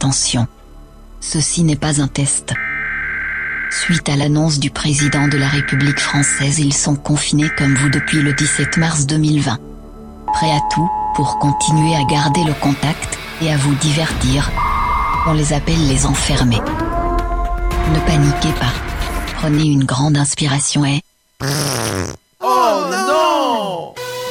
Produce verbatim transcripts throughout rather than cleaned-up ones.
attention. Ceci n'est pas un test. Suite à l'annonce du président de la République française, ils sont confinés comme vous depuis le dix-sept mars deux mille vingt. Prêts à tout pour continuer à garder le contact et à vous divertir. On les appelle les enfermés. Ne paniquez pas. Prenez une grande inspiration et... Oh non!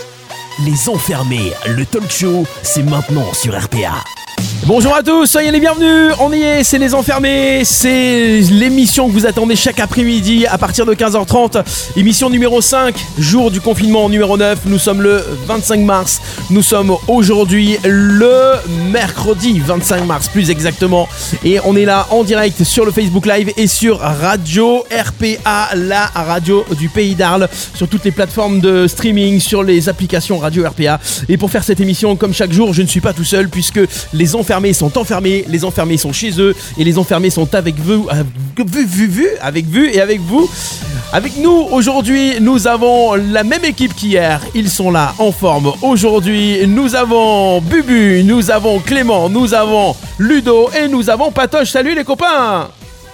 Les Enfermés, le talk show, c'est maintenant sur R P A. Bonjour à tous, soyez les bienvenus, on y est, c'est Les Enfermés, c'est l'émission que vous attendez chaque après-midi à partir de quinze heures trente, émission numéro cinq, jour du confinement numéro neuf, nous sommes le vingt-cinq mars, nous sommes aujourd'hui le mercredi vingt-cinq mars plus exactement, et on est là en direct sur le Facebook Live et sur Radio R P A, la radio du Pays d'Arles, sur toutes les plateformes de streaming, sur les applications Radio R P A, et pour faire cette émission, comme chaque jour, je ne suis pas tout seul puisque les enfermés sont enfermés, les enfermés sont chez eux et les enfermés sont avec vous, vu, vu, vu, avec vous et avec vous. Avec nous aujourd'hui, nous avons la même équipe qu'hier. Ils sont là en forme. Aujourd'hui, nous avons Bubu, nous avons Clément, nous avons Ludo et nous avons Patoche. Salut les copains.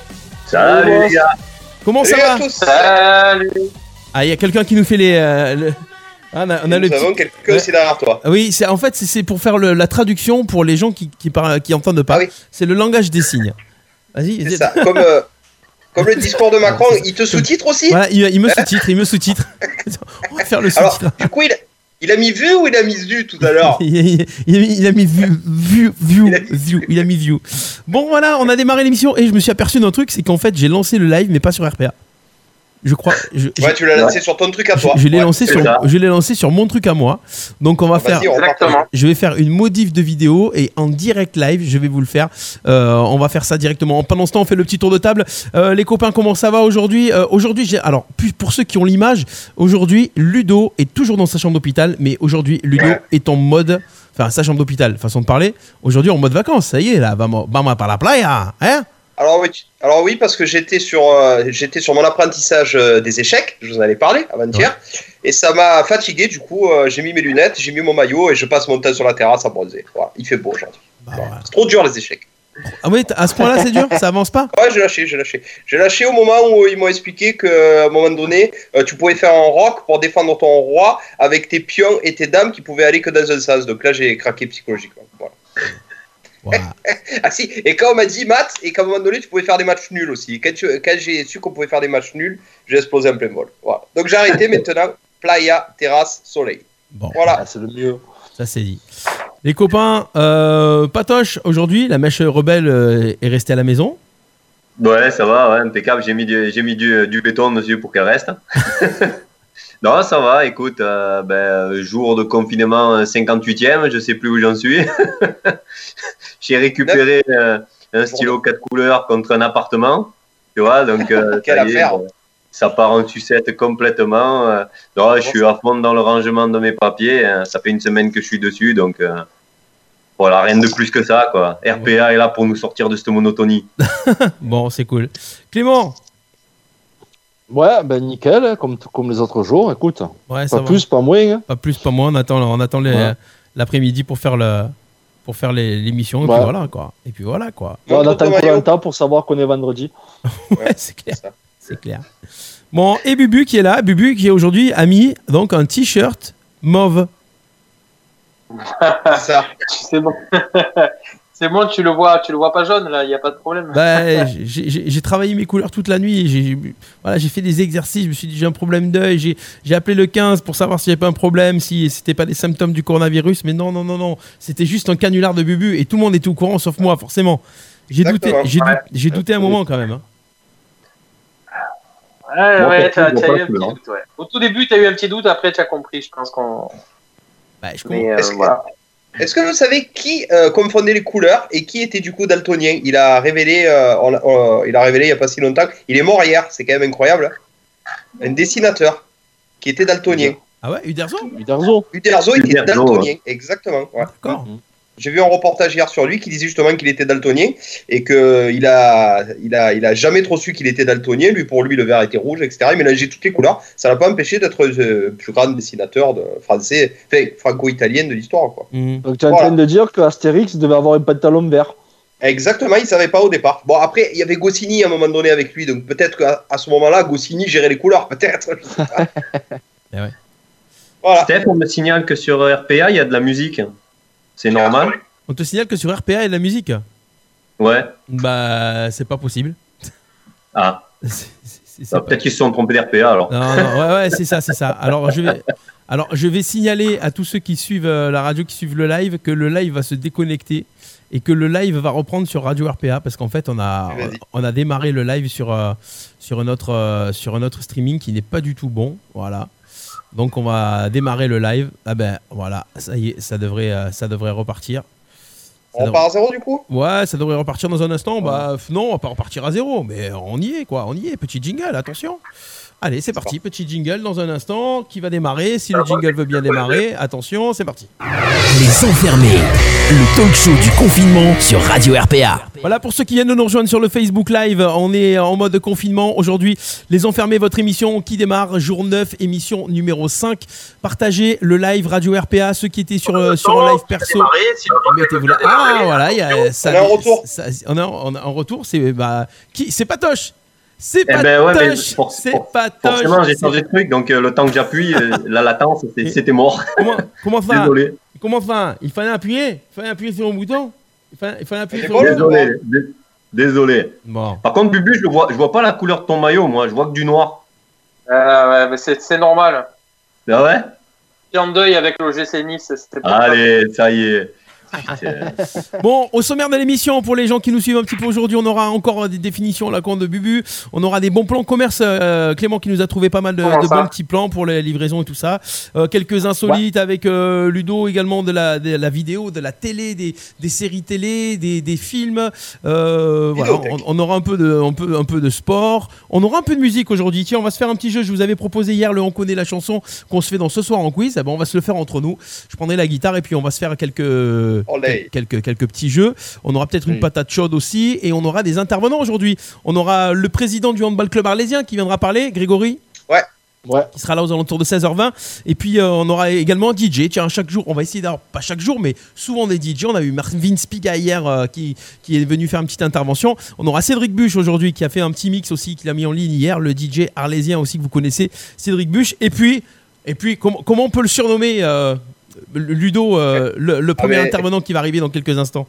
Salut les gars. Comment ça Salut va? Salut. Ah, il y a quelqu'un qui nous fait les... Euh, le... Ah, on a, on a nous le avons petit... quelqu'un aussi derrière toi. Oui, c'est, en fait, c'est, c'est pour faire le, la traduction pour les gens qui, qui, parlent, qui entendent pas. Ah oui. C'est le langage des signes. Vas-y. C'est ça. Comme, euh, comme le discours de Macron, il te sous-titre aussi. Voilà, il, il me sous-titre, il me sous-titre. On va faire le Alors, sous-titre. du coup, il, il a mis vu ou il a mis vu tout à l'heure? il, il, il, a mis, il a mis view, view, view, il a mis view, il a mis view. Bon, voilà, on a démarré l'émission et je me suis aperçu d'un truc, c'est qu'en fait, j'ai lancé le live, mais pas sur R P A. Je crois. Je, ouais, je, tu l'as lancé ouais. sur ton truc à toi. Je, je l'ai ouais, lancé sur, ça. je l'ai lancé sur mon truc à moi. Donc on va faire. On je vais faire une modif de vidéo et en direct live, je vais vous le faire. Euh, on va faire ça directement. Pendant ce temps, on fait le petit tour de table. Euh, les copains, comment ça va aujourd'hui? euh, Aujourd'hui, j'ai. Alors, pour ceux qui ont l'image, aujourd'hui, Ludo est toujours dans sa chambre d'hôpital, mais aujourd'hui, Ludo ouais. est en mode. Enfin, sa chambre d'hôpital, façon de parler. Aujourd'hui, en mode vacances. Ça y est, là, vamos, vamos para la playa, hein? Alors oui, alors oui, parce que j'étais sur, euh, j'étais sur mon apprentissage euh, des échecs, je vous en avais parlé avant-hier, ouais. et ça m'a fatigué, du coup euh, j'ai mis mes lunettes, j'ai mis mon maillot et je passe mon temps sur la terrasse à bronzer. Voilà, il fait beau aujourd'hui. Bah, voilà. Ouais. C'est trop dur les échecs. Ah oui, à ce point-là c'est dur, ça avance pas? Ouais, j'ai lâché, j'ai lâché. J'ai lâché au moment où ils m'ont expliqué qu'à un moment donné, euh, tu pouvais faire un rock pour défendre ton roi avec tes pions et tes dames qui pouvaient aller que dans un sens. Donc là j'ai craqué psychologiquement. Voilà. Voilà. Ah si, et quand on m'a dit maths, et qu'à un moment donné tu pouvais faire des matchs nuls aussi. Quand, tu, quand j'ai su qu'on pouvait faire des matchs nuls, j'ai explosé en plein vol. Voilà. Donc j'ai arrêté maintenant, playa, terrasse, soleil. Bon, voilà. Ah, c'est le mieux. Ça c'est dit. Les copains, euh, Patoche, aujourd'hui, la mèche rebelle euh, est restée à la maison. Ouais, ça va, ouais, impeccable. J'ai mis, du, j'ai mis du, du béton dessus pour qu'elle reste. Non, ça va, écoute, euh, ben, jour de confinement cinquante-huitième, je sais plus où j'en suis. J'ai récupéré euh, un stylo quatre couleurs contre un appartement, tu vois, donc euh, quelle affaire. Est, ça part en sucette complètement. Euh, non, je suis à fond dans le rangement de mes papiers, hein, ça fait une semaine que je suis dessus, donc euh, voilà, rien de plus que ça, quoi. R P A est là pour nous sortir de cette monotonie. Bon, c'est cool. Clément? Ouais, ben nickel, comme, comme les autres jours, écoute. Ouais, pas plus, pas moins. Hein. Pas plus, pas moins, on attend, on attend les, ouais. l'après-midi pour faire, le, pour faire les, l'émission, et ouais. puis voilà, quoi. Et puis voilà, quoi. Ouais, on attend pour longtemps pour savoir qu'on est vendredi. Ouais, c'est clair, c'est, c'est clair. Bon, et Bubu qui est là, Bubu qui aujourd'hui a mis donc un t-shirt mauve. Ça, c'est bon. C'est bon, tu le vois, tu le vois pas jaune là, il y a pas de problème. Bah, j'ai, j'ai, j'ai travaillé mes couleurs toute la nuit. J'ai, voilà, j'ai fait des exercices. Je me suis dit j'ai un problème d'œil. J'ai, j'ai appelé le quinze pour savoir s'il n'y avait pas un problème, si c'était pas des symptômes du coronavirus. Mais non, non, non, non. C'était juste un canular de Bubu et tout le monde était au courant sauf moi, forcément. J'ai douté, j'ai, ouais. douté, j'ai douté un moment quand même. Hein. Ouais, bon, ouais, t'as, t'as eu un petit doute. Ouais. Au tout début, t'as eu un petit doute. Après, t'as compris. Je pense qu'on. Bah, je comprends. Mais, euh, Est-ce, voilà. que, est-ce que vous savez qui euh, confondait les couleurs et qui était du coup daltonien? Il a révélé, euh, on, on, il a révélé il y a pas si longtemps. Il est mort hier, c'est quand même incroyable. Hein. Un dessinateur qui était daltonien. Ah ouais, Uderzo. Uderzo. Uderzo était Uderzo, daltonien, ouais. exactement. Ouais. D'accord. Mm-hmm. J'ai vu un reportage hier sur lui qui disait justement qu'il était daltonien et qu'il a, il a, il a jamais trop su qu'il était daltonien. Lui, pour lui, le vert était rouge, et cetera. Il mélangeait toutes les couleurs. Ça l'a pas empêché d'être le plus grand dessinateur de français, enfin, franco-italien de l'histoire, quoi. Mmh. Donc tu es en voilà. train de dire que Astérix devait avoir un pantalon vert. Exactement, il savait pas au départ. Bon, après, il y avait Goscinny à un moment donné avec lui, donc peut-être qu'à à ce moment-là, Goscinny gérait les couleurs, peut-être. Je sais pas. Eh ouais. Voilà. Steph, on me signale que sur R P A, il y a de la musique. C'est normal? On te signale que sur R P A, il y a de la musique. Ouais. Bah, c'est pas possible. Ah. C'est- c'est- c'est Ah, pas- peut-être qu'ils se sont trompés d'R P A alors. Non, non, ouais, ouais, c'est ça, c'est ça. Alors je vais, alors je vais signaler à tous ceux qui suivent euh, la radio, qui suivent le live, que le live va se déconnecter et que le live va reprendre sur Radio R P A parce qu'en fait on a, Vas-y. on a démarré le live sur euh, sur un autre euh, sur un autre streaming qui n'est pas du tout bon, voilà. Donc on va démarrer le live. Ah ben voilà, ça y est, ça devrait, euh, ça devrait repartir. Ça On devrait- part à zéro du coup? Ouais, ça devrait repartir dans un instant. Bah f- non, on va pas repartir à zéro, mais on y est quoi, on y est. Petit jingle, attention. Allez, c'est parti, petit jingle dans un instant qui va démarrer. Si le jingle veut bien démarrer, attention, c'est parti. Les enfermés, le talk show du confinement sur Radio R P A. Voilà, pour ceux qui viennent de nous rejoindre sur le Facebook Live, on est en mode confinement. Aujourd'hui, Les Enfermés, votre émission qui démarre, jour neuf, émission numéro cinq. Partagez le live Radio R P A, ceux qui étaient sur, euh, sur un live perso. Mettez-vous là. Ah, voilà, il y a, ça, On est en retour. ça- on est en, on est en retour, c'est bah, qui C'est Patoche. C'est Eh ben ouais, mais Patoche. for- C'est for- Patoche. Forcément, j'ai C'est- changé de truc, donc euh, le temps que j'appuie, euh, la latence, c'est- c'était mort. Comment, comment ça Désolé. Comment ça Il fallait appuyer Il fallait appuyer sur un bouton Il fallait, il fallait appuyer Mais sur un voilà. bouton Désolé. dé- Désolé. Bon. Par contre, Bubu, je le vois, je vois pas la couleur de ton maillot, moi, je vois que du noir. Euh, ouais, mais c'est c'est normal. Ah ouais? Petit en deuil avec l'O G C Nice, c'était pas Allez, ça y est. Putain. Bon, au sommaire de l'émission, pour les gens qui nous suivent un petit peu aujourd'hui, on aura encore des définitions à la compte de Bubu. On aura des bons plans commerce. euh, Clément qui nous a trouvé pas mal de, Comment de ça bons petits plans pour les livraisons et tout ça. Euh, quelques insolites avec euh, Ludo également de la, de la vidéo, de la télé, des, des séries télé, des, des films. Euh, voilà, on, Vidéothèque. on aura un peu, de, un, peu, un peu de sport. On aura un peu de musique aujourd'hui. Tiens, on va se faire un petit jeu. Je vous avais proposé hier le On connaît la chanson qu'on se fait dans Ce soir en quiz. Eh ben, on va se le faire entre nous. Je prendrai la guitare et puis on va se faire quelques, Olé. quelques, quelques petits jeux. On aura peut-être une Oui. patate chaude aussi et on aura des intervenants aujourd'hui. On aura le président du handball club arlésien qui viendra parler, Grégory, Ouais. qui sera là aux alentours de seize heures vingt. Et puis euh, on aura également un D J. Tiens, chaque jour, on va essayer d'avoir, pas chaque jour, mais souvent des D J. On a eu Marvin Spiga hier euh, qui, qui est venu faire une petite intervention. On aura Cédric Buche aujourd'hui qui a fait un petit mix aussi, qu'il a mis en ligne hier, le D J arlésien aussi que vous connaissez, Cédric Buche. Et puis, et puis comment, comment on peut le surnommer euh, Ludo, euh, le, le premier mais- intervenant qui va arriver dans quelques instants.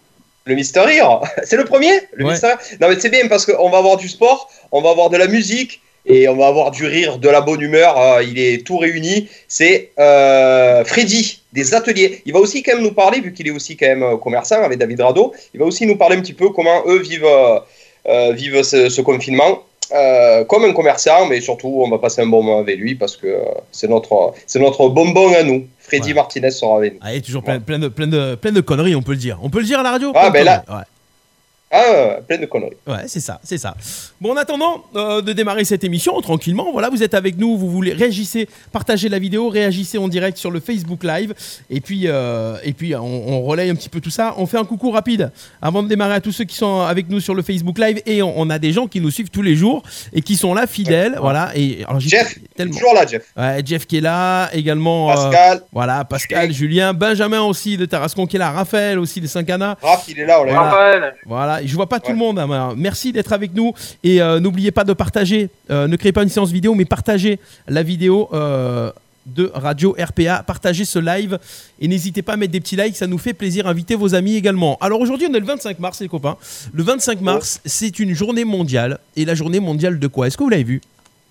Le Mister Rire, c'est le premier le Ouais. Mister Rire. Non mais c'est bien parce qu'on va avoir du sport, on va avoir de la musique et on va avoir du rire, de la bonne humeur, euh, il est tout réuni. C'est euh, Freddy des ateliers. Il va aussi quand même nous parler, vu qu'il est aussi quand même euh, commerçant avec David Rado, il va aussi nous parler un petit peu comment eux vivent, euh, euh, vivent ce, ce confinement. Euh, comme un commerçant, mais surtout on va passer un bon moment avec lui parce que euh, c'est notre, c'est notre bonbon à nous. Freddy Ouais. Martinez sera avec nous. Allez, toujours plein, plein, de, plein, de, plein de conneries, on peut le dire. On peut le dire à la radio Ah, plein de ben là- conneries. Ouais. Ah, euh, plein de conneries. Ouais, c'est ça, c'est ça. Bon, en attendant euh, de démarrer cette émission tranquillement, voilà, vous êtes avec nous, vous voulez réagissez, partagez la vidéo, réagissez en direct sur le Facebook Live, et puis euh, et puis on, on relaye un petit peu tout ça. On fait un coucou rapide avant de démarrer à tous ceux qui sont avec nous sur le Facebook Live, et on, on a des gens qui nous suivent tous les jours et qui sont là fidèles, voilà. Et alors j'ai Jeff, tellement. toujours là, Jeff. Ouais, Jeff qui est là, également. euh, Pascal, voilà, Pascal, Julien, Benjamin aussi de Tarascon qui est là, Raphaël aussi de Saint-Cana. Raph, il est là, on l'a vu. Voilà. Raphaël. Voilà, je vois pas tout Ouais. le monde. hein, mais, euh, merci d'être avec nous et euh, n'oubliez pas de partager. euh, ne créez pas une séance vidéo, mais partagez la vidéo euh, de Radio R P A. Partagez ce live et n'hésitez pas à mettre des petits likes, ça nous fait plaisir. Invitez vos amis également. Alors aujourd'hui, on est le vingt-cinq mars, les copains. Le vingt-cinq mars, c'est une journée mondiale. Et la journée mondiale de quoi? Est-ce que vous l'avez vu?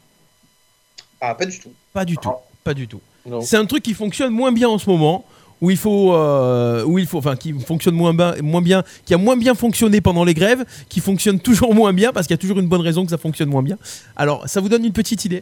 Ah, pas du tout. Pas du tout. Pas du tout. Non. C'est un truc qui fonctionne moins bien en ce moment, où il faut, euh, où il faut, enfin, qui fonctionne moins bien, moins bien, qui a moins bien fonctionné pendant les grèves, qui fonctionne toujours moins bien parce qu'il y a toujours une bonne raison que ça fonctionne moins bien. Alors, ça vous donne une petite idée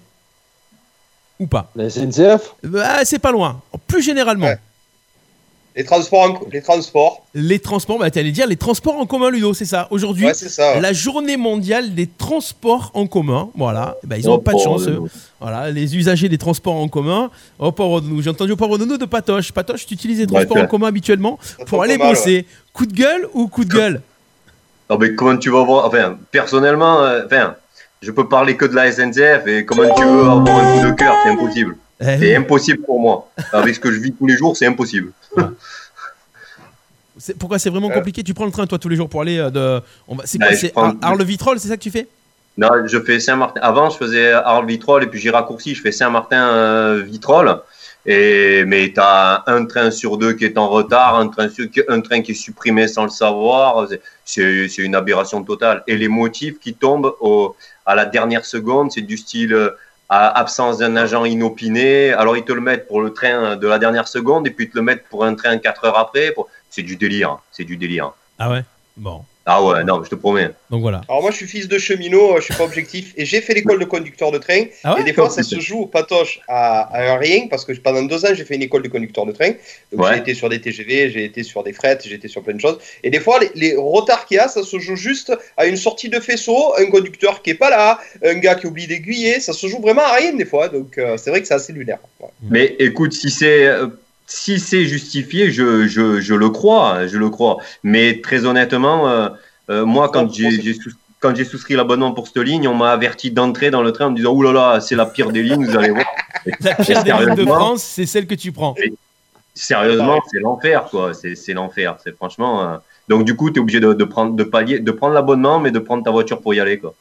ou pas? La S N C F. Ah, c'est pas loin. Plus généralement, Ouais. Les transports, en co- les transports. les transports. Bah, t'allais dire les transports en commun, Ludo, c'est ça. Aujourd'hui, Ouais, c'est ça. ouais. la journée mondiale des transports en commun. Voilà, Eh ben, ils n'ont Oh, pas de chance. oh, eux. Voilà, les usagers des transports en commun. Oh, pauvre de nous. J'ai entendu au pauvre de nous de Patoche. Patoche, tu utilises les transports Ouais, en commun habituellement Ça pour tombe aller pas mal, bosser. Coup de gueule ou coup de gueule? Non, mais comment tu vas voir? Enfin, personnellement, euh, enfin, je peux parler que de la S N C F et comment tu veux avoir un coup de cœur? C'est impossible. Eh C'est oui. impossible pour moi. Avec ce que je vis tous les jours, c'est impossible. C'est, pourquoi c'est vraiment Euh. compliqué? Tu prends le train toi tous les jours pour aller euh, de. On va, c'est Bah, quoi? je C'est prends- Ar- Arles-Vitrolles, c'est ça que tu fais? Non, je fais Saint-Martin. Avant, je faisais Arles-Vitrolles et puis j'ai raccourci, je fais Saint-Martin-Vitrolles. Et mais t'as un train sur deux qui est en retard, un train, sur, un train qui est supprimé sans le savoir. C'est, c'est une aberration totale. Et les motifs qui tombent au, à la dernière seconde, c'est du style euh, à absence d'un agent inopiné. Alors ils te le mettent pour le train de la dernière seconde et puis ils te le mettent pour un train quatre heures après. Pour... C'est du délire. C'est du délire. Ah ouais. Bon. Ah ouais, non, je te promets. Donc voilà. Alors moi je suis fils de cheminot, je suis pas objectif et j'ai fait l'école de conducteur de train Ah ouais et des fois ça se joue au patoche à, à un rien parce que pendant deux ans j'ai fait une école de conducteur de train, donc Ouais. j'ai été sur des T G V, j'ai été sur des frettes, j'ai été sur plein de choses et des fois les, les retards qu'il y a ça se joue juste à une sortie de faisceau, un conducteur qui est pas là, un gars qui oublie d'aiguiller, ça se joue vraiment à rien des fois donc euh, c'est vrai que c'est assez lunaire. Ouais. Mais écoute, si c'est euh, si c'est justifié, je, je, je le crois, je le crois. Mais très honnêtement, euh, euh, moi quand j'ai, j'ai sous- quand j'ai souscrit l'abonnement pour cette ligne, on m'a averti d'entrer dans le train en me disant ouh là là, c'est la pire des lignes, vous allez voir. La pire des lignes de Sérieusement, France, c'est celle que tu prends. Sérieusement, c'est l'enfer quoi. C'est, c'est l'enfer. C'est franchement. euh, Donc du coup, tu es obligé de, de prendre de pallier, de prendre l'abonnement, mais de prendre ta voiture pour y aller quoi.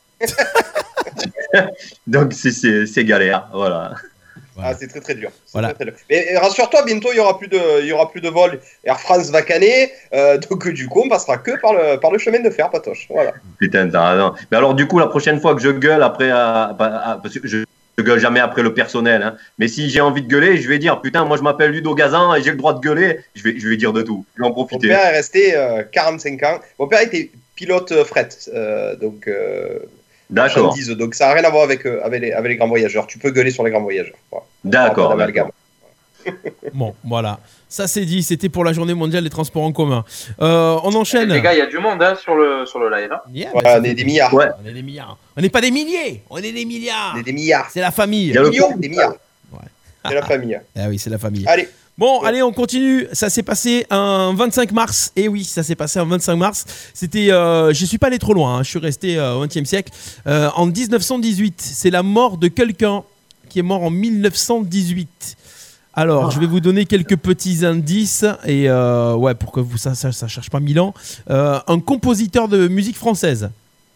Donc c'est, c'est, c'est galère, voilà. Voilà. Ah, c'est très très dur. C'est Voilà. très, très dur. Mais euh, rassure-toi, bientôt il y aura plus de, il y aura plus de vols. Air France va canner, euh, donc du coup on passera que par le, par le chemin de fer, patoche. Voilà. Putain, t'as raison. Mais alors, du coup, la prochaine fois que je gueule après, à- à- à- parce que je, je gueule jamais après le personnel, hein. Mais si j'ai envie de gueuler, je vais dire, putain, moi je m'appelle Ludo Gazan et j'ai le droit de gueuler. Je vais, je vais dire de tout. Je vais en Mon profiter. père est resté euh, quarante-cinq ans. Mon père était pilote euh, fret, euh, donc euh, D'accord, marchandise, donc ça n'a rien à voir avec, euh, avec, les, avec les grands voyageurs. Tu peux gueuler sur les grands voyageurs. Voilà. d'accord. Pas d'amalgame. d'accord. Bon, voilà. Ça c'est dit. C'était pour la journée mondiale des transports en commun. Euh, on enchaîne. Les gars, il y a du monde hein, sur, le, sur le live. Hein. Yeah, Ouais, bah, ça on fait- est des milliards. Ouais. On est des milliards. On n'est pas des milliers. On est des milliards. On est des milliards. C'est la famille. Il y a le- Millions, des milliards. Ouais. C'est la famille. Ah oui, c'est la famille. Allez, Bon, Ouais. allez, on continue. Ça s'est passé un vingt-cinq mars. Et oui, ça s'est passé un vingt-cinq mars. C'était, euh, je suis pas allé trop loin. hein. Je suis resté euh, au vingtième siècle. Euh, en dix-neuf cent dix-huit, c'est la mort de quelqu'un qui est mort en mille neuf cent dix-huit. Alors, je vais vous donner quelques petits indices et euh, ouais, pour que vous ça, ça, ça cherche pas mille ans. Euh, un compositeur de musique française.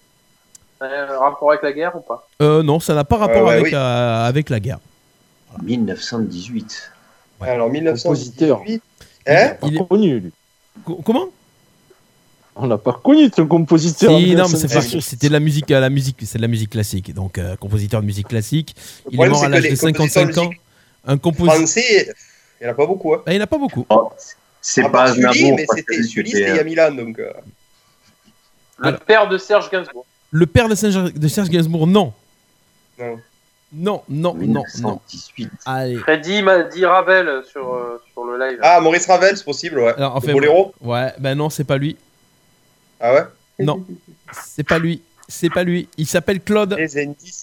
Euh, rapport avec la guerre ou pas? Euh, non, ça n'a pas rapport Euh, ouais, avec oui. euh, avec la guerre. mille neuf cent dix-huit. Ouais. alors mille neuf cent Compositeur. dix-huit. Hein Pas Il est- connu, lui. Co- comment? On n'a pas connu ce compositeur. Si, en non, mais c'est pas- mille neuf cent dix-huit. c'était de la musique, euh, la musique, c'est de la musique classique. Donc, euh, compositeur de musique classique. Le Il est problème, mort c'est à que l'âge les de cinquante-cinq compositeurs ans. de musique Un compositeur. Français, il n'y en a pas beaucoup. Hein. Il n'y en a pas beaucoup. Oh, c'est À pas part Sully, Aznavour, mais parce que c'était lui, Sully, c'était- c'était il y a Milan, donc. euh, Le Alors- père de Serge Gainsbourg. Le père de, Saint- de Serge Gainsbourg, non. Non. Non, non, non, non. mille neuf cent dix-huit. Allez. Freddy m'a dit Ravel sur, euh, sur le live. Ah, Maurice Ravel, c'est possible, ouais. Alors, en Le fait, boléro. Ouais, ben non, c'est pas lui. Ah ouais. Non, c'est pas lui. C'est pas lui. Il s'appelle Claude. Les indices.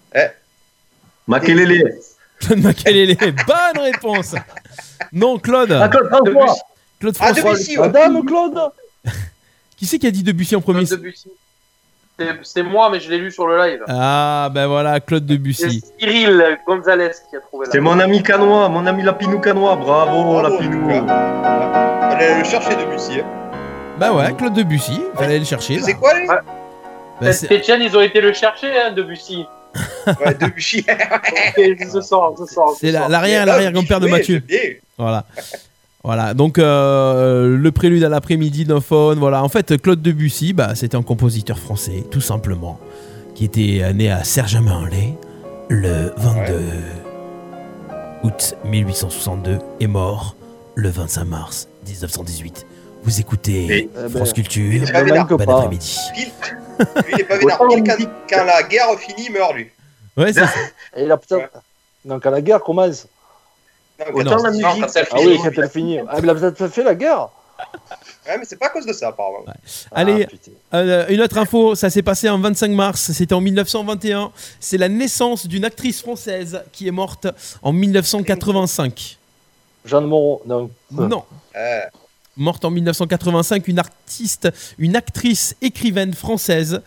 Makelele. Claude Makelele. Bonne réponse. Non, Claude. Ah, Claude François. Claude Ah, François. Debussy, ouais. Madame Claude. Qui c'est qui a dit Debussy en premier? Claude Debussy. C'est- C'est moi, mais je l'ai lu sur le live. Ah, ben voilà, Claude C'est Debussy. Cyril Gonzalez qui a trouvé la C'est mon ami canois, mon ami Lapinou canois. Bravo, Bravo, Lapinou. en tout cas. Allez le chercher, Debussy. Hein. Bah ouais, Claude Debussy. Fallait le chercher. C'est bah. quoi, lui Ouais. Bah, c'est- Pétienne, ils ont été le chercher, hein, Debussy. Ouais, Debussy. Ok, je sors, je sors. je c'est la- sors. l'arrière, l'arrière-grand-père de Oui, Mathieu. j'aime bien. Voilà. Voilà, donc euh, le prélude à l'après-midi d'un faune, voilà. En fait, Claude Debussy, bah, c'était un compositeur français, tout simplement, qui était né à Saint-Germain-en-Laye le vingt-deux août mille huit cent soixante-deux et mort le vingt-cinq mars dix-neuf cent dix-huit. Vous écoutez Et- Eh ben, France Culture, il est pas ne vénère. manque bon pas. après-midi. Pile. Lui, il est pas vénère. Pile quand, quand la guerre finit, il meurt, lui. Ouais, c'est ça. Et il a peut-être. Donc, quand la guerre commence. Non, Autant quand- la non, musique- quand elle Ah finit, oui, quand elle finit. Ah, mais il a peut-être fait la guerre. Ouais, mais c'est pas à cause de ça, apparemment. Allez, Ah, putain. Euh, une autre info, ça s'est passé en vingt-cinq mars, c'était en mille neuf cent vingt et un. C'est la naissance d'une actrice française qui est morte en mille neuf cent quatre-vingt-cinq. Jeanne Moreau. Non. Non, Euh, morte en mille neuf cent quatre-vingt-cinq, une artiste, une actrice écrivaine française.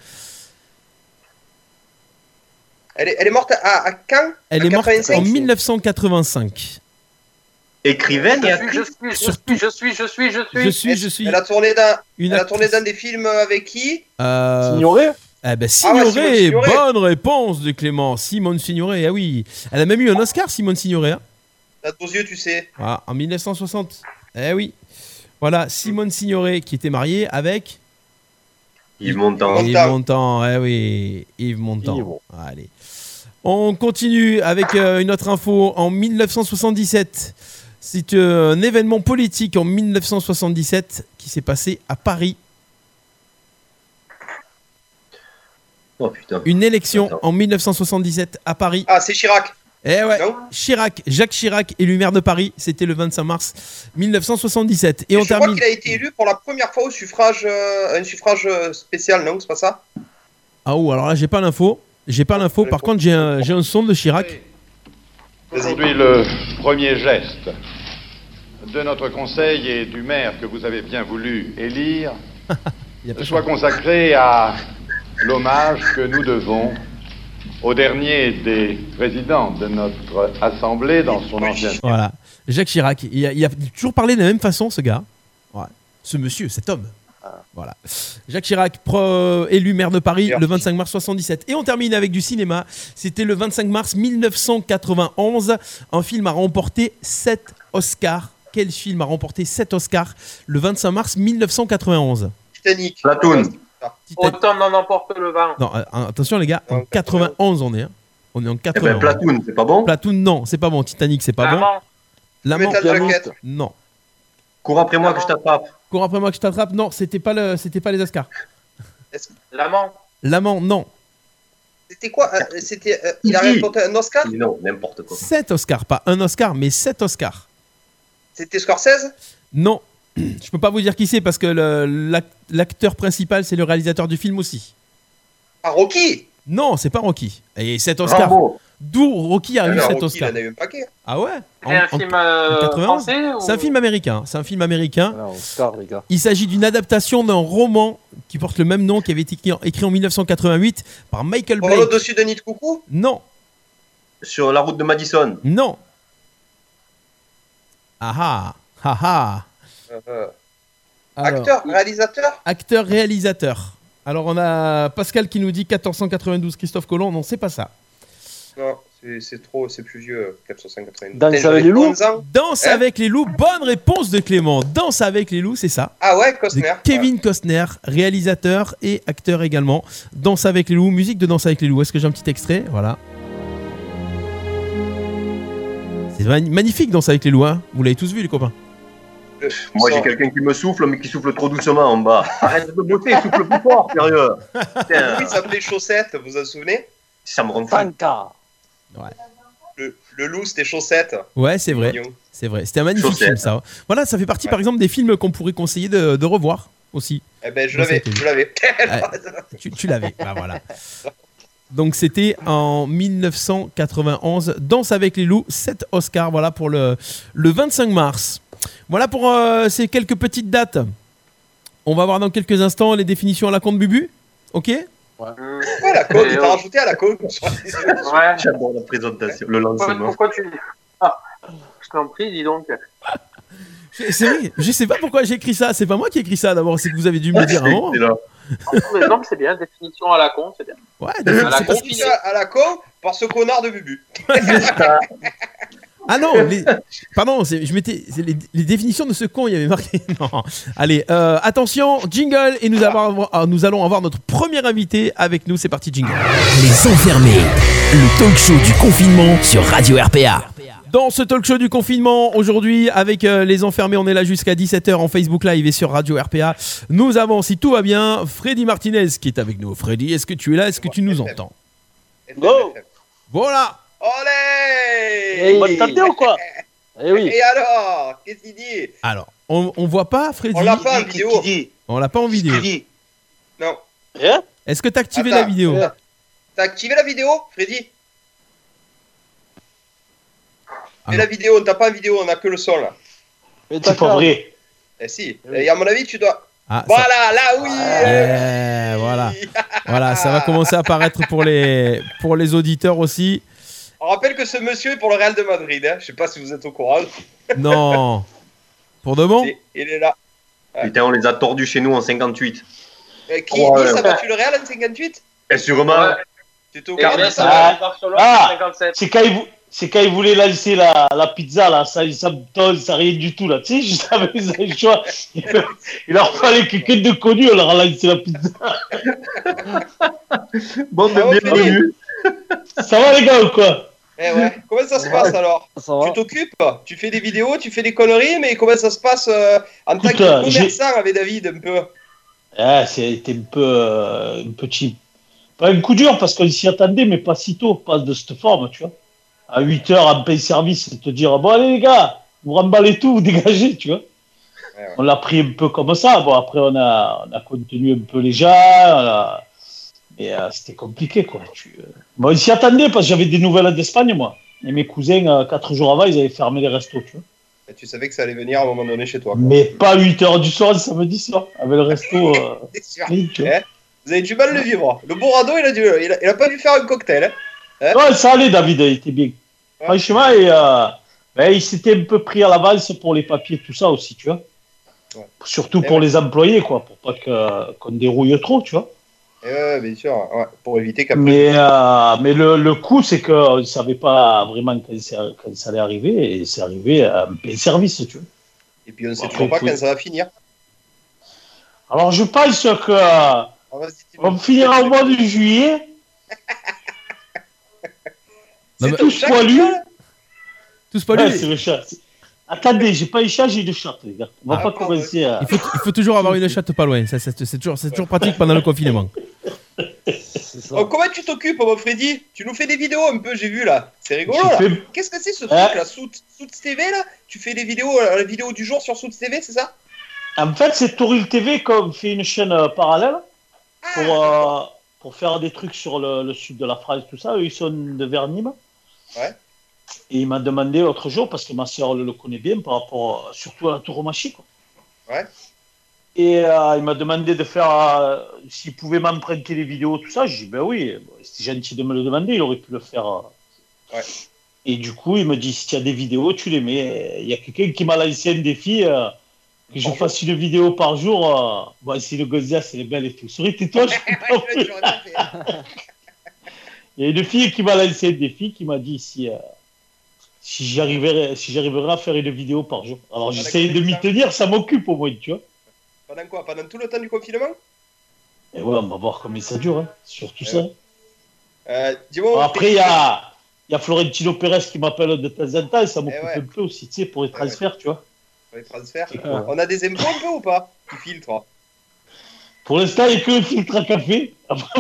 elle, est, elle est morte à, à quand Elle En est morte quatre-vingt-cinq, en c'est- mille neuf cent quatre-vingt-cinq. Écrivaine et Je actrice. suis, je suis, je suis, je suis, je suis. Je suis, je suis. Elle a tourné dans, Une elle a tourné actrice. dans des films avec qui? Euh, Signoré. Eh ben, Ah ouais, Signoret, Simone Signoret. bonne réponse de Clément. Simone Signoret, ah oui. Elle a même eu un Oscar, Simone Signoret. Hein. T'as aux yeux, tu sais. Ah, en mille neuf cent soixante. Eh oui. Voilà, Simone Signoret qui était mariée avec Yves Montand. Montand. Yves Montand. Eh oui, Yves Montand. Yves. Allez. On continue avec euh, une autre info. En mille neuf cent soixante-dix-sept, c'est euh, un événement politique en mille neuf cent soixante-dix-sept qui s'est passé à Paris. Oh putain. Une élection Attends. en mille neuf cent soixante-dix-sept à Paris. Ah, c'est Chirac. Eh ouais, Non. Chirac, Jacques Chirac, élu maire de Paris, c'était le vingt-cinq mars mille neuf cent soixante-dix-sept. Et Et on je crois termine. qu'il a été élu pour la première fois au suffrage, euh, un suffrage euh, spécial, non? C'est pas ça? Ah ou alors là, j'ai pas l'info. J'ai pas l'info. Par contre, j'ai un, j'ai un son de Chirac. Aujourd'hui, le premier geste de notre conseil et du maire que vous avez bien voulu élire Il y a pas soit consacré à l'hommage que nous devons au dernier des présidents de notre assemblée dans son ancien... Voilà, Jacques Chirac. Il a, il a toujours parlé de la même façon, ce gars. Ouais. Ce monsieur, cet homme. Voilà. Jacques Chirac, pro- élu maire de Paris Merci. le vingt-cinq mars soixante-dix-sept. Et on termine avec du cinéma. C'était le vingt-cinq mars mille neuf cent quatre-vingt-onze. Un film a remporté sept Oscars. Quel film a remporté sept Oscars le vingt-cinq mars mille neuf cent quatre-vingt-onze? Titanic. Platoon. Titan- Autant n'en emporte le vent. Non, euh, attention les gars, en Non, quatre-vingt-onze on est. Hein. On est en Eh ben, quatre-vingt-onze. Platoon, c'est pas bon. Platoon, non, c'est pas bon. Titanic, c'est pas bon. Maman, L'amant, Metal Jacket. non. Cours après moi que je t'attrape. Cours après moi que je t'attrape, non, c'était pas, le, c'était pas les Oscars. l'amant. L'amant, non. C'était quoi? euh, C'était, euh, il a Ici. remporté un Oscar? Mais non, n'importe quoi. sept Oscars, pas un Oscar, mais sept Oscars. C'était Scorsese? Non, je peux pas vous dire qui c'est parce que le- l'ac- l'acteur principal, c'est le réalisateur du film aussi. Ah, Rocky? Non, c'est pas Rocky. Et sept Oscars. Rambo. D'où Rocky a eu Alors, sept Rocky, il Oscars. en a eu un paquet. Ah ouais C'est un En- en- film euh, quatre-vingt-onze français ou... C'est un film américain. C'est un film américain. Alors, Oscar, les gars. Il s'agit d'une adaptation d'un roman qui porte le même nom, qui avait été écrit en, écrit en mille neuf cent quatre-vingt-huit par Michael Pour Blake. au-dessus de Nid de Coucou? Non, Sur la route de Madison. non. Ah ah, ah ah. Euh, euh, Alors, Acteur, réalisateur? acteur, réalisateur. Alors on a Pascal qui nous dit quatorze cent quatre-vingt-douze, Christophe Colomb. Non, c'est pas ça. Non, c'est- c'est trop, c'est plus vieux, quatre cent quatre-vingt-douze. Danse Putain, avec j'avais les loups? onze ans. Danse Hein avec les loups. Bonne réponse de Clément. Danse avec les loups, c'est ça. Ah ouais, De Costner. Kevin Costner, réalisateur et acteur également. Danse avec les loups, musique de Danse avec les loups. Est-ce que j'ai un petit extrait? Voilà. C'est mani- magnifique Danse avec les loups, hein. Vous l'avez tous vu les copains. Euh, Moi, ça- j'ai quelqu'un qui me souffle, mais qui souffle trop doucement en bas. Arrête de botter, souffle plus fort, sérieux. Putain, Oui, il s'appelait Chaussette, vous vous en souvenez? ça me rend fou. Fanka. Le, le loup, c'était Chaussette. Ouais, c'est vrai. Mignon. C'est vrai. C'était un magnifique Chaussette. film ça. Voilà, ça fait partie Ouais. par exemple des films qu'on pourrait conseiller de, de revoir aussi. Eh ben, je Dans l'avais, cette je l'avais. Tu, tu l'avais. Bah voilà. Donc c'était en mille neuf cent quatre-vingt-onze. Danse avec les loups, sept Oscars. Voilà pour le, le vingt-cinq mars. Voilà pour euh, ces quelques petites dates. On va voir dans quelques instants les définitions à la compte Bubu. Ok? Hum. Ouais, la coque, Et t'as oh. rajouté à la coque. Ouais. J'adore la présentation, le Pourquoi, lancement. pourquoi tu... Ah, je t'en prie, dis donc. C'est c'est vrai. Je sais pas pourquoi j'ai écrit ça. C'est pas moi qui ai écrit ça d'abord. C'est que vous avez dû me le dire avant. C'est là. Mais non, mais c'est bien, définition à la con, c'est bien. Ouais, À la c'est parce- con. Rajouté à la coque par ce connard de Bubu. Ah non, les... pardon, c'est- je mettais c'est les, les définitions de ce con, il y avait marqué. Non. Allez, euh, attention, jingle, et nous, avons- ah, nous allons avoir notre premier invité avec nous. C'est parti, jingle. Les enfermés, le talk show du confinement sur Radio R P A. Dans ce talk show du confinement, aujourd'hui, avec euh, les enfermés, on est là jusqu'à dix-sept heures en Facebook Live et sur Radio R P A. Nous avons, si tout va bien, Freddy Martinez qui est avec nous. Freddy, est-ce que tu es là? Est-ce que tu nous entends? Go. Voilà. Olé! Bonne tâté ou quoi? Eh oui. Et alors? Qu'est-ce qu'il dit? Alors, on, on voit pas Freddy. On l'a pas en vidéo. On l'a pas en vidéo. Non. Rien? Est-ce que t'as activé Attends. la vidéo? Rien. T'as activé la vidéo, Freddy? Ah Et non. la vidéo, on t'a pas en vidéo, on a que le son là. C'est pas vrai. Eh si. Oui. Et à mon avis, tu dois. Ah, ça- Voilà, là oui! Yeah, voilà. Voilà, ça va commencer à apparaître pour les, pour les auditeurs aussi. On rappelle que ce monsieur est pour le Real de Madrid. Hein. Je sais pas si vous êtes au courant. Non. Pour de bon? Il est là. Ouais. Putain, on les a tordus chez nous en cinquante-huit. Euh, qui oh, ouais. a battu le Real en cinquante-huit? Et sûrement. Ouais. Tu t'es au courant? Ah, ah c'est quand il c'est quand il voulait lancer la, la pizza là, ça, ça, ça rien du tout là, tu sais, juste avec le choix. Il, il leur fallait quelqu'un de connu, on leur a lancé la pizza. Bon, de bienvenue. Ça va les gars ou quoi? Eh ouais. Comment ça se passe alors? Tu t'occupes? Tu fais des vidéos, tu fais des conneries, mais comment ça se passe euh, en tant que commerçant avec David un peu? Ah, c'était un peu euh, un petit, pas un coup dur parce qu'on s'y attendait, mais pas si tôt, pas de cette forme, tu vois. À huit heures en paye service et te dire bon allez les gars, vous remballez tout, vous dégagez, tu vois. Ouais, ouais. On l'a pris un peu comme ça. Bon après on a on a contenu un peu les gens, a... mais euh, c'était compliqué quoi. Tu... Bon on s'y attendait parce que j'avais des nouvelles d'Espagne moi. Et mes cousins euh, quatre jours avant ils avaient fermé les restos, tu vois. Et tu savais que ça allait venir à un moment donné chez toi. Quoi. Mais pas huit heures du soir, samedi soir, avec le resto. Euh... C'est sûr. Oui, tu vois. Eh, vous avez du mal le vivre. Le bon radeau il a dû, il a, il a pas dû faire un cocktail. Hein. Hein ouais, ça allait, David, il était bien. Ouais. Franchement, et, euh, ben, il s'était un peu pris à l'avance pour les papiers, tout ça aussi, tu vois. Ouais. Surtout et pour ouais. les employés, quoi, pour pas que, qu'on dérouille trop, tu vois. Et ouais, bien sûr, ouais, pour éviter qu'après. Mais, euh, mais le, le coup, c'est qu'on ne savait pas vraiment quand, quand ça allait arriver, et c'est arrivé à un pain service, tu vois. Et puis on ne sait toujours pas quand ça va finir. Alors je pense que euh, on finira au mois de juillet. C'est tous poilus. Tous poilus. Ouais, c'est le chat. Attendez, j'ai pas une chat, j'ai une chatte, les gars. On va ah, pas commencer à... Il faut, il faut toujours avoir une chatte pas loin. Ça, c'est, c'est, toujours, c'est toujours pratique pendant le confinement. Oh, comment tu t'occupes, mon Freddy? Tu nous fais des vidéos un peu, j'ai vu là. C'est rigolo là. Fait... Qu'est-ce que c'est ce truc euh... là, Soot T V là? Tu fais les vidéos, la vidéo du jour sur Soot T V, c'est ça? En fait, c'est Toril T V qui fait une chaîne euh, parallèle pour, euh, pour faire des trucs sur le, le sud de la France, tout ça. Eux, ils sont de Vernîmes. Ouais. Et il m'a demandé l'autre jour, parce que ma soeur le, le connaît bien, par rapport surtout à la tauromachie, quoi. Ouais. Et euh, il m'a demandé de faire, euh, s'il pouvait m'emprunter les vidéos, tout ça. J'ai dit, ben oui, c'était gentil de me le demander, il aurait pu le faire. Euh... Ouais. Et du coup, il me dit, si tu as des vidéos, tu les mets. Il y a quelqu'un qui m'a lancé un défi, euh, que je fasse une vidéo par jour. Euh... Bon, si le Gozia, c'est belle et tout. Souris, tais-toi, je peux pas. Il y a une fille qui m'a lancé un défi, qui m'a dit si, euh, si j'arriverais si j'arriverais à faire une vidéo par jour. Alors ah, j'essaie de m'y tenir, ça m'occupe au moins, tu vois. Pendant quoi? Pendant tout le temps du confinement? Et ouais, on va voir combien ça dure, hein. Surtout ouais. ça. Euh, dis-moi, après, il y a, y a Florentino Pérez qui m'appelle de temps en temps, et ça m'occupe ouais. un peu aussi, tu sais, pour les transferts, ouais. tu vois. Pour les transferts. Ouais. On a des impôts un peu ou pas? Tu filtres. Pour l'instant, il n'y a que le filtre à café.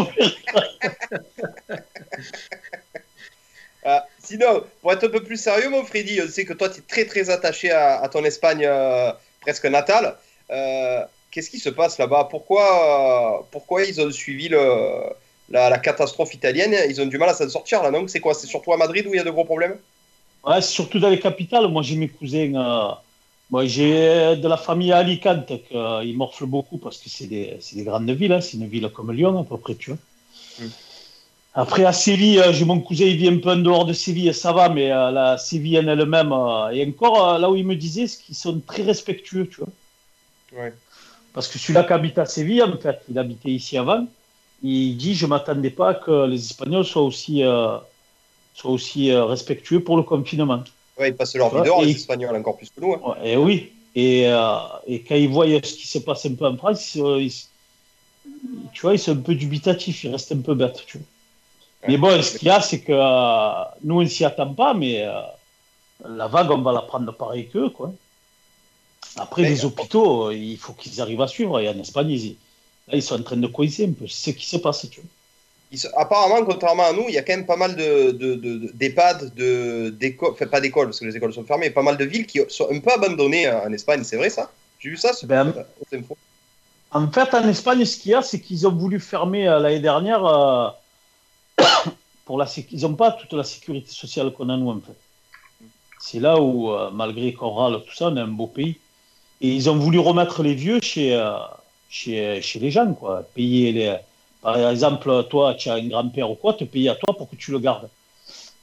ah, sinon, pour être un peu plus sérieux, mon Freddy, on sait que toi, tu es très très attaché à, à ton Espagne euh, presque natale. Euh, qu'est-ce qui se passe là-bas? Pourquoi, euh, pourquoi ils ont suivi le, la, la catastrophe italienne? Ils ont du mal à s'en sortir là, non? C'est quoi? C'est surtout à Madrid où il y a de gros problèmes? Ouais, c'est surtout dans les capitales. Moi, j'ai mes cousins... Euh... Moi, j'ai de la famille à Alicante qui euh, morfle beaucoup parce que c'est des, c'est des grandes villes, hein. C'est une ville comme Lyon à peu près, tu vois. Mm. Après, à Séville, euh, j'ai mon cousin, il vit un peu en dehors de Séville, ça va, mais euh, la Séville en elle-même, euh, et encore euh, là où il me disait, c'est qu'ils sont très respectueux, tu vois. Ouais. Parce que celui-là qui habite à Séville, en fait, il habitait ici avant, il dit, je ne m'attendais pas que les Espagnols soient aussi, euh, soient aussi euh, respectueux pour le confinement. Ouais, ils passent leur vie dehors, les Espagnols, encore plus que nous. Hein. Et oui, et, euh, et quand ils voient ce qui se passe un peu en France, ils, ils, tu vois, ils sont un peu dubitatifs, ils restent un peu bêtes, tu vois. Ouais. Mais bon, ce qu'il y a, c'est que euh, nous, on ne s'y attend pas, mais euh, la vague, on va la prendre pareil qu'eux, quoi. Après, mais, les hôpitaux, euh, il faut qu'ils arrivent à suivre. Et en Espagne, ils, là, ils sont en train de coincer un peu. C'est ce qui se passe, tu vois. Ils, apparemment, contrairement à nous, il y a quand même pas mal de, de, de, d'EHPAD, de, d'écoles, enfin pas d'écoles parce que les écoles sont fermées, pas mal de villes qui sont un peu abandonnées en Espagne, c'est vrai ça? J'ai vu ça, c'est ben, en fait, en Espagne, ce qu'il y a, c'est qu'ils ont voulu fermer euh, l'année dernière, euh, pour la, ils n'ont pas toute la sécurité sociale qu'on a nous, en fait. C'est là où, euh, malgré qu'on râle, tout ça, on est un beau pays. Et ils ont voulu remettre les vieux chez, euh, chez, chez les gens, quoi. Payer les... Par exemple, toi, tu as un grand-père ou quoi, te payer à toi pour que tu le gardes.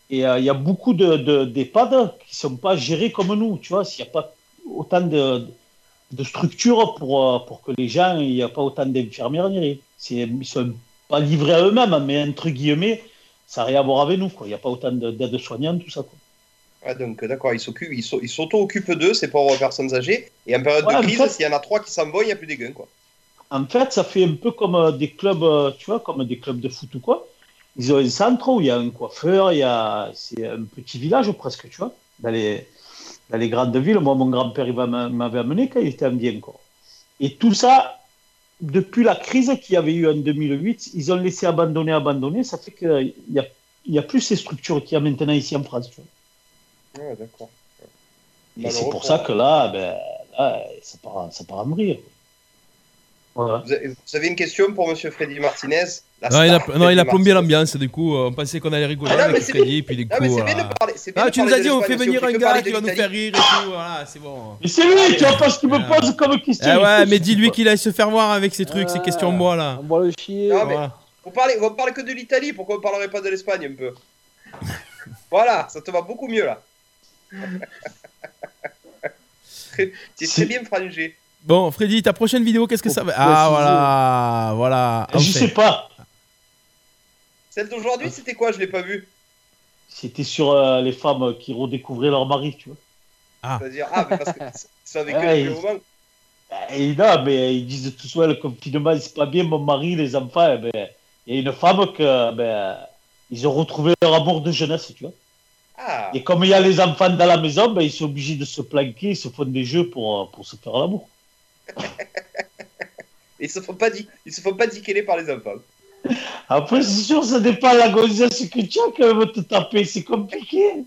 Et il euh, y a beaucoup de, de, d'EHPAD qui ne sont pas gérés comme nous, tu vois. S'il n'y a pas autant de, de structures pour, pour que les gens, il n'y a pas autant d'infirmières, c'est, ils ne sont pas livrés à eux-mêmes, mais entre guillemets, ça n'a rien à voir avec nous, quoi. Il n'y a pas autant de, d'aides-soignants, tout ça, quoi. Ah, donc, d'accord, ils, s'occupent, ils, ils s'auto-occupent d'eux, ces pauvres personnes âgées, et en période ouais, de crise, en fait, s'il y en a trois qui s'en vont, il n'y a plus des gains, quoi. En fait, ça fait un peu comme des clubs, tu vois, comme des clubs de foot ou quoi. Ils ont un centre où il y a un coiffeur, il y a, c'est un petit village presque, tu vois, dans les, dans les grandes villes. Moi, mon grand-père, il m'avait amené quand il était en bien, quoi. Et tout ça, depuis la crise qu'il y avait eu en deux mille huit, ils ont laissé abandonner, abandonner. Ça fait qu'il n'y a, il a plus ces structures qu'il y a maintenant ici en France, tu vois. Ouais, d'accord. Et c'est pour ça que là, ben, là ça part, ça part à mourir. Voilà. Vous, avez, vous avez une question pour monsieur Freddy Martinez? Non, il a, non, il a plombé l'ambiance, du coup, on pensait qu'on allait rigoler ah, non, avec Freddy, puis du coup... Non, mais c'est bien de parler, c'est bien ah, de tu nous as dit, on fait venir un gars qui va nous faire rire et tout, voilà, c'est bon. Mais c'est lui, tu vois pas ce qu'il me pose comme question. Ah ouais, mais dis-lui qu'il aille se faire voir avec ses trucs, ses questions moi, là. On va le chier. Non, mais vous parlez, vous parlez que de l'Italie, pourquoi vous ne parlerez pas de l'Espagne, un peu? Voilà, ça te va beaucoup mieux, là. Tu es très bien frangé. Bon, Freddy, ta prochaine vidéo, qu'est-ce que ça va? Ah, voilà, voilà. Je sais pas. Celle d'aujourd'hui, c'était quoi? Je l'ai pas vue. C'était sur euh, les femmes qui redécouvraient leur mari, tu vois. Ah. C'est-à-dire, ah, mais parce que c'est avec eux le moment. Et non, mais ils disent tous, ouais, le confinement, c'est pas bien, mon mari, les enfants. Eh ben, il y a une femme que, ben, ils ont retrouvé leur amour de jeunesse, tu vois. Ah. Et comme il y a les enfants dans la maison, ben, ils sont obligés de se planquer, ils se font des jeux pour, pour se faire l'amour. Ils se font pas dire, ils se font pas diqueler par les enfants. Après, c'est sûr, ça dépend de la gonzesse que tu as qu'elle veut te taper, c'est compliqué.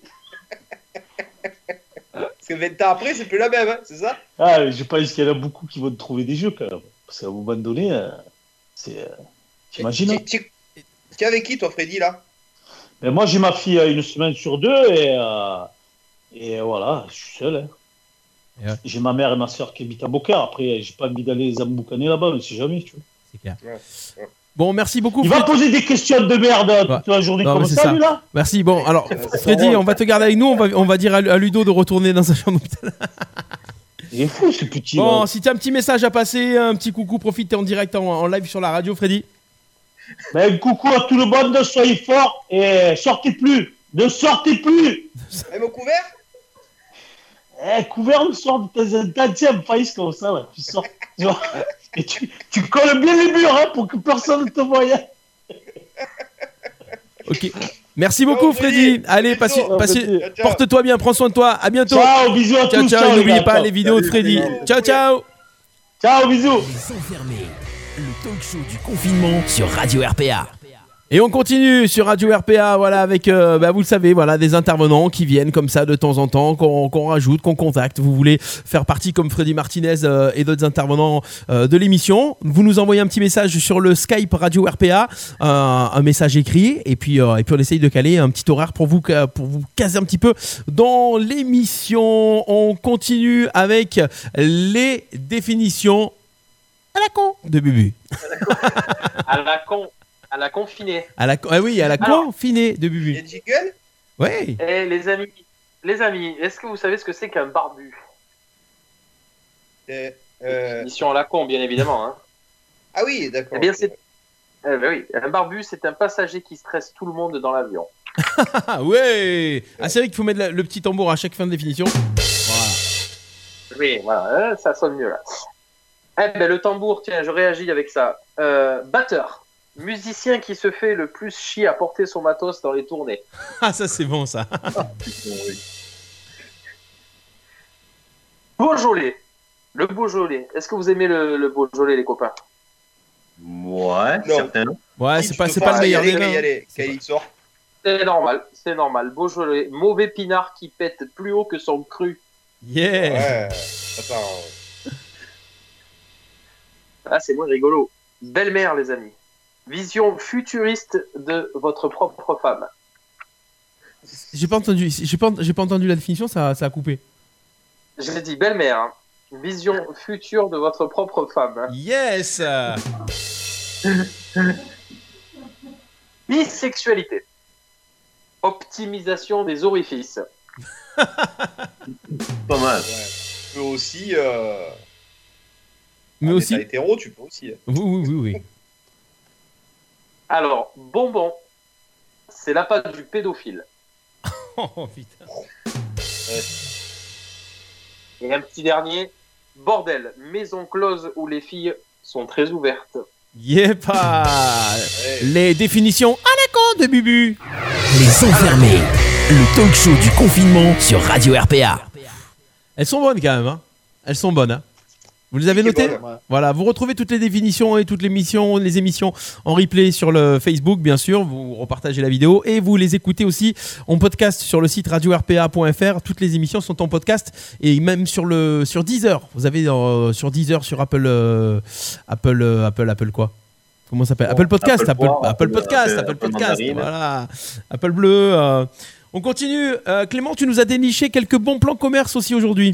Parce que vingt ans après, c'est plus la même, hein, c'est ça? Ah, je pense qu'il y en a beaucoup qui vont te trouver des jeux quand même. Parce qu'à un moment donné, euh, c'est. Euh, t'imagines? Tu es avec qui, toi, Freddy, là? Ben, moi, j'ai ma fille une semaine sur deux et, euh, et voilà, je suis seul. Hein. Ouais. J'ai ma mère et ma soeur qui habitent à Beaucaire. Après, j'ai pas envie d'aller les emboucaner là-bas, mais c'est jamais, tu vois. C'est clair. Ouais, ouais. Bon, merci beaucoup. Il Fred... va poser des questions de merde ouais. toute la journée non, comme ça, ça, lui, là. Merci. Bon, alors, Freddy, on va te garder avec nous. On va, on va dire à Ludo de retourner dans sa chambre. Il est fou, ce petit. Bon, là. Si tu as un petit message à passer, un petit coucou, profite, t'es en direct en, en live sur la radio, Freddy. Ben, coucou à tout le monde, soyez forts et sortez plus. Ne sortez plus. Même au couvert? Eh, couvert le soir de tes intentionnels, faillis comme ça, là. Tu sors, tu, vois, et tu, tu colles bien les murs, hein, pour que personne ne te voie. Ok. Merci beaucoup, oh, Freddy. Allez, passe, passe, porte-toi bien, prends soin de toi. À bientôt. Ciao, bisous à ciao, tous. Ciao, ciao. N'oubliez pas les vidéos de Freddy. Ciao, ciao. Ciao, bisous. Les Enfermés, le talk show du confinement sur Radio R P A. Et on continue sur Radio R P A, voilà, avec, euh, bah, vous le savez, voilà, des intervenants qui viennent comme ça de temps en temps, qu'on, qu'on rajoute, qu'on contacte. Vous voulez faire partie comme Freddy Martinez euh, et d'autres intervenants euh, de l'émission. Vous nous envoyez un petit message sur le Skype Radio R P A, euh, un message écrit, et puis, euh, et puis on essaye de caler un petit horaire pour vous, pour vous caser un petit peu dans l'émission. On continue avec les définitions à la con de Bubu. À la con. À la confinée. À la, ah oui, à la Alors, confinée de Bubu. Les jiggles? Oui. Et les amis, les amis, est-ce que vous savez ce que c'est qu'un barbu? euh, euh... Mission à la con, bien évidemment. Hein. Ah oui, d'accord. Eh bien, c'est... Eh ben oui, un barbu, c'est un passager qui stresse tout le monde dans l'avion. Ah ouais. Ah, c'est vrai qu'il faut mettre le petit tambour à chaque fin de définition. Voilà. Oui, voilà, ça sonne mieux là. Eh ben, le tambour, tiens, je réagis avec ça. Euh, batteur. Musicien qui se fait le plus chier à porter son matos dans les tournées. Ah, ça c'est bon ça. Beaujolais. Le Beaujolais. Est-ce que vous aimez le, le Beaujolais, les copains? Ouais, certainement. Ouais, c'est pas, c'est pas le meilleur des vins. C'est normal, c'est normal. Beaujolais. Mauvais pinard qui pète plus haut que son cru. Yeah. Ouais. Attends. Ah, c'est moins rigolo. Belle-mère, les amis. Vision futuriste de votre propre femme. J'ai pas entendu, j'ai pas, j'ai pas entendu la définition, ça, ça a coupé. J'ai dit belle-mère. Hein. Vision future de votre propre femme. Hein. Yes. Bisexualité. optimisation des orifices. Pas mal. Ouais. Tu peux aussi. Euh... Mais en aussi. état hétéro, tu peux aussi. Oui, oui, oui, oui. Alors, bonbon, c'est la patte du pédophile. Oh putain. Ouais. Et un petit dernier, bordel, maison close où les filles sont très ouvertes. Yepa. Ouais. Les définitions à la con de Bubu. Les enfermés, le talk show du confinement sur Radio R P A. Elles sont bonnes quand même, hein. Elles sont bonnes, hein. Vous les avez Oui, c'est notées? bon, ouais. Voilà, vous retrouvez toutes les définitions et toutes les émissions, les émissions en replay sur le Facebook, bien sûr. Vous repartagez la vidéo et vous les écoutez aussi en podcast sur le site radio r p a point f r. Toutes les émissions sont en podcast et même sur le sur Deezer. Vous avez euh, sur Deezer, sur Apple, euh, Apple, euh, Apple, Apple quoi? Comment ça s'appelle? Oh, Apple Podcast, Apple Apple, Poire, Apple Apple- Podcast, Apple- Apple Apple Podcast. Mandarine. Voilà, Apple Bleu. euh. On continue. Euh, Clément, tu nous as déniché quelques bons plans commerce aussi aujourd'hui.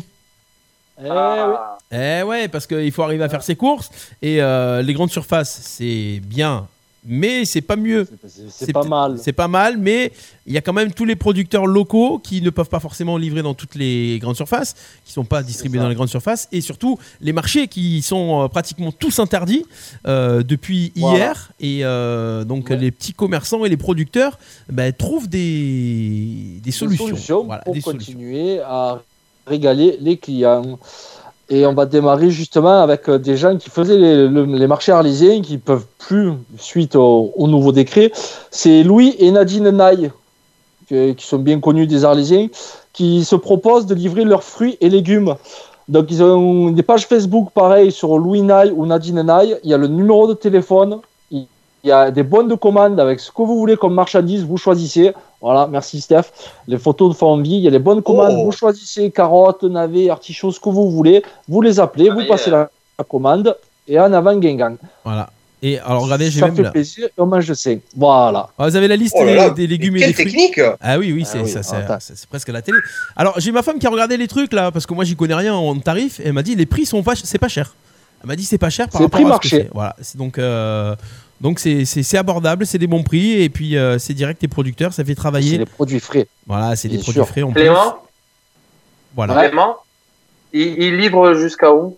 Eh oui. Ah, Eh ouais, parce qu'il faut arriver à faire ses courses et euh, les grandes surfaces, c'est bien, mais c'est pas mieux. C'est- C'est c'est pas peut- mal. C'est pas mal, mais il y a quand même tous les producteurs locaux qui ne peuvent pas forcément livrer dans toutes les grandes surfaces, qui sont pas distribués ça. dans les grandes surfaces, et surtout les marchés qui sont euh, pratiquement tous interdits euh, depuis Voilà. hier. Et euh, donc Ouais. les petits commerçants et les producteurs bah, trouvent des, des Des solutions. solutions Voilà, pour des solutions. continuer à régaler les clients. Et on va démarrer justement avec euh, des gens qui faisaient les, le- les marchés arlésiens, qui peuvent plus suite au, au nouveau décret. C'est Louis et Nadine Naille, qui, qui sont bien connus des Arlésiens, qui se proposent de livrer leurs fruits et légumes. Donc ils ont des pages Facebook pareilles sur Louis Naille ou Nadine Naille. Il y a le numéro de téléphone. Il il y a des bonnes de commande avec ce que vous voulez comme marchandise, vous choisissez. Voilà, merci Steph. Les photos de font envie. Il y a les bonnes commandes, Oh. vous choisissez carottes, navets, artichauts, ce que vous voulez. Vous les appelez, Ah, vous mais, passez euh, la, la commande et en avant Guingamp. Voilà. Et alors regardez, j'ai Ça même fait là. plaisir et on mange de sain. Voilà. Ah, vous avez la liste Oh là des, là, des légumes mais et des quelle fruits. technique! Ah oui, oui, Ah c'est oui, ça, c'est, attends. c'est- c'est presque à la télé. Alors j'ai ma femme qui a regardé les trucs là, parce que moi j'y connais rien en tarif, et elle m'a dit les prix sont pas, c'est pas cher. Elle m'a dit c'est pas cher par C'est rapport prix à ce que marché. c'est. Voilà, c'est donc euh, donc c'est, c'est, c'est abordable, c'est des bons prix et puis euh, c'est direct les producteurs, ça fait C'est travailler. des produits frais. Voilà, c'est des Bien produits sûr. frais en plus. Clément, Voilà. Clément, il, il livre jusqu'à où?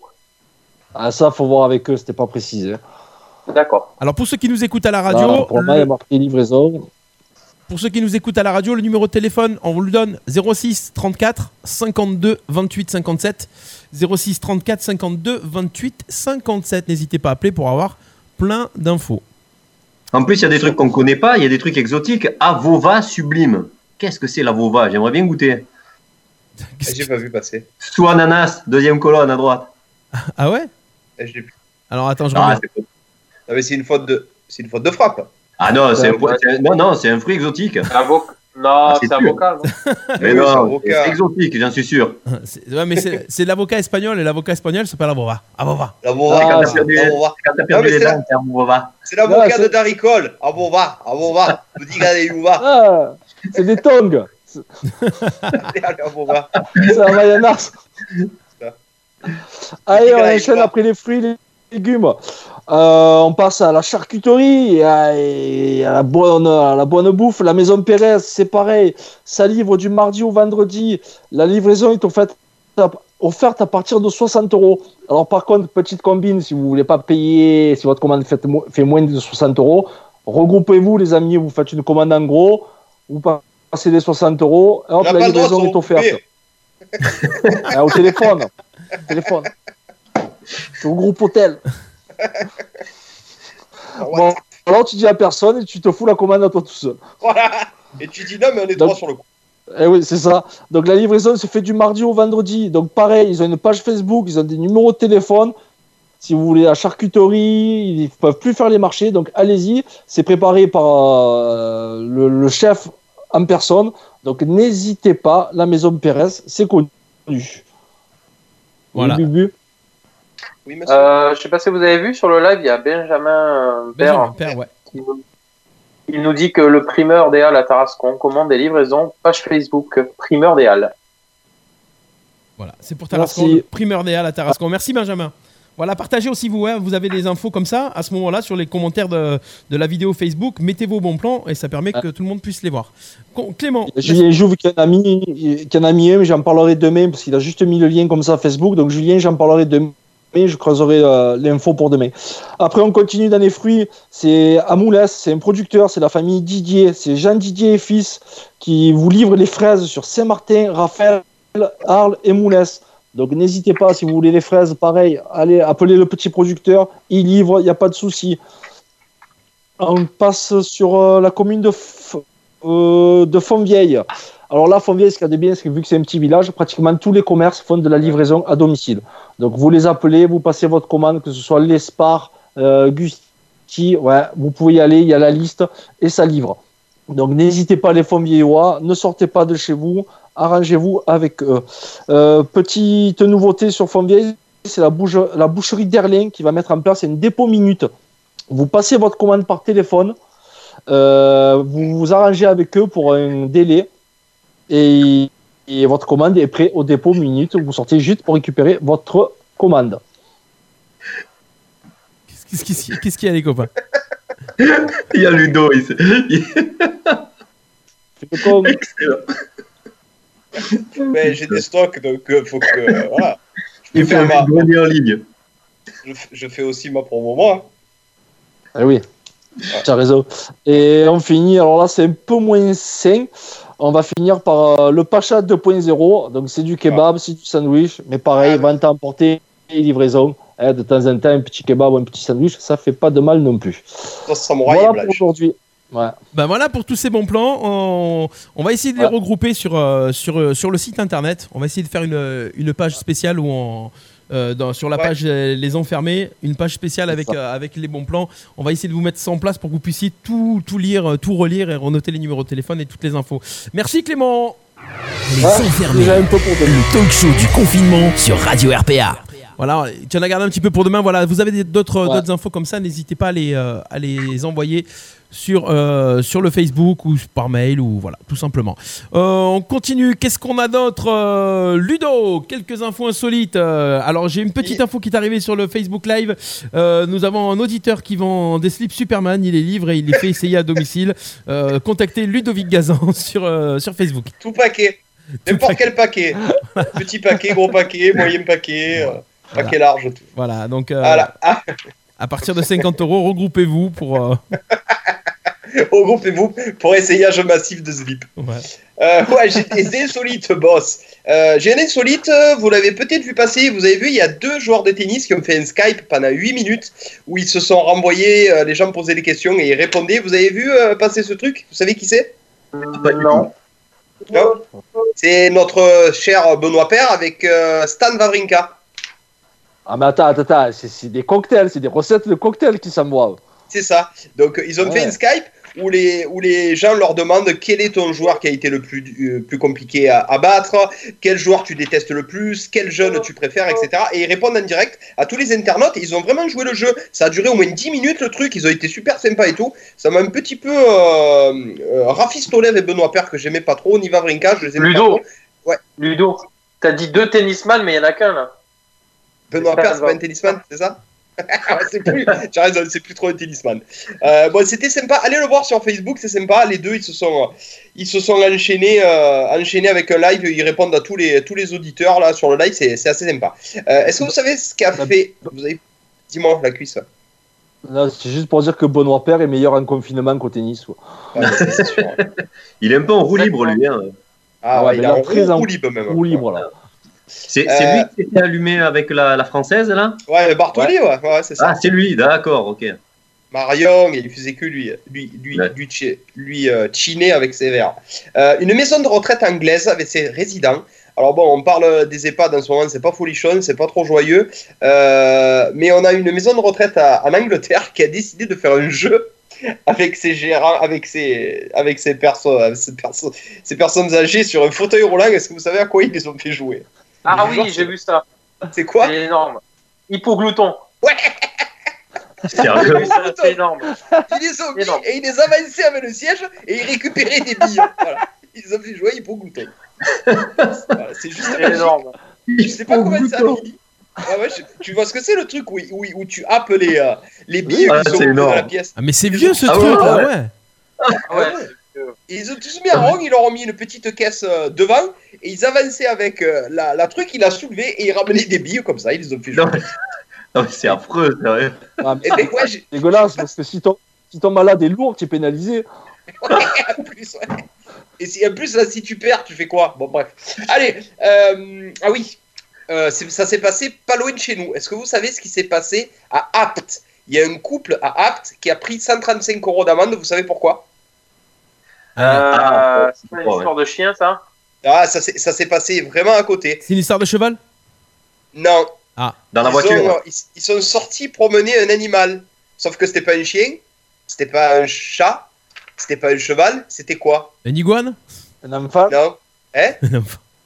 Ah, ça, faut voir avec eux, c'était pas précisé. D'accord. Alors pour ceux qui nous écoutent à la radio, Voilà, pour moi, il y le- a marqué livraison. pour ceux qui nous écoutent à la radio, le numéro de téléphone, on vous le donne zéro six trente-quatre cinquante-deux vingt-huit cinquante-sept. zéro six trente-quatre cinquante-deux vingt-huit cinquante-sept. N'hésitez pas à appeler pour avoir plein d'infos. En plus, il y a des trucs qu'on connaît pas, il y a des trucs exotiques. Avova sublime. Qu'est-ce que c'est l'Avova? J'aimerais bien goûter. Ah, j'ai pas vu passer. Sous ananas, deuxième colonne à droite. Ah ouais? Ah, je l'ai plus. Alors attends, je Ah, reviens. c'est- Ah, mais c'est une faute de, c'est une faute de frappe. ah non, c'est un, Ouais. c'est un- non, non, c'est un fruit exotique. Avo- Non, Ah, c'est c'est sûr. avocat. non Mais Oui, c'est non, avocat. c'est exotique, j'en suis sûr. C'est, ouais, mais c'est, c'est l'avocat espagnol et l'avocat espagnol s'appelle Avova. Avova. La Bova, Ah, quand c'est- t'as perdu, la Bova. Quand t'as Non, perdu mais les c'est dents, la- c'est un Avova. C'est l'avocat Non, de c'est- Daricole. À Bova, à Bova. Me diga de Yuva. Ah, c'est des tongs. C'est Allez, à Bova. c'est la mayonnaise. Ça. Allez, on Allez, enchaîne quoi. après les fruits et les légumes. Euh, on passe à la charcuterie et à, et à la, bonne, à la bonne bouffe. La Maison Pérez, c'est pareil. Ça livre du mardi au vendredi. La livraison est offerte à, offerte à partir de soixante euros. Alors, par contre, petite combine, si vous voulez pas payer, si votre commande fait, mo- fait moins de soixante euros, regroupez-vous, les amis. Vous faites une commande en gros. Vous passez les soixante euros. Et hop, On a la pas le droit de livraison se est offerte. regrouper. Ah, au téléphone. téléphone. Au groupe hôtel. Ah, ouais. Bon, alors tu dis à personne et tu te fous la commande à toi tout seul. Voilà. Et tu dis non, mais on est Donc- trois sur le coup. Eh oui, c'est ça. Donc la livraison se fait du mardi au vendredi. Donc pareil, ils ont une page Facebook, ils ont des numéros de téléphone. Si vous voulez la charcuterie, ils ne peuvent plus faire les marchés. Donc allez-y. C'est préparé par euh, le, le chef en personne. Donc n'hésitez pas. La Maison Pérez, c'est connu. Voilà. Oui, Bubu. Oui, monsieur. Euh, je sais pas si vous avez vu sur le live, il y a Benjamin euh, Benjamin, Père Père, ouais. qui nous, il nous dit que le primeur des Halles à Tarascon commande des livraisons, page Facebook, primeur des Halles. Voilà, c'est pour Tarascon, Merci. le primeur des Halles à Tarascon. Merci Benjamin. Voilà, partagez aussi vous, hein, vous avez des infos comme ça, à ce moment-là, sur les commentaires de, de la vidéo Facebook, mettez vos bons plans et ça permet que tout le monde puisse les voir. Con- Clément. Julien Jouve qui en a mis, qui en a mis un, mais j'en parlerai demain parce qu'il a juste mis le lien comme ça à Facebook. Donc Julien, j'en parlerai demain, je creuserai euh, l'info pour demain. Après, on continue dans les fruits. C'est à Moulès, c'est un producteur, c'est la famille Didier, c'est Jean Didier et fils qui vous livre les fraises sur Saint-Martin, Raphaël, Arles et Moulès. Donc n'hésitez pas, si vous voulez les fraises, pareil, allez appeler le petit producteur, il livre, il n'y a pas de souci. On passe sur euh, la commune de, F- euh, de Fontvieille. Alors là, Fontvieille, ce qu'il y a de bien, c'est que vu que c'est un petit village, pratiquement tous les commerces font de la livraison à domicile. Donc vous les appelez, vous passez votre commande, que ce soit l'Espar, euh, Gusti, ouais, vous pouvez y aller, il y a la liste et ça livre. Donc n'hésitez pas les Fontvieillois, ne sortez pas de chez vous, arrangez-vous avec eux. Euh, petite nouveauté sur Fontvieille, c'est la, bouche, la boucherie d'Erlin qui va mettre en place une dépôt minute. Vous passez votre commande par téléphone, euh, vous vous arrangez avec eux pour un délai et, et votre commande est prête au dépôt minute. Vous sortez juste pour récupérer votre commande. Qu'est-ce, qu'est-ce, qu'est-ce qu'il y a les copains? Il y a Ludo. Il... C'est comme... Mais j'ai des stocks, donc il euh, faut que. Euh, voilà. Je Il fait faire un ma... grenier en ligne. je, je fais aussi ma promo, hein. Ah oui, tu as raison. Et on finit, alors là c'est un peu moins sain. On va finir par euh, le Pacha deux point zéro. Donc c'est du kebab, c'est du sandwich, mais pareil, Ah, vente à emporter et livraison. Eh, de temps en temps, un petit kebab ou un petit sandwich, ça fait pas de mal non plus. Ça, samouraï Voilà et pour Blache. aujourd'hui. Ouais. Ben voilà pour tous ces bons plans. On, on va essayer de les Ouais. regrouper sur, euh, sur, euh, sur le site internet. On va essayer de faire une, une page spéciale où on, euh, dans, sur la Ouais. page euh, Les Enfermés, une page spéciale C'est avec, ça. euh, avec les bons plans. On va essayer de vous mettre ça en place pour que vous puissiez tout, tout lire, euh, tout relire et renoter les numéros de téléphone et toutes les infos. Merci Clément. Les Ouais, enfermés, déjà un peu pour demain. le talk show du confinement sur Radio R P A. Voilà, tu en as gardé un petit peu pour demain. Voilà, vous avez des- d'autres Ouais. d'autres infos comme ça, n'hésitez pas à les, euh, à les envoyer sur, euh, sur le Facebook ou par mail ou voilà, tout simplement. Euh, on continue. Qu'est-ce qu'on a d'autre euh, Ludo, quelques infos insolites. Euh, alors j'ai une petite info qui est arrivée sur le Facebook Live. Euh, nous avons un auditeur qui vend des slips Superman. Il les livre et il les fait essayer à domicile. Euh, contactez Ludovic Gazan sur, euh, sur Facebook. Tout paquet. N'importe quel paquet. Petit paquet, gros paquet, moyen paquet, euh, paquet large, tout. Voilà, donc euh, Voilà. Ah, à partir de cinquante euros, regroupez-vous pour. euh, regroupez-vous pour essayage massif de slip. ouais. Euh, ouais, j'ai des insolites, boss. Euh, j'ai un insolite, euh, vous l'avez peut-être vu passer, vous avez vu, il y a deux joueurs de tennis qui ont fait un Skype pendant huit minutes où ils se sont renvoyés, euh, les gens posaient des questions et ils répondaient. Vous avez vu euh, passer ce truc? Vous savez qui c'est? Pas du Non. Non. C'est notre euh, cher Benoît Paire avec euh, Stan Wawrinka. Ah mais attends, attends, attends, c'est, c'est des cocktails, c'est des recettes de cocktails qui s'envoient. C'est ça. Donc ils ont Ouais. fait une Skype où les, où les gens leur demandent quel est ton joueur qui a été le plus, euh, plus compliqué à, à battre, quel joueur tu détestes le plus, quel jeune tu préfères, et cetera. Et ils répondent en direct à tous les internautes. Et ils ont vraiment joué le jeu. Ça a duré au moins dix minutes le truc. Ils ont été super sympas et tout. Ça m'a un petit peu euh, euh, rafistolé avec Benoît Paire que j'aimais pas trop. Ni Wawrinka, je les aimais Ludo. pas trop. Ouais. Ludo, t'as dit deux tennisman, mais il y en a qu'un là. Benoît Paire, c'est pas un tennisman, c'est ça? Ouais, c'est plus, j'ai raison, c'est plus trop un tennisman. Euh, bon, c'était sympa. Allez le voir sur Facebook, c'est sympa. Les deux, ils se sont, ils se sont enchaînés, euh, enchaînés avec un live. Ils répondent à tous les, tous les auditeurs là sur le live. C'est, c'est assez sympa. Euh, est-ce que vous savez ce qu'a fait? Vous avez, dis-moi la cuisse. Non, c'est juste pour dire que Benoît Paire est meilleur en confinement qu'au tennis. Quoi. Ouais, c'est, c'est sûr. Il est un peu en roue libre, lui. Hein. Ah Ouais, ouais, mais il là, a un très roue en- roue libre même. Roue libre là. C'est, c'est Euh, lui qui s'était allumé avec la, la française, là? Ouais, Bartoli, ouais, ouais, c'est ça. Ah, c'est lui, d'accord, ok. Marion, il faisait que lui, lui, lui, Ouais. lui, chi- lui euh, chiner avec ses verres. Euh, une maison de retraite anglaise avec ses résidents. Alors bon, on parle des EHPAD en ce moment, c'est pas folichon, c'est pas trop joyeux, euh, mais on a une maison de retraite à- en Angleterre qui a décidé de faire un jeu avec ses gérants, avec ses, avec ses, perso- ces, perso- ces personnes âgées sur un fauteuil roulant. Est-ce que vous savez à quoi ils les ont fait jouer? Ah Genre, oui, j'ai vu ça. C'est quoi? C'est énorme. Hypoglouton. J'ai Sérieux? vu ça, c'est énorme. Ils les ont mis Énorme. et ils les avançaient avec le siège et ils récupéraient des billes. Voilà. Ils les ont fait jouer hypoglouton. Voilà, c'est juste C'est magique. énorme. Je sais pas comment ça a fini. Ah ouais, je- tu vois ce que c'est le truc où, où, où tu happes les, euh, les billes Ah, qui sont c'est au bout de énorme. la pièce. Ah, mais c'est Ils vieux ont- ce Ah truc ouais, là, ouais. ouais. Ah ouais, ouais. Et ils ont tous mis un rond, ils leur ont mis une petite caisse euh, devant, et ils avançaient avec euh, la, la truc, il a soulevé, et ils ramenaient des billes comme ça, ils les ont fait jouer. Non, mais- non, mais c'est affreux, sérieux. Ah, mais Et ben ouais, j'ai- c'est dégueulasse parce que si ton, si ton malade est lourd, tu es pénalisé. en plus, ouais. Et si, en plus, là, si tu perds, tu fais quoi? Bon, bref. Allez, euh, ah oui, euh, c'est- ça s'est passé pas loin de chez nous. Est-ce que vous savez ce qui s'est passé à Apt? Il y a un couple à Apt qui a pris cent trente-cinq euros d'amende, vous savez pourquoi? Euh, Ah, c'est pas une ouais. histoire de chien, ça? Ah, ça s'est ça s'est passé vraiment à côté. C'est une histoire de cheval? Non. Dans la Ils voiture. ont- ils, ils sont sortis promener un animal. Sauf que c'était pas un chien, c'était pas un chat, c'était pas un cheval, c'était quoi? Une iguane? Un enfant. Non. Hein? Non.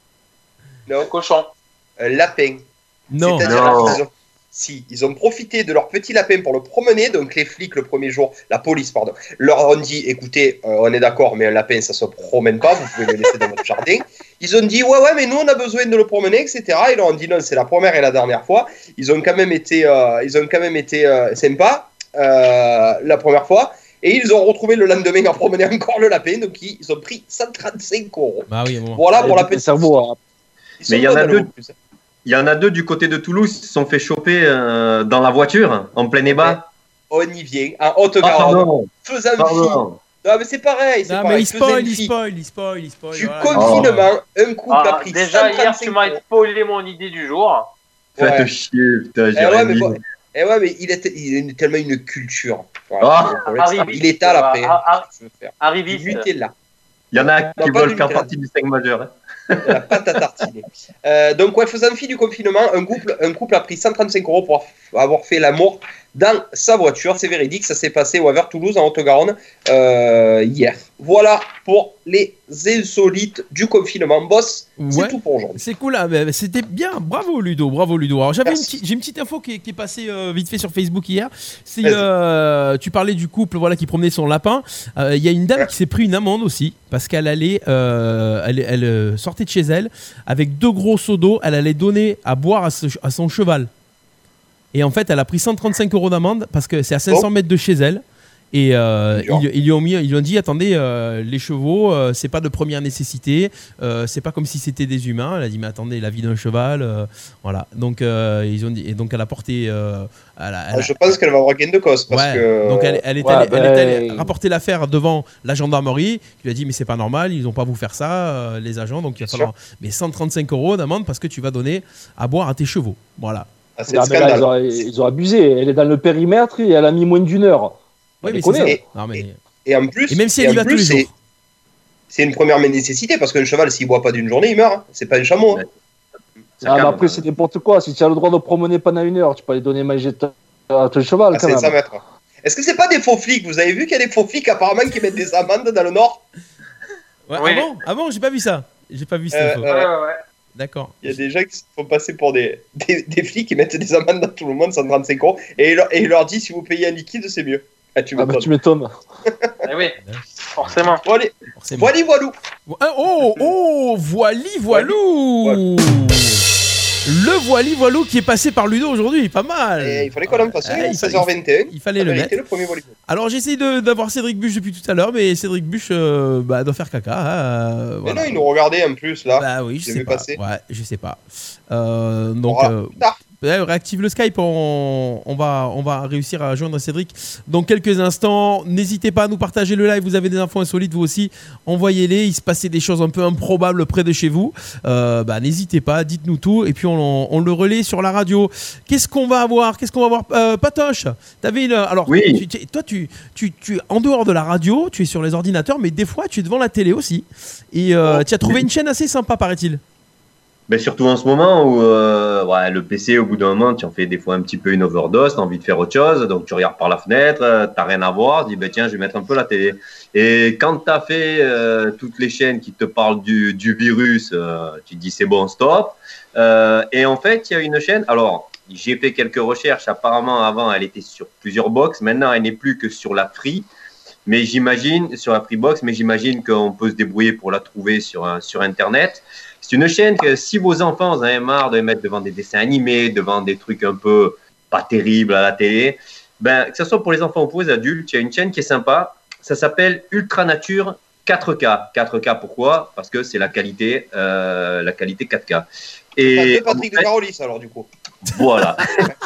Non. Cochon. Un lapin. Non. C'est-à-dire Non. qu'ils ont, si, ils ont profité de leur petit lapin pour le promener, donc les flics le premier jour, la police, pardon, leur ont dit, écoutez, euh, on est d'accord, mais un lapin, ça se promène pas, vous pouvez le laisser dans votre jardin. Ils ont dit, ouais, ouais, mais nous, on a besoin de le promener, et cetera. Ils leur ont dit, non, c'est la première et la dernière fois. Ils ont quand même été, euh, ils ont quand même été euh, sympas euh, la première fois. Et ils ont retrouvé le lendemain à promener encore le lapin, donc ils, ils ont pris cent trente-cinq euros. Bah oui, bon. Voilà pour la Le petite. cerveau. hein. Ils sont Mais il y en bons a dans le deux. mot, plus, hein. Il y en a deux du côté de Toulouse qui se sont fait choper euh, dans la voiture, en plein ébat. On y vient, en Ah, Haute-Garonne, pardon. faisant fi. Pardon. Non, mais c'est pareil, c'est Non, mais pareil. il faisant spoil, il fi spoil, il spoil, il spoil. Du voilà. confinement, un couple a Ah, pris déjà, hier, tu cent trente-cinq m'as euros. spoilé mon idée du jour. Faites Ouais. chier, putain, j'ai Eh ouais, rien mais dit. bon, eh ouais, mais il, est, il a tellement une culture. Voilà, Ah. le problème, c'est Arriviste, il étale ça va. après. Ah, ah. Qu'est-ce que tu veux faire? Arriviste. Du Nutella, Il y en a Non, qui pas veulent du faire Nutella. partie du cinq majeur. hein. de la pâte à tartiner. Euh, donc, ouais, faisant fi du confinement, un couple, un couple a pris cent trente-cinq euros pour avoir fait l'amour dans sa voiture. C'est véridique, ça s'est passé au Havre Toulouse, en Haute-Garonne, euh, hier. Voilà pour les insolites du confinement. Boss, c'est Ouais. tout pour aujourd'hui. C'est cool, hein, mais c'était bien. Bravo Ludo, bravo Ludo. Alors j'avais une Merci. petite, j'ai une petite info qui est, qui est passée euh, vite fait sur Facebook hier. C'est, Vas-y. euh, tu parlais du couple, voilà, qui promenait son lapin. Euh, Il y a une dame qui s'est pris une amende aussi parce qu'elle allait, euh, elle, elle euh, sortait de chez elle avec deux gros seaux d'eau. Elle allait donner à boire à, ce- à son cheval. Et en fait, elle a pris cent trente-cinq euros d'amende parce que c'est à cinq cents mètres de chez elle. Et euh, Dur. ils, ils lui ont mis, ils lui ont dit attendez, euh, les chevaux, euh, c'est pas de première nécessité, euh, c'est pas comme si c'était des humains. Elle a dit mais attendez, la vie d'un cheval, euh, voilà. Donc euh, ils ont dit et donc elle a porté, euh, elle a- elle a- Ah, Je pense qu'elle va avoir gain de cause parce ouais, que. donc elle, elle est Ouais, allée, elle est ben- allée rapporter l'affaire devant la gendarmerie. Qui lui a dit mais c'est pas normal, ils n'ont pas vous faire ça, euh, les agents. Donc il va Bien falloir mais cent trente-cinq euros d'amende parce que tu vas donner à boire à tes chevaux. Voilà. Ah, c'est le Ah, mais là, scandale. ils, ont, ils ont abusé. Elle est dans le périmètre et elle a mis moins d'une heure. Oui, On mais déconne. c'est ça. Et- Non, mais- Et en plus, Et même si et elle y en va tous plus, les c'est- jours. c'est une première nécessité parce qu'un cheval, s'il boit pas d'une journée, il meurt. hein. C'est pas un chameau. hein. Ça Ah, mais calme, après, hein. c'est n'importe quoi. Si tu as le droit de promener pendant une heure, tu peux aller donner manger ta- à ton cheval À quand cinq cents même. mètres. Est-ce que c'est pas des faux flics? Vous avez vu qu'il y a des faux flics apparemment qui mettent des amendes dans le Nord? Ouais, Oui. ah bon, ah bon, j'ai pas vu ça. J'ai pas vu cette Euh, info. euh, Ouais, ouais, ouais. D'accord. Il y a des gens qui se font passer pour des, des, des flics qui mettent des amendes dans tout le monde, cent trente-cinq euros, et il leur, et il leur dit si vous payez un liquide, c'est mieux. Ah, tu Ah, bah, m'étonnes. tu m'étonnes. Eh oui, forcément. Bon, allez, Forcément. voilà, voilou. Ah, Oh, oh, voili, voilou. Le voili, voilou qui est passé par Ludo aujourd'hui, pas mal. Et il fallait qu'on en fasse Ah, un, il fa- seize heures vingt et un. Il fallait le La vérité, mettre. le premier volley. Alors j'essaye de- d'avoir Cédric Buche depuis tout à l'heure, mais Cédric Buche euh, bah, doit faire caca. hein, euh, Mais voilà. non, ils nous regardaient en plus là. Bah oui, je Je sais l'ai vu pas. passer. Ouais, je sais pas. Euh, donc, aura euh, plus tard. ouais, réactive le Skype, on, on, va, on va réussir à joindre Cédric dans quelques instants. N'hésitez pas à nous partager le live, vous avez des infos insolites, vous aussi, envoyez-les. Il se passait des choses un peu improbables près de chez vous. Euh, bah, n'hésitez pas, dites-nous tout, et puis on, on le relaie sur la radio. Qu'est-ce qu'on va avoir Qu'est-ce qu'on va avoir euh, Patoche, t'avais une... Alors, Oui. tu- tu- toi, tu, tu, tu, en dehors de la radio, tu es sur les ordinateurs, mais des fois, tu es devant la télé aussi. Et euh, Oh, tu as trouvé oui. une chaîne assez sympa, paraît-il. Ben, surtout en ce moment où euh, ouais, le P C, au bout d'un moment, tu en fais des fois un petit peu une overdose, tu as envie de faire autre chose, donc tu regardes par la fenêtre, euh, t'as rien à voir, tu dis ben, tiens, je vais mettre un peu la télé. Et quand tu as fait euh, toutes les chaînes qui te parlent du, du virus, euh, tu te dis c'est bon, stop. Euh, et en fait, il y a une chaîne, alors j'ai fait quelques recherches, apparemment avant elle était sur plusieurs box, maintenant elle n'est plus que sur la Free. Mais j'imagine, sur la Freebox, mais j'imagine qu'on peut se débrouiller pour la trouver sur, euh, sur Internet. C'est une chaîne que si vos enfants, vous en avez marre de les mettre devant des dessins animés, devant des trucs un peu pas terribles à la télé, ben, que ce soit pour les enfants ou pour les adultes, il y a une chaîne qui est sympa. Ça s'appelle Ultra Nature quatre K. quatre K, pourquoi? Parce que c'est la qualité, euh, la qualité quatre K. Et enfin, Patrick de Carolis, alors, du coup. Voilà.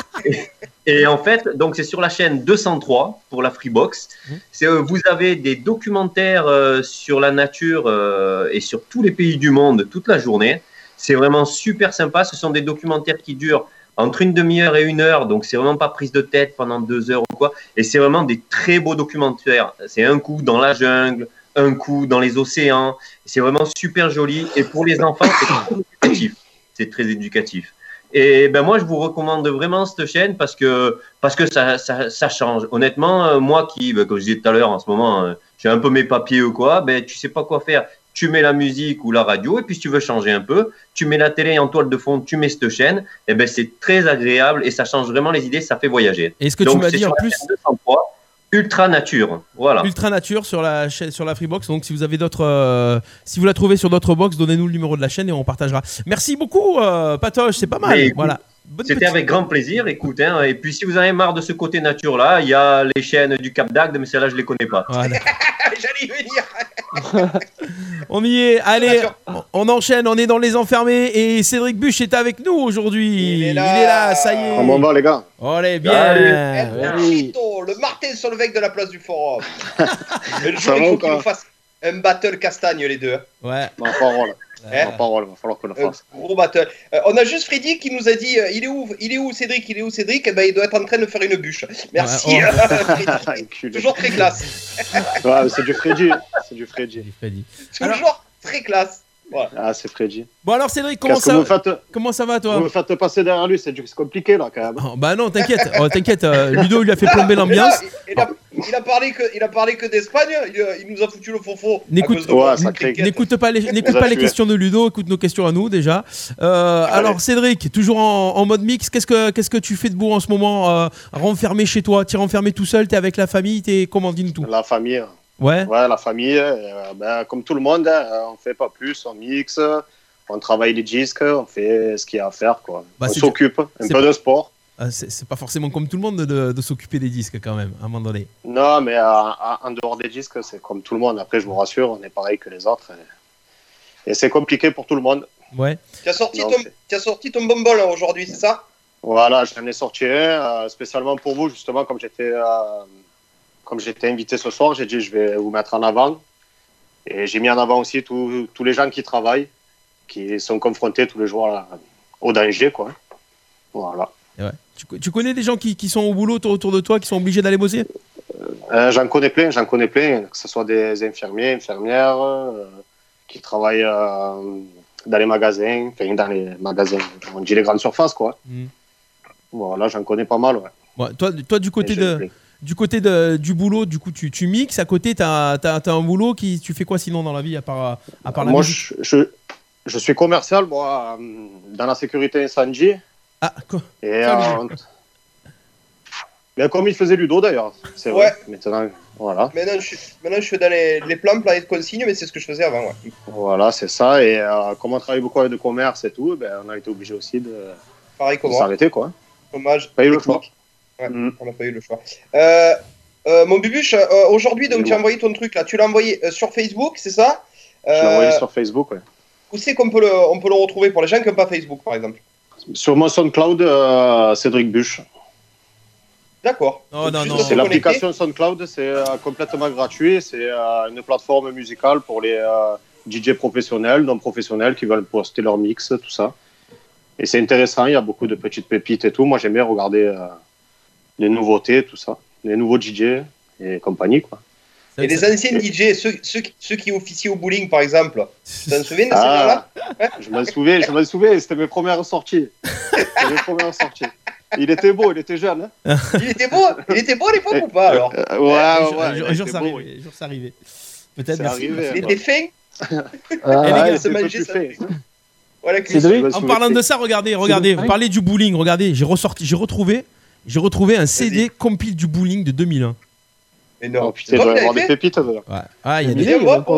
Et en fait, donc c'est sur la chaîne deux cent trois pour la Freebox. C'est, euh, vous avez des documentaires euh, sur la nature euh, et sur tous les pays du monde toute la journée. C'est vraiment super sympa. Ce sont des documentaires qui durent entre une demi-heure et une heure. Donc, c'est vraiment pas prise de tête pendant deux heures ou quoi. Et c'est vraiment des très beaux documentaires. C'est un coup dans la jungle, un coup dans les océans. C'est vraiment super joli. Et pour les enfants, c'est très éducatif. C'est très éducatif. Et ben moi, je vous recommande vraiment cette chaîne parce que, parce que ça, ça, ça change. Honnêtement, euh, moi qui, ben, comme je disais tout à l'heure, en ce moment, euh, j'ai un peu mes papiers ou quoi, ben, tu sais pas quoi faire. Tu mets la musique ou la radio, et puis si tu veux changer un peu, tu mets la télé en toile de fond, tu mets cette chaîne, et ben c'est très agréable et ça change vraiment les idées, ça fait voyager. Et ce que Donc, tu m'as c'est dit sur en la plus. chaîne deux cent trois, Ultra Nature, voilà. Ultra Nature sur la chaîne, sur la Freebox. Donc si vous avez d'autres, euh, si vous la trouvez sur d'autres box, donnez-nous le numéro de la chaîne et on partagera. Merci beaucoup, euh, Patoche, c'est pas mal. Mais écoute, voilà. Bonne C'était petite- avec grand plaisir, écoute. Hein, et puis si vous en avez marre de ce côté nature-là, il y a les chaînes du Cap d'Agde, mais celles-là, je ne les connais pas. Voilà. J'allais y venir. On y est. Allez, on- on enchaîne. On est dans les enfermés et Cédric Buche est avec nous aujourd'hui. Il est là. ça y est. Comment on va, les gars? Allez, bien. Salut. El Burrito, le Martin Solveig de la place du Forum. Mais le Ça jour, il va faut ou qu'il pas nous fasse un battle castagne, les deux. Ouais. Ma parole. Hein Ma parole, il va falloir qu'on le Un fasse. gros battle. Euh, on a juste Freddy qui nous a dit euh, il est où il est où Cédric il est où Cédric Eh ben il doit être en train de faire une bûche. Merci. Ouais, euh, Freddy. Enculé. Toujours très classe. Ouais, mais c'est du Freddy. C'est du Freddy. Freddy. Toujours très classe. Voilà. Ah, c'est Freddy. Bon alors Cédric, comment Qu'est-ce que ça, vous faites? comment ça va toi? Vous me faites passer derrière lui, c'est du- c'est compliqué là quand même. Oh, bah non, t'inquiète, oh, t'inquiète. euh, Ludo il lui a fait plomber Mais l'ambiance. là, il, il a, il a parlé que il a parlé que d'Espagne. Il, il nous a foutu le faux N'écoute- Ouais, ça crée- N'écoute pas les, n'écoute Vous pas a les tué. questions de Ludo, écoute nos questions à nous déjà. Euh, alors Cédric, toujours en, en mode mix, qu'est-ce que qu'est-ce que tu fais de beau en ce moment, euh, renfermé chez toi? T'es renfermé tout seul, t'es avec la famille, t'es comment, dis-nous tout. La famille. Ouais. Ouais, la famille. euh, ben, comme tout le monde, hein, on fait pas plus, on mixe, on travaille les disques, on fait ce qu'il y a à faire quoi. Bah, on c'est- s'occupe, un c'est- peu de sport. Euh, c'est c'est pas forcément comme tout le monde de, de- de s'occuper des disques quand même, à un moment donné. Non, mais euh, en dehors des disques, c'est comme tout le monde. Après, je vous rassure, on est pareil que les autres. Et, et c'est compliqué pour tout le monde. Ouais. Tu as sorti Non, ton c'est- tu as sorti ton bonbon là aujourd'hui, c'est ça? Voilà, j'en ai sorti un, euh, spécialement pour vous, justement, comme j'étais euh, comme j'étais invité ce soir, j'ai dit je vais vous mettre en avant. Et j'ai mis en avant aussi tous tous les gens qui travaillent, qui sont confrontés tous les jours à- au danger, quoi. Voilà. Et ouais. Tu, co- tu connais des gens qui, qui sont au boulot autour autour de toi, qui sont obligés d'aller bosser? Euh, j'en connais plein, j'en connais plein, que ce soit des infirmiers, infirmières, euh, qui travaillent euh, dans les magasins, enfin dans les magasins, on dit les grandes surfaces, quoi. Mm. Voilà, j'en connais pas mal, ouais. Ouais, toi, toi du côté Et je de, plais. du côté de, du boulot, du coup tu, tu mixes. À côté, t'as t'as t'as un boulot qui, tu fais quoi sinon dans la vie à part à part la Moi, musique? je, je, je suis commercial, moi, euh, dans la sécurité incendie. Ah quoi? Et, Ah, euh, mais comme il faisait Ludo d'ailleurs, c'est vrai. Maintenant, voilà. Maintenant je suis maintenant je suis dans les, les plans planète de consigne, mais c'est ce que je faisais avant. Ouais. Voilà, c'est ça. Et euh, comme on travaille beaucoup avec le commerce et tout, ben, on a été obligé aussi de, Pareil de que moi. s'arrêter, quoi. Dommage. Pas eu le technique. choix. Ouais, Mm. on n'a pas eu le choix. Euh, euh, mon Bubuche, euh, aujourd'hui, donc Dis-moi. tu as envoyé ton truc là. Tu l'as envoyé euh, sur Facebook, c'est ça? Je l'ai Euh, envoyé sur Facebook, ouais. Où c'est qu'on peut le, on peut le retrouver pour les gens qui n'ont pas Facebook, par exemple? Sur mon SoundCloud, euh, Cédric Buche. D'accord. Oh, Donc, non, juste non. se C'est connecter. l'application SoundCloud, c'est euh, complètement gratuit. C'est euh, une plateforme musicale pour les euh, D J professionnels, non professionnels qui veulent poster leur mix, tout ça. Et c'est intéressant, il y a beaucoup de petites pépites et tout. Moi, j'aime bien regarder euh, les nouveautés, tout ça. Les nouveaux D J et compagnie, quoi. Et les anciens D J, ceux, ceux, qui- ceux qui officient au bowling, par exemple, tu t'en souviens de ces Ah, gens-là? je m'en souviens, je m'en souviens, c'était mes premières sorties. C'était mes premières sorties. Il était beau, il était jeune. Hein. Il était beau, il était beau à l'époque ou pas alors? Euh, ouais, Un ouais, jour- ouais, un jour- il un jour, était ça beau, arrivait, oui. un jour, ça arrivait. Peut-être. C'est Merci. arrivé. Il quoi. était fin. Eh, les Ah, gars, il se était un peu mangeait plus ça. fait. Voilà, Cédric, Je me En souviens. parlant de ça, regardez, regardez, vous vrai parlez du bowling, regardez, j'ai ressorti, j'ai retrouvé, j'ai retrouvé un C D Vas-y. compile du bowling de deux mille un. Mais non, Oh putain, il toi doit y qui avoir l'avais des fait? pépites dedans. Ouais. Ah, il y a Il des. est il y moi, a encore moi. un bowling.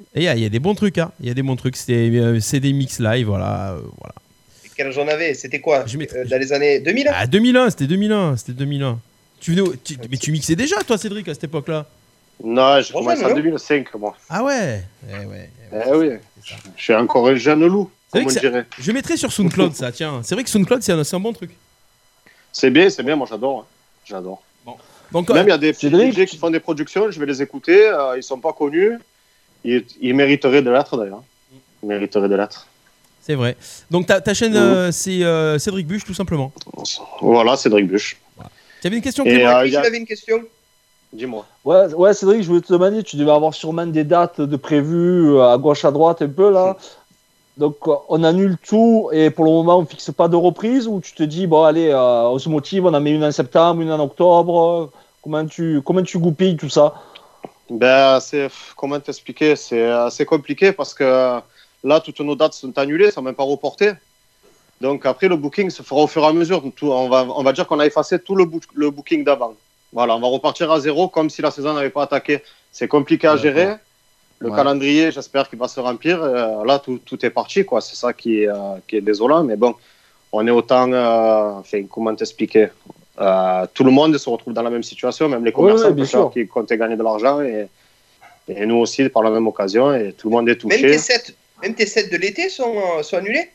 Et il y, a- il y a des bons trucs, hein. Il y a des bons trucs. C'était euh, C D Mix Live, voilà. euh, voilà. Et quel âge j'en avais? C'était quoi? Je mettrais- Euh, Dans les années deux mille? Ah, deux mille un, c'était deux mille un. C'était deux mille un. Tu venais au- tu- mais tu mixais déjà, toi, Cédric, à cette époque-là? Non, j'ai Bonjour, commencé en Léo. deux mille cinq, moi. Ah ouais. Eh ouais. eh ouais, Eh oui, c'est ça. je suis encore un jeune loup, C'est comme on vrai que dirait. Je mettrais sur SoundCloud, ça, tiens. C'est vrai que SoundCloud, c'est un, c'est un bon truc. C'est bien, c'est bien, moi j'adore. hein. J'adore. Donc, Même euh, il y a des petits Cédric, D J qui font des productions, je vais les écouter, euh, ils sont pas connus. Ils, ils mériteraient de l'être d'ailleurs. Ils mériteraient de l'être. c'est vrai. Donc, ta, ta chaîne, Mhm. euh, c'est euh, Cédric Buche, tout simplement. Voilà, Cédric Buche. Tu avais une question, Et, Clément euh, Qui y a- avait une question? Dis-moi. Ouais, ouais, Cédric, je voulais te demander, tu devais avoir sûrement des dates de prévues euh, à gauche, à droite, un peu là. Donc, euh, on annule tout et pour le moment, on fixe pas de reprise ou tu te dis, bon, allez, euh, on se motive, on en met une en septembre, une en octobre. euh, Comment tu, comment tu goupilles tout ça? Ben, c'est, comment t'expliquer? C'est assez compliqué parce que euh, là, toutes nos dates sont annulées, sont même pas reportées. Donc après, le booking se fera au fur et à mesure. Tout, on, va, on va dire qu'on a effacé tout le, book- le booking d'avant. Voilà, on va repartir à zéro comme si la saison n'avait pas attaqué. C'est compliqué à gérer. Le Ouais. calendrier, j'espère qu'il va se remplir. Euh, là, tout, tout est parti, quoi. C'est ça qui est, euh, qui est désolant. Mais bon, on est autant... euh, enfin, comment t'expliquer? Euh, tout le monde se retrouve dans la même situation, même les commerçants ouais, bien sûr. qui comptaient gagner de l'argent. Et, et nous aussi, par la même occasion. Et tout le monde est Même touché. tes sets, même tes sets de l'été sont, euh, sont annulés?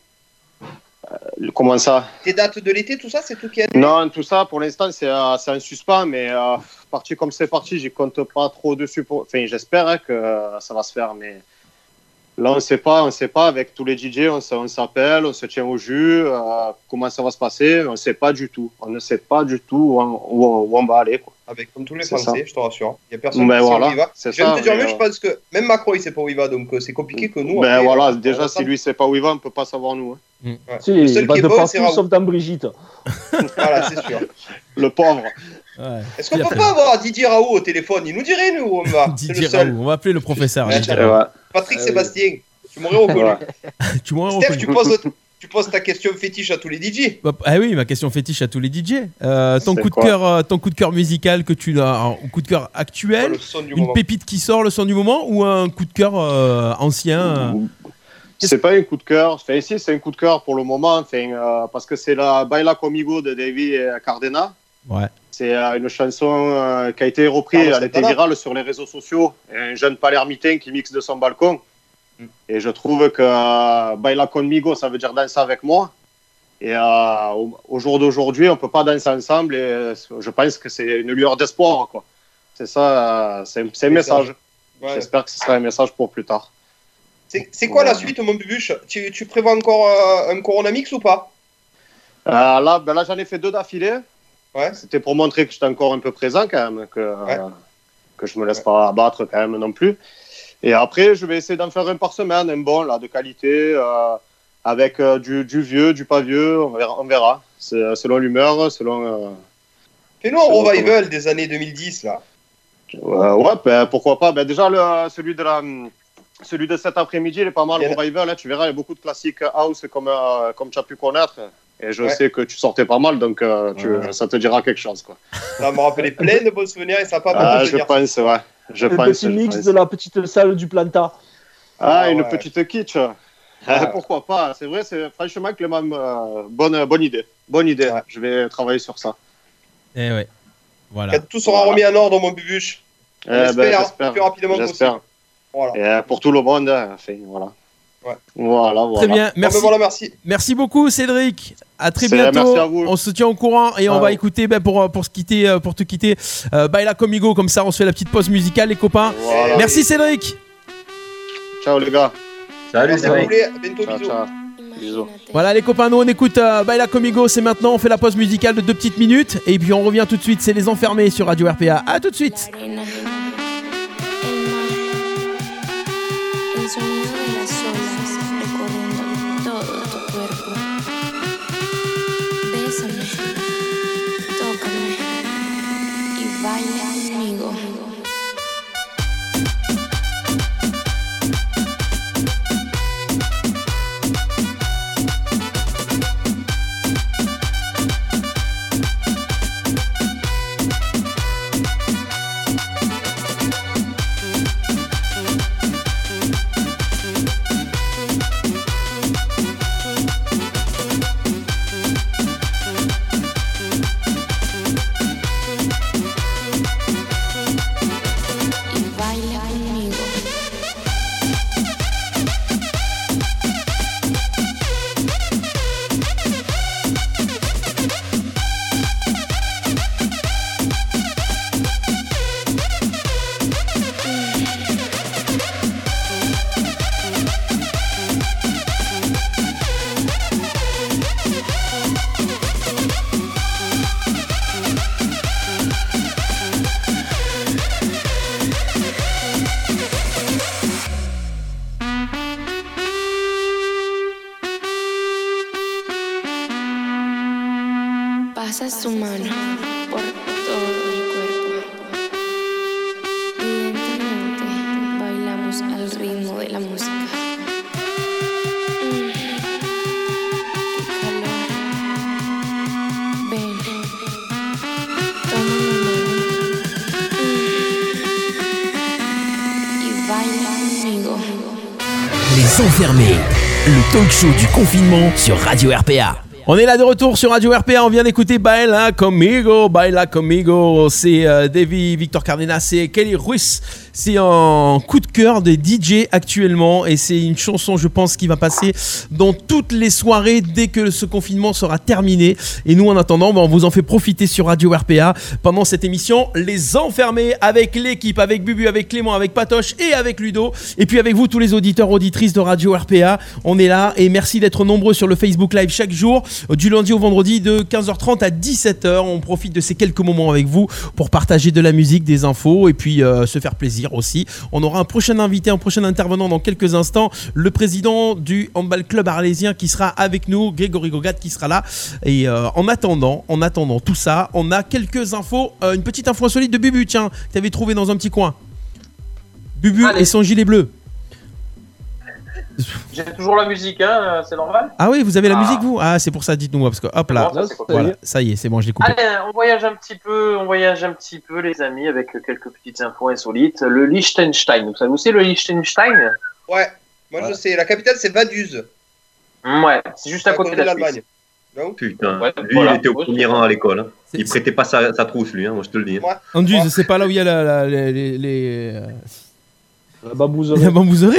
Comment ça? Tes dates de l'été, tout ça, c'est tout qui est annulé? Non, tout ça, pour l'instant, c'est euh, c'est un suspens, mais euh, parti comme c'est parti, j'y compte pas trop dessus. Pour... Enfin, j'espère hein, que euh, ça va se faire, mais là, on ne sait pas, on sait pas. Avec tous les D J, on, s- on s'appelle, on se tient au jus, euh, comment ça va se passer, on ne sait pas du tout. On ne sait pas du tout où on, où on- où on va aller, quoi. Avec comme tous les C'est Français, ça. je te rassure. Il n'y a personne Ben qui voilà, sait où il va. c'est Je viens de ça, te dire mais, mieux, je euh, pense que même Macron, il sait pas où il va, donc euh, c'est compliqué que nous. Ben après, voilà, on- déjà, on si attend. lui ne sait pas où il va, on ne peut pas savoir nous. hein. Ouais. Tu sais, Le seul il va qui est de bon, c'est partout Raoult. sauf dans Brigitte. Voilà, c'est sûr. Le pauvre. Ouais. Est-ce qu'on Il a peut fait- pas avoir Didier Raoult au téléphone? Il nous dirait, nous, où on va. C'est Didier le seul. Raoult, on va appeler le professeur. Ouais, Didier tiens. Raoult. Patrick Ah oui. Sébastien, tu m'aurais reconnu. Ouais. Tu m'aurais Steph, reconnu. tu poses, tu poses ta question fétiche à tous les D J. Bah, Ah oui, ma question fétiche à tous les D J. Euh, ton C'est coup de quoi cœur, euh, ton coup de cœur musical que tu as, un coup de cœur Oh, actuel, le son du une moment. pépite qui sort, le son du moment, ou un coup de cœur euh, ancien. euh, C'est pas un coup de cœur. Enfin, ici, c'est un coup de cœur pour le moment, enfin, euh, parce que c'est la Baila Conmigo de David Cardena. Ouais. C'est euh, une chanson euh, qui a été reprise, Carlos elle a été Santana. virale sur les réseaux sociaux. Et un jeune palermitain qui mixe de son balcon. Mm. Et je trouve que euh, Baila Conmigo, ça veut dire danser avec moi. Et euh, au, au jour d'aujourd'hui, on peut pas danser ensemble. Et euh, je pense que c'est une lueur d'espoir, quoi. C'est ça, euh, c'est un- c'est un Message. message. Ouais. J'espère que ce sera un message pour plus tard. C'est c'est quoi la Ouais. suite, mon bubuche? tu, tu prévois encore euh, un Corona Mix ou pas? Euh, là, ben là j'en ai fait deux d'affilée. Ouais. C'était pour montrer que j'étais encore un peu présent quand même, que, Ouais. euh, que je me laisse pas abattre quand même non plus. Et après, je vais essayer d'en faire un par semaine, un bon là, de qualité, euh, avec euh, du, du vieux, du pas vieux, on verra. On verra. C'est, euh, selon l'humeur, selon... euh, Fais-nous un C'est bon, revival des années deux mille dix, là. ouais, ouais, ben, pourquoi pas. Ben, déjà, le, celui, de la, celui de cet après-midi, il est pas mal, Il y en le a- revival. Hein, tu verras, il y a beaucoup de classiques house comme, euh, comme tu as pu connaître. Et je Ouais. sais que tu sortais pas mal, donc euh, tu, Ouais. ça te dira quelque chose, quoi. Ça m'a rappelé plein de bons souvenirs et ça n'a pas Ah, beaucoup je de dire. pense, ouais. Je Le pense, petit je mix pense. de la petite salle du Planta. Ah, Ah, une ouais. petite kitsch. Ouais. Ah, pourquoi pas. C'est vrai, c'est franchement Clément, euh, bonne, bonne idée. Bonne idée. Ouais. Je vais travailler sur ça. Eh ouais. Voilà. Quand tout sera Voilà. remis en ordre, mon bubuche. On Eh ben, espère, j'espère. le plus rapidement J'espère. possible. Voilà. Et euh, pour tout le monde, hein, enfin, voilà. Ouais. Voilà, voilà. Très bien. Bon, Merci. ben voilà, merci. Merci beaucoup, Cédric. À très C'est- bientôt. merci à vous. On se tient au courant et on Ciao. va écouter ben, pour pour se quitter, euh, pour te quitter. Euh, Baila Conmigo, comme ça, on se fait la petite pause musicale, les copains. Voilà. Merci, Cédric. Ciao les gars. Salut, Merci c'est à vrai. vous, les- à bientôt, Ciao, bisous. ciao. Bisous. Voilà, les copains, nous on écoute euh, Baila Conmigo. C'est maintenant. On fait la pause musicale de deux petites minutes et puis on revient tout de suite. C'est les enfermés sur Radio R P A. À tout de suite. La arena, el mar, el sonido de las olas recorriendo todo tu cuerpo. Bésame, tócame y baila conmigo. su mano por todo mi cuerpo. Lentamente bailamos al ritmo de la música. Mm, qué calor. Ven, toma mi mano. Mm, y baila conmigo. Les Enfermés, le talk show du confinement sur Radio R P A. On est là de retour sur Radio R P A, on vient d'écouter Baila Conmigo, Baila Conmigo, c'est euh, Davy, Victor Cardenas et Kelly Ruiz. C'est un coup de cœur des D J actuellement et c'est une chanson, je pense, qui va passer dans toutes les soirées dès que ce confinement sera terminé. Et nous, en attendant, ben, on vous en fait profiter sur Radio R P A pendant cette émission Les Enfermés, avec l'équipe, avec Bubu, avec Clément, avec Patoche et avec Ludo. Et puis avec vous, tous les auditeurs, auditrices de Radio R P A. On est là et merci d'être nombreux sur le Facebook Live chaque jour, du lundi au vendredi de quinze heures trente à dix-sept heures. On profite de ces quelques moments avec vous pour partager de la musique, des infos et puis euh, se faire plaisir aussi. On aura un prochain invité, un prochain intervenant dans quelques instants, le président du handball club arlésien qui sera avec nous, Grégory Gogat qui sera là. Et euh, en attendant, en attendant tout ça, on a quelques infos, euh, une petite info insolite de Bubu, tiens, que tu avais trouvé dans un petit coin. Bubu Allez. Et son gilet bleu. J'ai toujours la musique, hein, c'est normal. Ah oui, vous avez la ah. musique vous ? Ah, c'est pour ça, dites-nous, parce que hop là, bon, ça, voilà, ça y est, c'est bon, je l'ai coupé. Allez, on voyage un petit peu, on voyage un petit peu, les amis, avec quelques petites infos insolites. Le Liechtenstein, vous savez où c'est le Liechtenstein ? Ouais, moi ouais. je sais, la capitale c'est Vaduz. Ouais, c'est juste à côté, côté de l'Allemagne. Non Putain, ouais, lui voilà. il était au premier rang à l'école. Hein. Il prêtait pas sa, sa trousse, lui, hein, moi je te le dis. Ouais. Vaduz, ouais. c'est pas là où il y a la, la, les, les, les... la bambouserie. La bambouserie.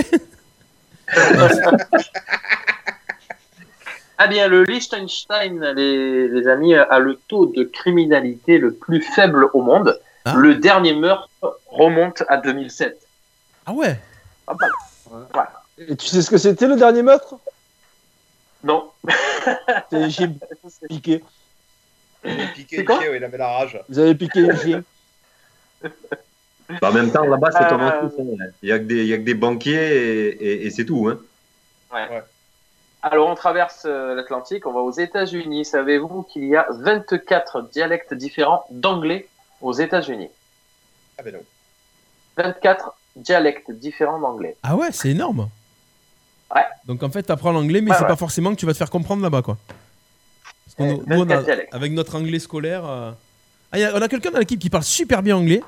Ah bien, le Liechtenstein, les, les amis, a le taux de criminalité le plus faible au monde. Ah. Le dernier meurtre remonte à deux mille sept. Ah ouais. Ah bah, ouais. Voilà. Et tu sais ce que c'était le dernier meurtre ? Non. C'était les chiens piqués. Il avait piqué les chiens, oui, il avait la rage. Vous avez piqué les chiens. Bah en même temps, là-bas, c'est comme en euh... tout. Il n'y a, a que des banquiers et, et, et c'est tout. Hein. Ouais. Ouais. Alors, on traverse euh, l'Atlantique, on va aux États-Unis. Savez-vous qu'il y a vingt-quatre dialectes différents d'anglais aux États-Unis ? Ah ben non. vingt-quatre dialectes différents d'anglais. Ah ouais, c'est énorme. Ouais. Donc en fait, tu apprends l'anglais, mais ouais, c'est ouais. pas forcément que tu vas te faire comprendre là-bas, quoi. Parce qu'on ouais, nous, on a, avec notre anglais scolaire... Euh... Ah, y a, on a quelqu'un dans l'équipe qui parle super bien anglais.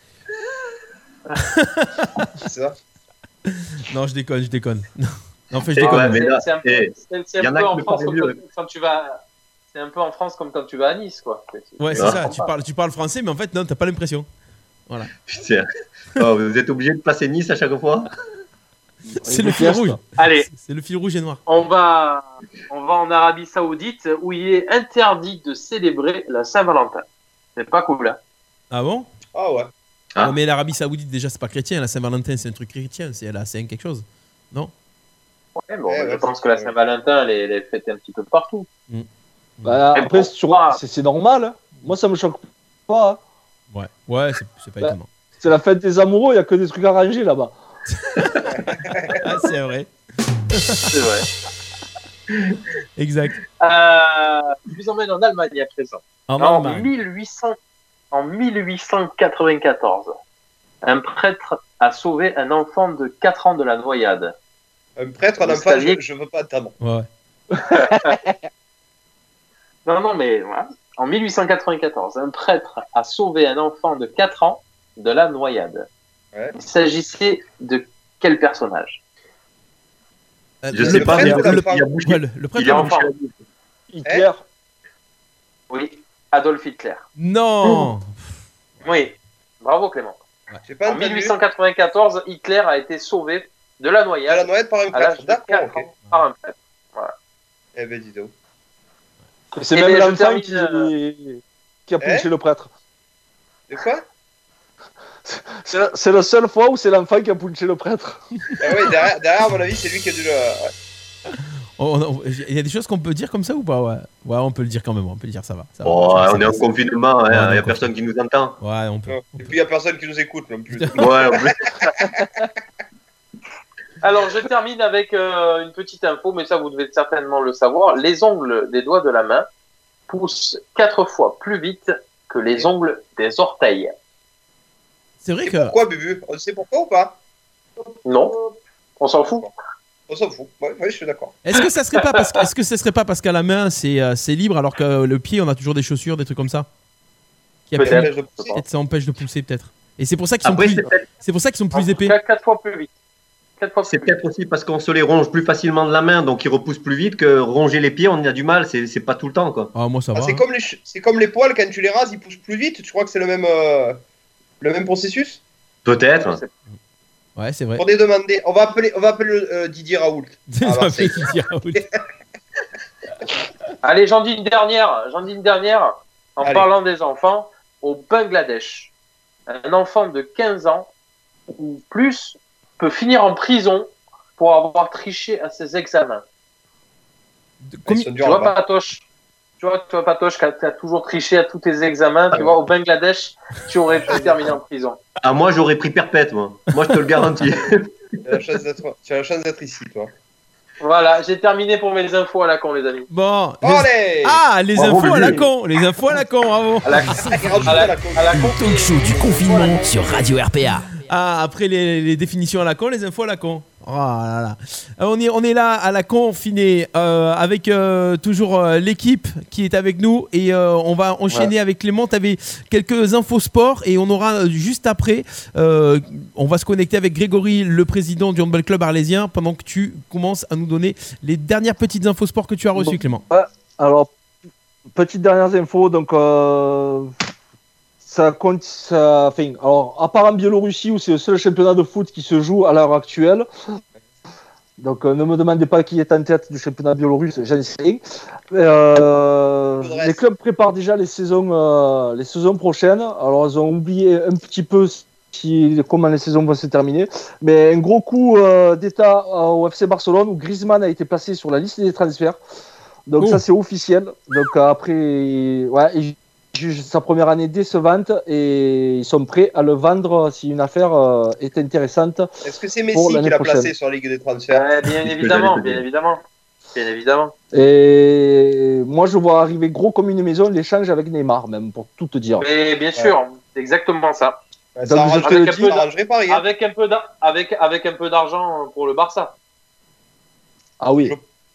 C'est ça. Non, je déconne, je déconne. Non, en fait, je et déconne. Ouais, mais là, c'est un peu, c'est, c'est un peu en France comme quand, quand tu vas. C'est un peu en France comme quand tu vas à Nice, quoi. C'est, ouais, c'est ouais. ça. Tu parles, tu parles français, mais en fait, non, t'as pas l'impression. Voilà. Putain. Oh, vous êtes obligé de passer Nice à chaque fois. C'est le fil rouge. Allez. C'est, c'est le fil rouge et noir. On va, on va en Arabie Saoudite où il est interdit de célébrer la Saint-Valentin. C'est pas cool, là. Ah bon ? Ah ouais. Ah. Non, mais l'Arabie Saoudite, déjà, c'est pas chrétien. La Saint-Valentin, c'est un truc chrétien. C'est la Saint quelque chose. Non ? Ouais, bon, ouais, je ouais, pense c'est... que la Saint-Valentin, elle est, elle est faite un petit peu partout. Mmh. Bah, après, bon, c'est, c'est, c'est normal. Hein. Moi, ça me choque pas. Hein. Ouais, ouais, c'est, c'est pas bah, étonnant. C'est la fête des amoureux, il n'y a que des trucs arrangés là-bas. Ah, c'est vrai. C'est vrai. Exact. Euh, je vous emmène en Allemagne à présent. En, en, Allemagne. mille huit cents, en mille huit cent quatre-vingt-quatorze, un prêtre a sauvé un enfant de quatre ans de la noyade. Un prêtre, un enfant, je, je veux pas attendre. Ouais. non, non, mais voilà. En mille huit cent quatre-vingt-quatorze, un prêtre a sauvé un enfant de quatre ans de la noyade. Ouais. Il s'agissait de quel personnage ? euh, Je ne sais pas, mais le, le, le, le, le prêtre il est enfant. Hitler. Oui, Adolf Hitler. Non. Mmh. Oui, bravo Clément. Ouais. Pas en mille huit cent quatre-vingt-quatorze, Hitler a été sauvé de la noyade, de la noyade par un prêtre. D'accord, okay. Par un prêtre. Voilà. Eh ben dis donc. C'est Et même l'enfant termine... qui, qui a punché eh le prêtre. De quoi ? C'est la, c'est la seule fois où c'est l'enfant qui a punché le prêtre. Ah oui, derrière, derrière, à mon avis, c'est lui qui a dû le... Ouais. On, on, il y a des choses qu'on peut dire comme ça ou pas ? Ouais, ouais, on peut le dire quand même, on peut le dire, ça va. Ça oh, va. Ouais, on est en confinement, il hein, n'y a personne qui nous entend. Ouais, on peut. Et on puis peut. il n'y a personne qui nous écoute non plus. Ouais, en plus. Alors, je termine avec euh, une petite info, mais ça, vous devez certainement le savoir. Les ongles des doigts de la main poussent quatre fois plus vite que les ongles des orteils. C'est vrai Et que. pourquoi, Bubu? On sait pourquoi ou pas? Non, on s'en fout. On s'en fout. Ouais, ouais, je suis d'accord. Est-ce que ça serait pas parce que, est-ce que ça serait pas parce qu'à la main c'est euh, c'est libre alors que le pied on a toujours des chaussures, des trucs comme ça? Qui a- Peut-être. Peut-être ça empêche de pousser peut-être. Et c'est pour ça qu'ils sont Après, plus. c'est peut-être- C'est pour ça qu'ils sont En plus tout épais. cas, quatre fois plus vite. Quatre fois plus c'est vite. peut-être aussi parce qu'on se les ronge plus facilement de la main, donc ils repoussent plus vite que ronger les pieds, on y a du mal, c'est c'est pas tout le temps, quoi. Ah moi ça Ah, va. c'est hein. comme les ch- c'est comme les poils, quand tu les rases, ils poussent plus vite. Tu crois que c'est le même euh, le même processus? Peut-être. Ouais c'est vrai. Faudrait demander. On va appeler on va appeler euh, Didier Raoult. à Ça Marseille. fait Didier Raoult. Allez, j'en dis une dernière. J'en dis une dernière. En Allez. parlant des enfants, au Bangladesh, un enfant de quinze ans ou plus peut finir en prison pour avoir triché à ses examens. Combien- Ils sont Tu durs vois, là-bas. Patoche, tu vois, tu vois, Patoche, qui a, qui a toujours triché à tous tes examens, tu vois, au Bangladesh, tu aurais pu terminer en prison. Ah, moi, j'aurais pris perpète, moi. Moi, je te le garantis. Tu as la chance d'être tu as la chance d'être ici, toi. Voilà, j'ai terminé pour mes infos à la con, les amis. Bon. les- Allez. Ah les Bravo, infos à la Bubu. con, les infos à la con, bravo. À la, Il rajoute à la, à la con. à la Le con. talk show du confinement sur Radio R P A. Ah, après les, les définitions à la con, les infos à la con. Oh là là. Euh, on, est, on est là à la confinée euh, avec euh, toujours euh, l'équipe qui est avec nous et euh, on va enchaîner avec Clément. Tu avais quelques infos sport et on aura euh, juste après, euh, on va se connecter avec Grégory, le président du handball club arlésien, pendant que tu commences à nous donner les dernières petites infos sport que tu as reçues, Bon. Clément. Alors, petite dernière info, donc euh, ça compte. Ça, enfin, alors, à part en Biélorussie où c'est le seul championnat de foot qui se joue à l'heure actuelle, donc euh, ne me demandez pas qui est en tête du championnat biélorusse, j'en sais rien. Euh, Faudrait- les clubs préparent déjà les saisons, euh, les saisons prochaines. Alors, ils ont oublié un petit peu si, comment les saisons vont se terminer. Mais un gros coup euh, d'état euh, au F C Barcelone où Griezmann a été placé sur la liste des transferts. Donc Oh. ça c'est officiel. Donc euh, après, ouais, il juge sa première année décevante et ils sont prêts à le vendre si une affaire euh, est intéressante. Est-ce que c'est Pour Messi l'année qui l'a prochaine. placé sur la Ligue des transferts? Ouais, bien que évidemment, j'allais te bien dire. évidemment. Bien évidemment. Et moi je vois arriver gros comme une maison l'échange avec Neymar même pour tout te dire. Mais bien sûr, c'est exactement ça. Ouais, Donc, ça je arrangerait, te le ça dis- arrangerait Paris. hein. Avec un peu d'ar- avec, avec un peu d'argent pour le Barça. Ah oui.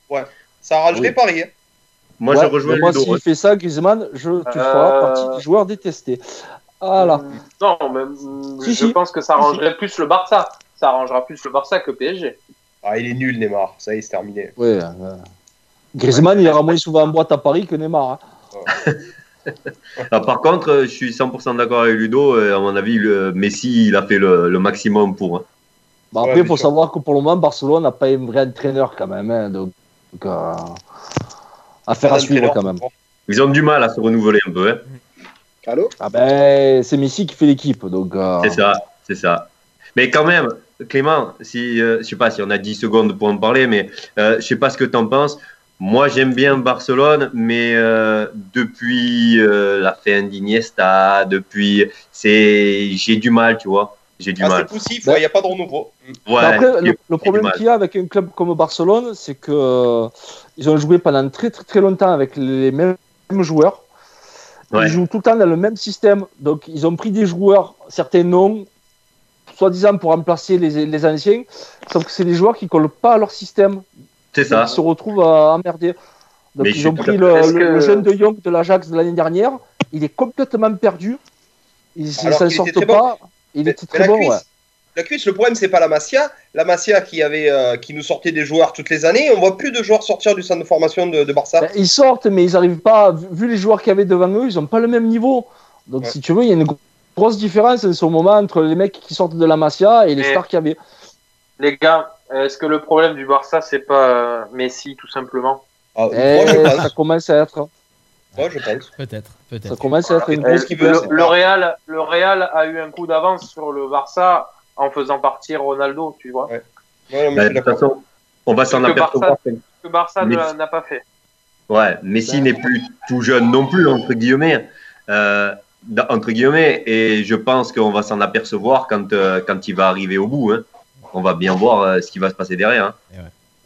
Ça arrangerait Oui. Paris. hein. Moi, Ouais, je rejoins mais moi Ludo. s'il fait ça Griezmann, je tu Euh, feras partie des joueurs détestés. Voilà. Non, mais mm, Si, je si. pense que ça arrangerait plus le Barça. Ça arrangera plus le Barça que P S G. Ah, il est nul, Neymar. Ça y est, c'est terminé. Ouais. euh, Griezmann il ira moins souvent en boîte à Paris que Neymar. hein. Ah, par contre, euh, je suis cent pour cent d'accord avec Ludo. euh, À mon avis, le Messi, il a fait le, le maximum pour. hein. Bah, Ouais, après, il bien faut sûr. savoir que pour le moment, Barcelone n'a pas un vrai entraîneur quand même. hein, donc, donc, euh, affaire à Pas suivre d'entraîneur. quand même. Ils ont du mal à se renouveler un peu. hein. Allô? Ah ben, c'est Messi qui fait l'équipe. Donc, euh, C'est ça, c'est ça. Mais quand même, Clément, si, euh, je sais pas si on a dix secondes pour en parler, mais euh, je sais pas ce que tu en penses. Moi, j'aime bien Barcelone, mais euh, depuis euh, la fin d'Iniesta, depuis, c'est, j'ai du mal, tu vois. J'ai du Ah, c'est mal. poussif, il Ben- n'y a pas de renouveau. Ouais, Mais après, j'ai- le, le problème mal. qu'il y a avec un club comme Barcelone, c'est que euh, ils ont joué pendant très très très longtemps avec les mêmes joueurs. Ouais. Ils jouent tout le temps dans le même système. Donc, ils ont pris des joueurs, certains noms, soi-disant pour remplacer les, les anciens, sauf que c'est des joueurs qui ne collent pas à leur système. C'est ça. Donc, ils se retrouvent à emmerder. Donc, Mais ils je ont suis pris tout le, Est-ce le- que- le jeune de Young de l'Ajax de l'année dernière. Il est complètement perdu. Ils ne Alors s'en qu'il était sortent très pas. Il Mais- était mais très la bon, cuisse, ouais. La cuisse, le problème, c'est pas la Masia. La Masia qui, avait, euh, qui nous sortait des joueurs toutes les années. On voit plus de joueurs sortir du centre de formation de, de Barça. Ben, ils sortent, mais ils n'arrivent pas. Vu vu les joueurs qu'il y avait devant eux, ils n'ont pas le même niveau. Donc, Ouais. si tu veux, il y a une gro- grosse différence en ce moment entre les mecs qui sortent de la Masia et les Mais- stars qu'il y avait. Les gars, est-ce que le problème du Barça, c'est pas euh, Messi, tout simplement? Ah, Et moi, je ça pense. commence à être. Moi, je pense. Peut-être, Ça peut-être. commence à être une Euh, grosse ce qu'il Le, veut, différence. c'est- le Real, le Real a eu un coup d'avance sur le Barça en faisant partir Ronaldo, tu vois. Ouais. Ouais, non, mais Bah, je de suis toute d'accord. façon, on va s'en Que apercevoir. Barça- Que Barça Mais- ne- n'a pas fait. Ouais, Messi n'est plus tout jeune non plus, entre guillemets. Euh, da- entre guillemets, et je pense qu'on va s'en apercevoir quand, euh, quand il va arriver au bout. hein. On va bien voir euh, ce qui va se passer derrière. hein.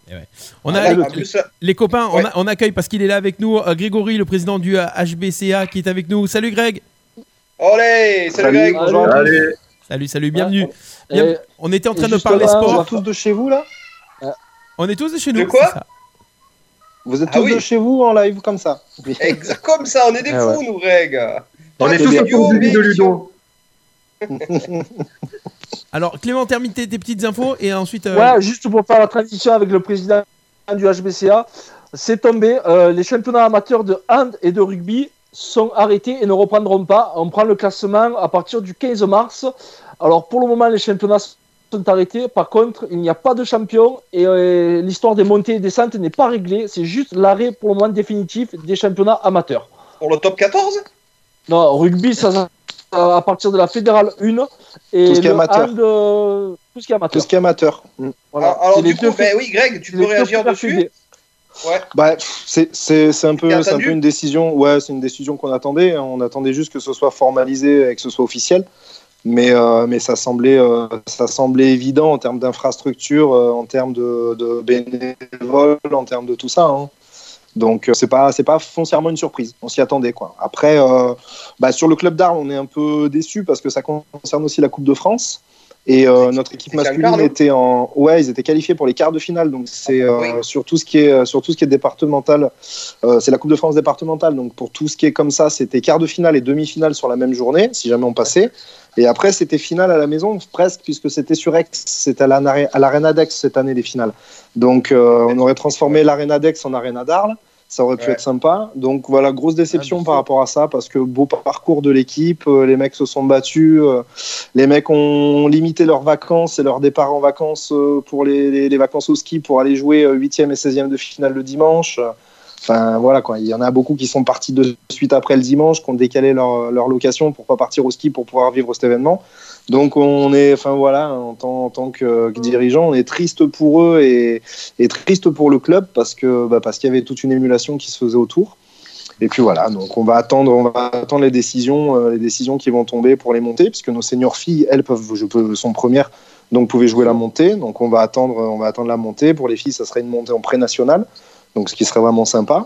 Ouais. On a Ah, les, en plus, là- les copains, Ouais. on, a- on accueille parce qu'il est là avec nous euh, Grégory, le président du euh, H B C A, qui est avec nous. Salut Greg. Olé, salut, Salut, Greg. bonjour. Allez, Salut, salut, bienvenue. Ouais. Bien- Et- on était en train et de parler justement, sport. on va tous de chez vous là? On est tous de chez nous. De quoi c'est ça. Vous êtes Ah tous oui. de chez vous en live comme ça? Exa- Comme ça, on est des Ah fous, ouais. nous, Greg. on est Ah, tous c'est au bien. tour du lit de Ludo. Alors Clément, termine tes, tes petites infos et ensuite. euh, Ouais, juste pour faire la transition avec le président du H B C A, c'est tombé. euh, les championnats amateurs de hand et de rugby sont arrêtés et ne reprendront pas. On prend le classement à partir du quinze mars. Alors pour le moment, les championnats sont arrêtés. Par contre, il n'y a pas de champion et euh, l'histoire des montées et descentes n'est pas réglée. C'est juste l'arrêt pour le moment définitif des championnats amateurs. Pour le top quatorze? Non, rugby, ça, ça à partir de la fédérale un et Tout ce qui est le amateur. hand, euh, tout ce qui est amateur. Tout ce qui est amateur. Mm. Voilà. Alors, alors, C'est les du coup, deux ben oui, Greg, tu c'est peux les deux réagir premières dessus. fédés. Ouais. Bah, pff, c'est c'est c'est un peu C'était c'est un attendu. peu une décision. Ouais, c'est une décision qu'on attendait. On attendait juste que ce soit formalisé et que ce soit officiel. Mais euh, mais ça semblait euh, ça semblait évident en termes d'infrastructure, euh, en termes de, de bénévoles, en termes de tout ça. Hein. Donc euh, c'est pas c'est pas foncièrement une surprise. On s'y attendait quoi. Après, euh, bah, sur le club d'Arles, on est un peu déçu parce que ça concerne aussi la Coupe de France. Et euh, notre équipe C'est un masculine quart, non était en ouais, ils étaient qualifiés pour les quarts de finale. Donc c'est euh, Oui. sur tout ce qui est sur tout ce qui est départemental, euh, c'est la Coupe de France départementale. Donc pour tout ce qui est comme ça, c'était quart de finale et demi-finale sur la même journée, si jamais on passait. Et après c'était finale à la maison presque puisque c'était sur Aix, c'était à l'Arena à l'Arena d'Aix cette année les finales. Donc euh, on aurait transformé l'Arena d'Aix en Arena d'Arles. Ça aurait pu Ouais. être sympa. Donc voilà, grosse déception Ah, bien par sûr. rapport à ça, parce que beau parcours de l'équipe, euh, les mecs se sont battus, euh, les mecs ont limité leurs vacances et leur départ en vacances euh, pour les, les, les vacances au ski pour aller jouer huitième et seizième de finale le dimanche. Enfin voilà quoi, il y en a beaucoup qui sont partis de suite après le dimanche, qui ont décalé leur, leur location pour pas partir au ski pour pouvoir vivre cet événement. Donc on est, enfin voilà, en tant, en tant que, que dirigeant, on est triste pour eux et, et triste pour le club parce que bah, parce qu'il y avait toute une émulation qui se faisait autour. Et puis voilà, donc on va attendre, on va attendre les décisions, euh, les décisions qui vont tomber pour les montées, puisque nos seniors filles, elles peuvent, je peux, sont premières, donc pouvaient jouer la montée. Donc on va attendre, on va attendre la montée. Pour les filles, ça serait une montée en pré-nationale, donc ce qui serait vraiment sympa.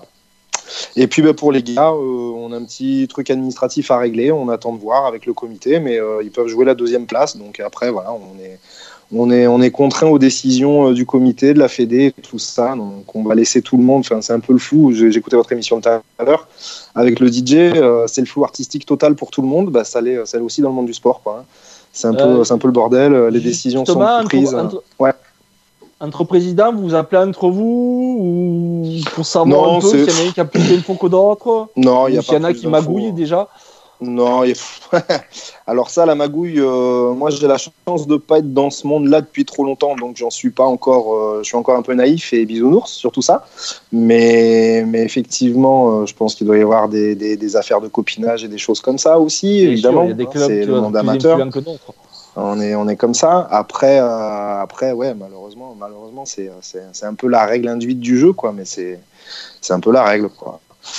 Et puis bah, pour les gars, euh, on a un petit truc administratif à régler. On attend de voir avec le comité, mais euh, ils peuvent jouer la deuxième place. Donc après, voilà, on est, on est, on est contraint aux décisions euh, du comité, de la Fédé, tout ça. Donc on va laisser tout le monde. Enfin, c'est un peu le flou. J'ai écouté votre émission tout à l'heure avec le D J. Euh, c'est le flou artistique total pour tout le monde. Bah, ça l'est, ça l'est aussi dans le monde du sport, quoi. C'est un peu, Euh, c'est un peu le bordel. Les décisions sont Justement, prises. Entre, entre, Ouais. entre présidents, vous vous appelez entre vous ou pour savoir Non, un peu c'est- s'il y en a un qui a plus d'infos que d'autres Non, il y a ou s'il y en pas a plus qui d'infos. magouillent déjà. Non, il y a- alors ça, la magouille, euh, moi j'ai la chance de pas être dans ce monde-là depuis trop longtemps, donc j'en suis pas encore, euh, je suis encore un peu naïf et bisounours sur tout ça. Mais, mais effectivement, euh, je pense qu'il doit y avoir des, des, des affaires de copinage et des choses comme ça aussi, Bien évidemment. sûr, il y a des clubs C'est qui le sont monde plus amateur. influents que d'autres. On est, on est comme ça. Après, euh, après, ouais, malheureusement, malheureusement, c'est, c'est, c'est un peu la règle induite du jeu, quoi. Mais c'est, c'est un peu la règle, quoi.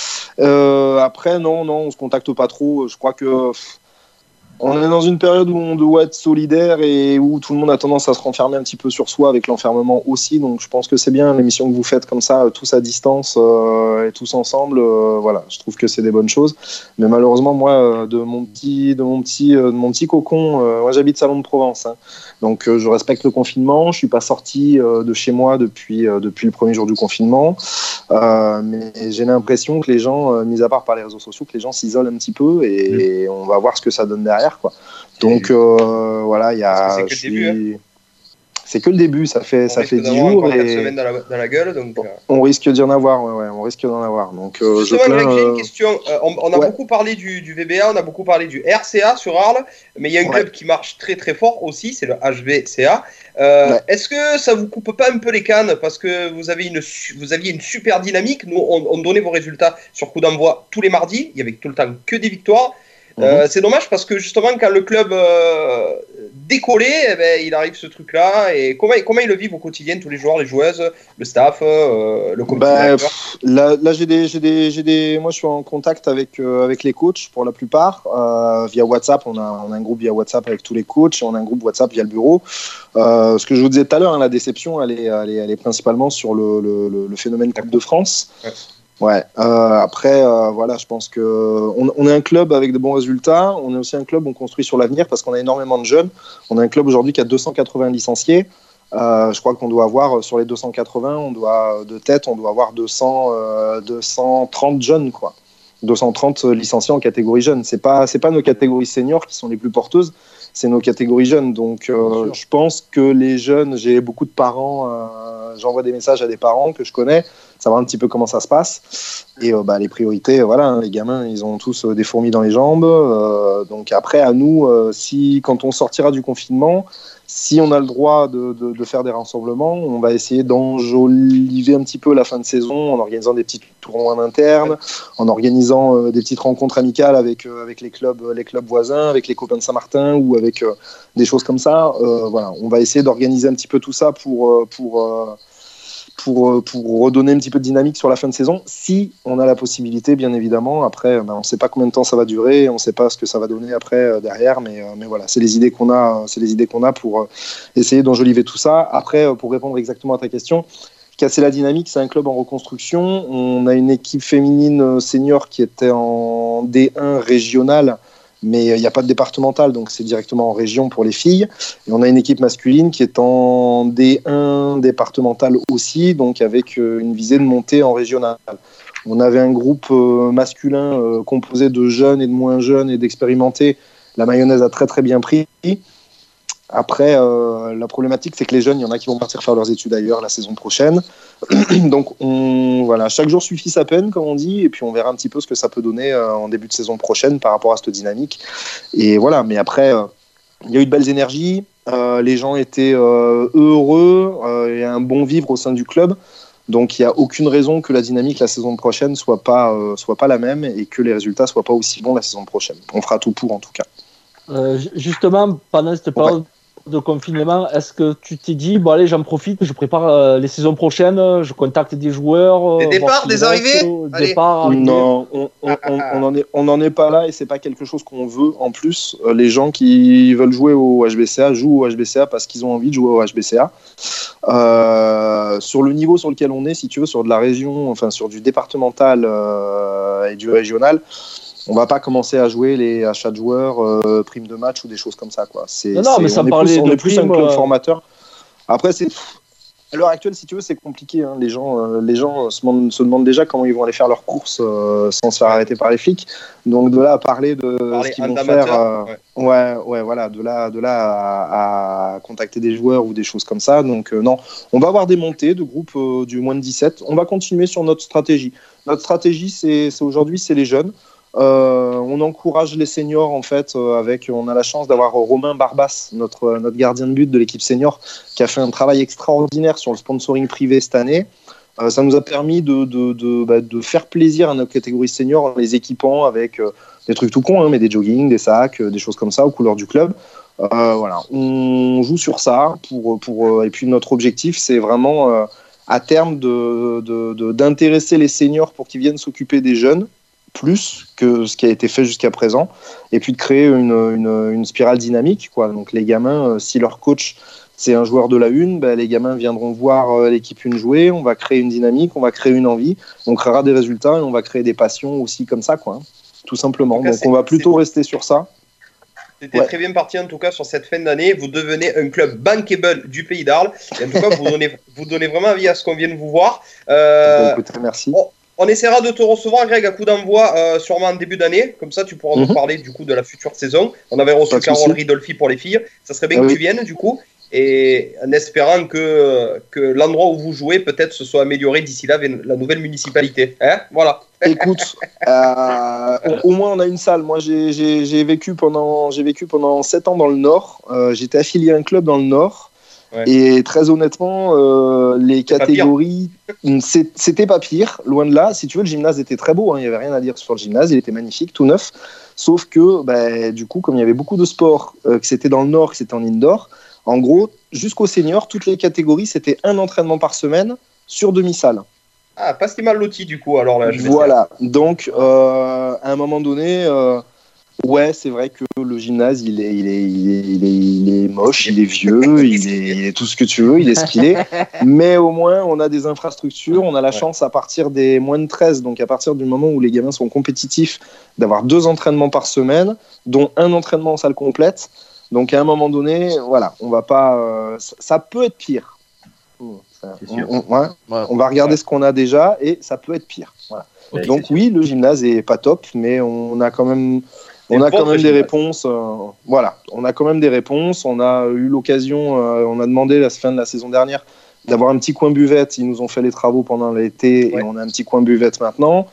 Euh, après, non, non, on se contacte pas trop. Je crois que pff, on est dans une période où on doit être solidaire et où tout le monde a tendance à se renfermer un petit peu sur soi avec l'enfermement aussi. Donc, je pense que c'est bien l'émission que vous faites comme ça, tous à distance euh, et tous ensemble. Euh, voilà, je trouve que c'est des bonnes choses. Mais malheureusement, moi, euh, de mon petit, de mon petit, euh, de mon petit cocon, euh, moi, j'habite Salon de Provence. Hein. Donc, euh, je respecte le confinement. Je suis pas sorti euh, de chez moi depuis euh, depuis le premier jour du confinement. Euh, mais j'ai l'impression que les gens, euh, mis à part par les réseaux sociaux, que les gens s'isolent un petit peu et, et on va voir ce que ça donne derrière, quoi. Donc euh, voilà, il y a. Parce que c'est que je le début, suis- C'est que le début, ça fait On ça risque fait dix d'avoir jours encore quatre et semaines dans la, dans la gueule, donc. euh, on risque d'y en avoir, ouais, ouais, on risque d'en avoir. Donc euh, je Justement, plains. Greg, j'ai euh, une question. Euh, on, on a ouais. beaucoup parlé du, du V B A, on a beaucoup parlé du R C A sur Arles, mais il y a un Ouais. club qui marche très très fort aussi, c'est le H V C A. Euh, Ouais. Est-ce que ça vous coupe pas un peu les cannes parce que vous avez une su- vous aviez une super dynamique. Nous, on, on donnait vos résultats sur coup d'envoi tous les mardis. Il y avait tout le temps que des victoires. Euh, c'est dommage parce que justement quand le club euh, décoller, eh ben, il arrive ce truc-là. Et comment, comment ils le vivent au quotidien, tous les joueurs, les joueuses, le staff, euh, le comité bah, directeur? Là, là j'ai des, j'ai des, j'ai des, moi je suis en contact avec, euh, avec les coachs pour la plupart, euh, via WhatsApp. On a, on a un groupe via WhatsApp avec tous les coachs et on a un groupe WhatsApp via le bureau. Euh, ce que je vous disais tout à l'heure, hein, la déception, elle est, elle est, elle est principalement sur le, le, le, le phénomène Coupe de France. Ouais. Ouais. Euh, après, euh, voilà, je pense que on, on est un club avec de bons résultats. On est aussi un club où on construit sur l'avenir parce qu'on a énormément de jeunes. On a un club aujourd'hui qui a deux cent quatre-vingts licenciés. Euh, je crois qu'on doit avoir sur les deux cent quatre-vingts, on doit de tête, on doit avoir deux cents, euh, deux cent trente jeunes, quoi. deux cent trente licenciés en catégorie jeune. C'est pas, c'est pas nos catégories seniors qui sont les plus porteuses, c'est nos catégories jeunes. Donc, euh, je pense que les jeunes, j'ai beaucoup de parents, euh, j'envoie des messages à des parents que je connais, savoir un petit peu comment ça se passe. Et euh, bah, les priorités, voilà, hein, les gamins, ils ont tous euh, des fourmis dans les jambes. Euh, donc après, à nous, euh, si quand on sortira du confinement, si on a le droit de, de, de faire des rassemblements, on va essayer d'enjoliver un petit peu la fin de saison en organisant des petits tournois en interne, en organisant euh, des petites rencontres amicales avec, euh, avec les clubs, les clubs voisins, avec les copains de Saint-Martin ou avec euh, des choses comme ça. Euh, voilà, on va essayer d'organiser un petit peu tout ça pour, euh, pour, euh, pour, pour redonner un petit peu de dynamique sur la fin de saison, si on a la possibilité, bien évidemment. Après, ben, on ne sait pas combien de temps ça va durer, on ne sait pas ce que ça va donner après, euh, derrière, mais, euh, mais voilà, c'est les idées qu'on a, c'est les idées qu'on a pour euh, essayer d'enjoliver tout ça. Après, euh, pour répondre exactement à ta question, casser la dynamique, c'est un club en reconstruction. On a une équipe féminine senior qui était en D un régional, mais il n'y a pas de départemental, donc c'est directement en région pour les filles. Et on a une équipe masculine qui est en D un départemental aussi, donc avec une visée de montée en régional. On avait un groupe masculin euh, composé de jeunes et de moins jeunes et d'expérimentés. La mayonnaise a très très bien pris. Après, euh, la problématique, c'est que les jeunes, il y en a qui vont partir faire leurs études ailleurs la saison prochaine. Donc, on, voilà, chaque jour suffit sa peine, comme on dit, et puis on verra un petit peu ce que ça peut donner euh, en début de saison prochaine par rapport à cette dynamique. Et voilà, mais après, euh, il y a eu de belles énergies, euh, les gens étaient euh, heureux, euh, il y a un bon vivre au sein du club. Donc, il n'y a aucune raison que la dynamique la saison prochaine ne soit pas, euh, soit pas la même et que les résultats ne soient pas aussi bons la saison prochaine. On fera tout pour, en tout cas. Euh, justement, pendant cette période ouais. de confinement, est-ce que tu t'es dit, bon allez, j'en profite, je prépare euh, les saisons prochaines, je contacte des joueurs, des départs, des arrivées, des départs, non, on, on, on, on en est, on en est pas là et c'est pas quelque chose qu'on veut. En plus, euh, les gens qui veulent jouer au H B C A jouent au H B C A parce qu'ils ont envie de jouer au H B C A. Euh, sur le niveau sur lequel on est, si tu veux, sur de la région, enfin sur du départemental euh, et du régional. On va pas commencer à jouer les achats de joueurs, euh, primes de match ou des choses comme ça, quoi. C'est, non, non, c'est, mais ça on est parlait plus, on de est plus primes, un club euh... formateur. Après, c'est à l'heure actuelle, si tu veux, c'est compliqué. Hein. Les gens, euh, les gens se, demandent, se demandent déjà comment ils vont aller faire leurs courses euh, sans se faire arrêter par les flics. Donc de là à parler de parler ce qu'ils vont faire, euh, ouais. ouais, ouais, voilà, de là, de là à, à contacter des joueurs ou des choses comme ça. Donc euh, non, on va avoir des montées de groupes euh, du moins de dix-sept. On va continuer sur notre stratégie. Notre stratégie, c'est, c'est aujourd'hui, c'est les jeunes. Euh, on encourage les seniors en fait euh, avec on a la chance d'avoir Romain Barbas, notre, notre gardien de but de l'équipe senior, qui a fait un travail extraordinaire sur le sponsoring privé cette année. Euh, ça nous a permis de, de, de, bah, de faire plaisir à notre catégorie senior en les équipant avec euh, des trucs tout cons, hein, mais des jogging, des sacs, euh, des choses comme ça aux couleurs du club. Euh, voilà, on joue sur ça pour, pour, euh, et puis notre objectif c'est vraiment euh, à terme de, de, de, d'intéresser les seniors pour qu'ils viennent s'occuper des jeunes plus que ce qui a été fait jusqu'à présent, et puis de créer une, une, une spirale dynamique, quoi. Donc les gamins, euh, si leur coach c'est un joueur de la une, bah, les gamins viendront voir euh, l'équipe une jouer, on va créer une dynamique, on va créer une envie, on créera des résultats et on va créer des passions aussi comme ça, quoi, hein, tout simplement. Cas, Donc on va plutôt c'est... rester sur ça. C'était ouais. très bien parti en tout cas sur cette fin d'année. Vous devenez un club bankable du Pays d'Arles. Et en tout cas, vous donnez, vous donnez vraiment envie à ce qu'on vient de vous voir. Euh... Écoute, merci. Oh. On essaiera de te recevoir, Greg, à coup d'envoi, euh, sûrement en début d'année. Comme ça, tu pourras mm-hmm. nous parler du coup de la future saison. On avait reçu Carole Ridolfi pour les filles. Ça serait bien ah que oui. tu viennes, du coup. Et en espérant que, que l'endroit où vous jouez, peut-être, se soit amélioré d'ici là avec la nouvelle municipalité. Hein voilà. Écoute, euh, au, au moins, on a une salle. Moi, j'ai, j'ai, j'ai, vécu, pendant, j'ai vécu pendant sept ans dans le Nord. Euh, j'étais affilié à un club dans le Nord. Ouais. Et très honnêtement, euh, les catégories, c'est, c'était pas pire, loin de là. Si tu veux, le gymnase était très beau, hein, il n'y avait rien à dire sur le gymnase, il était magnifique, tout neuf. Sauf que, bah, du coup, comme il y avait beaucoup de sports, euh, que c'était dans le nord, que c'était en indoor, en gros, jusqu'au senior, toutes les catégories, c'était un entraînement par semaine sur demi-salle. Ah, pas si mal loti du coup, alors là. Je vais voilà, donc euh, à un moment donné, euh, ouais, c'est vrai que le gymnase, il est, il est, il est, il est, il est moche, il est vieux, il est, il est tout ce que tu veux, il est ce qu'il est, mais au moins, on a des infrastructures, on a la ouais. chance à partir des moins de treize, donc à partir du moment où les gamins sont compétitifs, d'avoir deux entraînements par semaine, dont un entraînement en salle complète. Donc à un moment donné, voilà, on va pas, euh, ça, ça peut être pire. Ça, on, on, ouais, on va regarder ouais. ce qu'on a déjà et ça peut être pire. Voilà. Okay, donc oui, le gymnase est pas top, mais on a quand même, on a quand même des réponses. Euh, voilà, on a quand même des réponses. On a eu l'occasion, euh, on a demandé la fin de la saison dernière d'avoir un petit coin buvette. Ils nous ont fait les travaux pendant l'été ouais. et on a un petit coin buvette maintenant.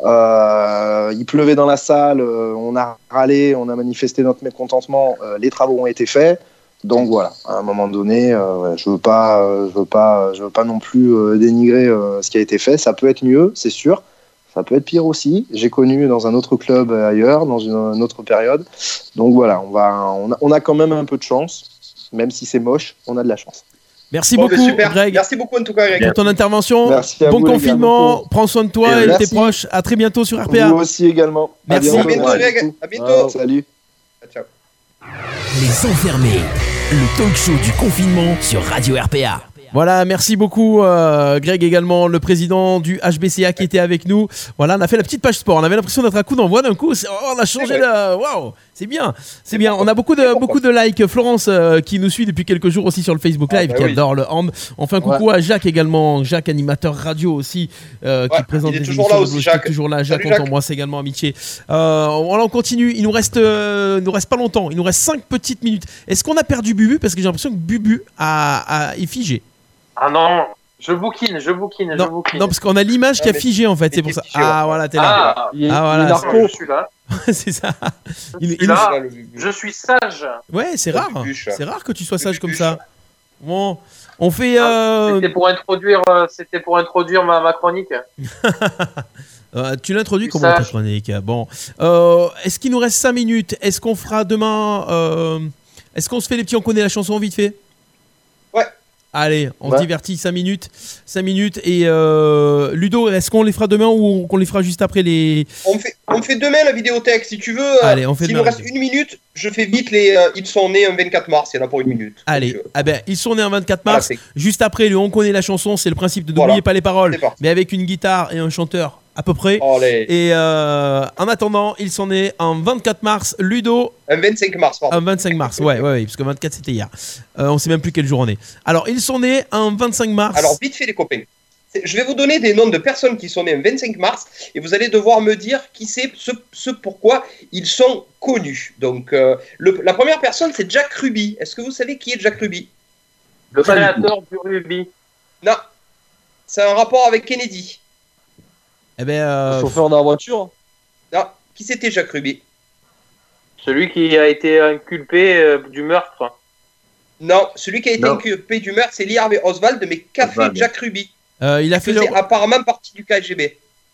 Euh, il pleuvait dans la salle, euh, on a râlé, on a manifesté notre mécontentement, euh, les travaux ont été faits, donc voilà, à un moment donné, euh, ouais, je veux pas, euh, je veux pas, je veux pas non plus euh, dénigrer euh, ce qui a été fait. Ça peut être mieux, c'est sûr, ça peut être pire aussi. J'ai connu dans un autre club ailleurs, dans une, une autre période, donc voilà, on va, on a, on a quand même un peu de chance, même si c'est moche, on a de la chance. Merci bon, beaucoup, super. Greg. Merci beaucoup en tout cas, Greg. Pour ton intervention. Merci à bon vous, confinement. Prends soin de toi et, et tes proches. À très bientôt sur R P A. Vous aussi également. Merci. À bientôt, Greg. À bientôt. Ah, salut. Ciao. Les enfermés. Le talk show du confinement sur Radio R P A. Voilà, merci beaucoup euh, Greg également, le président du H B C A qui était avec nous. Voilà, on a fait la petite page sport. On avait l'impression d'être à coup d'envoi d'un coup. Oh, on a changé le. Waouh, c'est bien, c'est bien. On a beaucoup de beaucoup de likes. Florence euh, qui nous suit depuis quelques jours aussi sur le Facebook Live, ah, bah qui oui. adore le hand. On fait un coucou ouais. à Jacques également, Jacques animateur radio aussi, euh, qui ouais, présente il est des toujours là aussi, Jacques. Toujours là, Jacques. Salut, on t'embrasse également, amitié. Euh, voilà, on continue. Il nous reste, euh, il nous reste pas longtemps. Il nous reste cinq petites minutes. Est-ce qu'on a perdu Bubu parce que j'ai l'impression que Bubu a, a est figé. Ah non, je bouquine, je bouquine, non, je bouquine. Non, parce qu'on a l'image ah, qui a figé en fait, c'est pour ça. Figé, ah ouais. voilà, t'es là. Ah, il est, ah voilà. Il est je suis là. C'est ça. Je il, suis il là, je suis sage. Ouais, c'est rare. C'est rare que tu sois sage comme ça. Bon, on fait. Euh... C'était pour introduire, c'était pour introduire ma, ma chronique. euh, tu l'introduis comment ta chronique? Bon, euh, est-ce qu'il nous reste cinq minutes? Est-ce qu'on fera demain euh... Est-ce qu'on se fait les petits on connaît la chanson vite fait? Ouais. Allez, on ouais. se divertit cinq minutes. cinq minutes. Et euh, Ludo, est-ce qu'on les fera demain ou qu'on les fera juste après les. On fait, on fait demain la vidéothèque. Si tu veux, Allez, on fait s'il nous reste une minute, je fais vite les. Euh, ils sont nés un vingt-quatre mars, il y en a pour une minute. Allez, donc, euh... ah ben, ils sont nés un vingt-quatre mars. Voilà, juste après, le on connaît la chanson, c'est le principe de n'oubliez voilà. pas les paroles, mais avec une guitare et un chanteur à peu près. Allez. Et euh, en attendant, ils sont nés un vingt-quatre mars. Ludo. Un vingt-cinq mars, pardon. Un vingt-cinq mars, ouais, ouais, ouais, parce que vingt-quatre c'était hier. Euh, on sait même plus quel jour on est. Alors, ils sont nés un vingt-cinq mars. Alors, vite fait, les copains. Je vais vous donner des noms de personnes qui sont nées un vingt-cinq mars et vous allez devoir me dire qui c'est, ce, ce pourquoi ils sont connus. Donc, euh, le, la première personne, c'est Jack Ruby. Est-ce que vous savez qui est Jack Ruby? Le créateur du rugby. Non. C'est un rapport avec Kennedy. Eh ben, euh... le chauffeur de la voiture. Non. Qui c'était Jack Ruby? Celui qui a été inculpé euh, du meurtre. Non, celui qui a été non. inculpé du meurtre, c'est Lee Harvey Oswald, mais qu'a fait Jack Ruby? Euh, il a fait faisait le... apparemment partie du K G B.